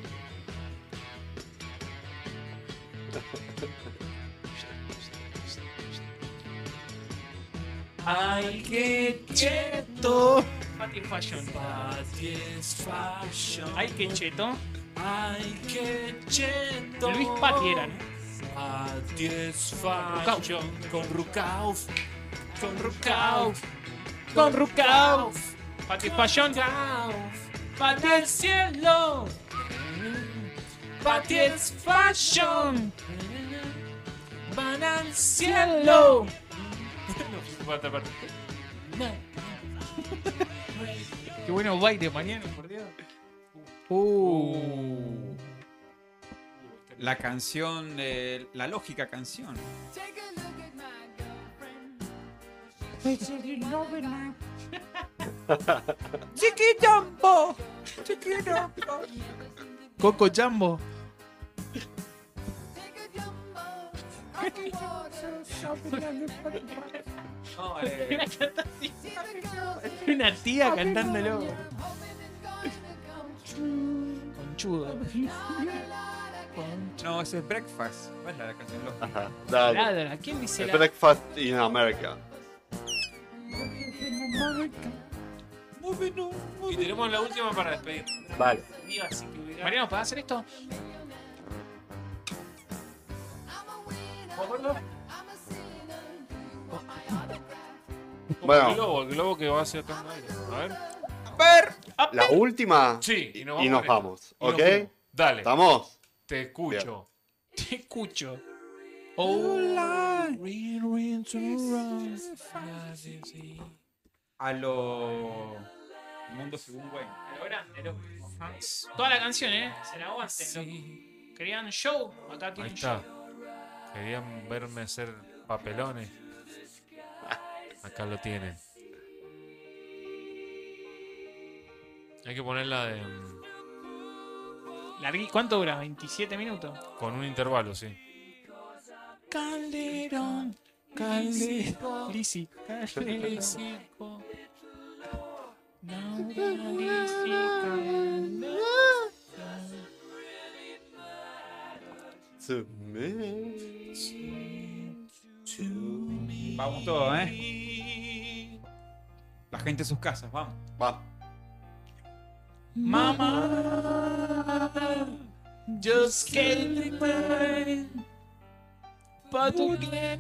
Ay, qué cheto. Patty Fashion. Ay, qué cheto. Ay, qué cheto. Luis Patti era, ¿no? Satisfaction con Rukauf. Con Rukauf. Con Rukauf. Patty Fashion. Patty el cielo. Patty es fashion. Van al cielo. Qué bueno baile mañana, por Dios. la canción, la lógica canción. Chiquijambo. Chiquijambo. Coco Jumbo. No, Una tía cantándolo. Conchudo. no, ese es Breakfast. ¿Cuál es la canción lógica? Ajá, dale. Ladra. ¿Quién dice El la? Breakfast in America. Y tenemos la última para despedir. Vale. Mariano, ¿puedes hacer esto? Bueno, El globo que va hacia acá. A ver. la última Sí, y vamos. nos vamos, Y nos ¿ok? fuimos. Dale, ¿Estamos? te escucho. Te escucho. A lo Mundo según Wayne. A lo grande, loco. Toda la canción, se la aguanten, loco. Querían show, acá Ahí tienen está. show. Querían verme hacer papelones. Acá lo tienen. Hay que ponerla de, ¿Cuánto dura? ¿27 minutos? con un intervalo, sí. Calderón, Calderón, Lizzy, Calderón. To me. Vamos todos, La gente en sus casas, vamos. Va. Mama, just get mine. But again,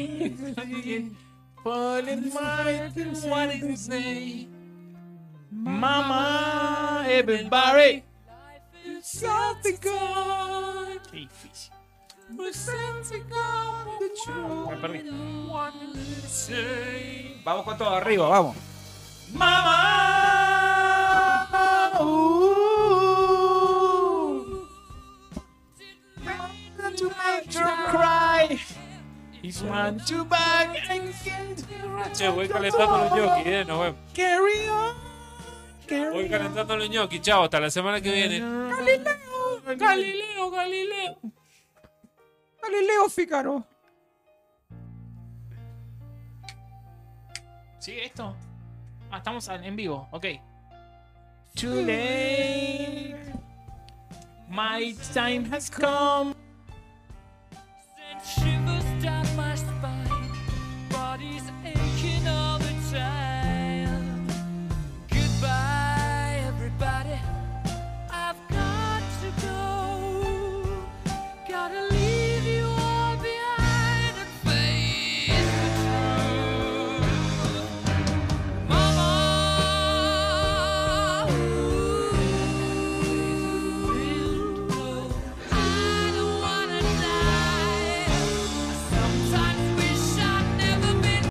fall in my what is his name? Mama, everybody. Something good. Qué difícil. Me perdí. Vamos con todo arriba, vamos. Mama, ooh, to make you cry. He's one to back and get Che, voy calentando los jockeys, nos vemos. carry on. Voy calentando los ñoquis. Chao, hasta la semana que viene. Galileo. Galileo Fígaro. ¿Sigue esto? Ah, estamos en vivo, ok. Too late. My time has come.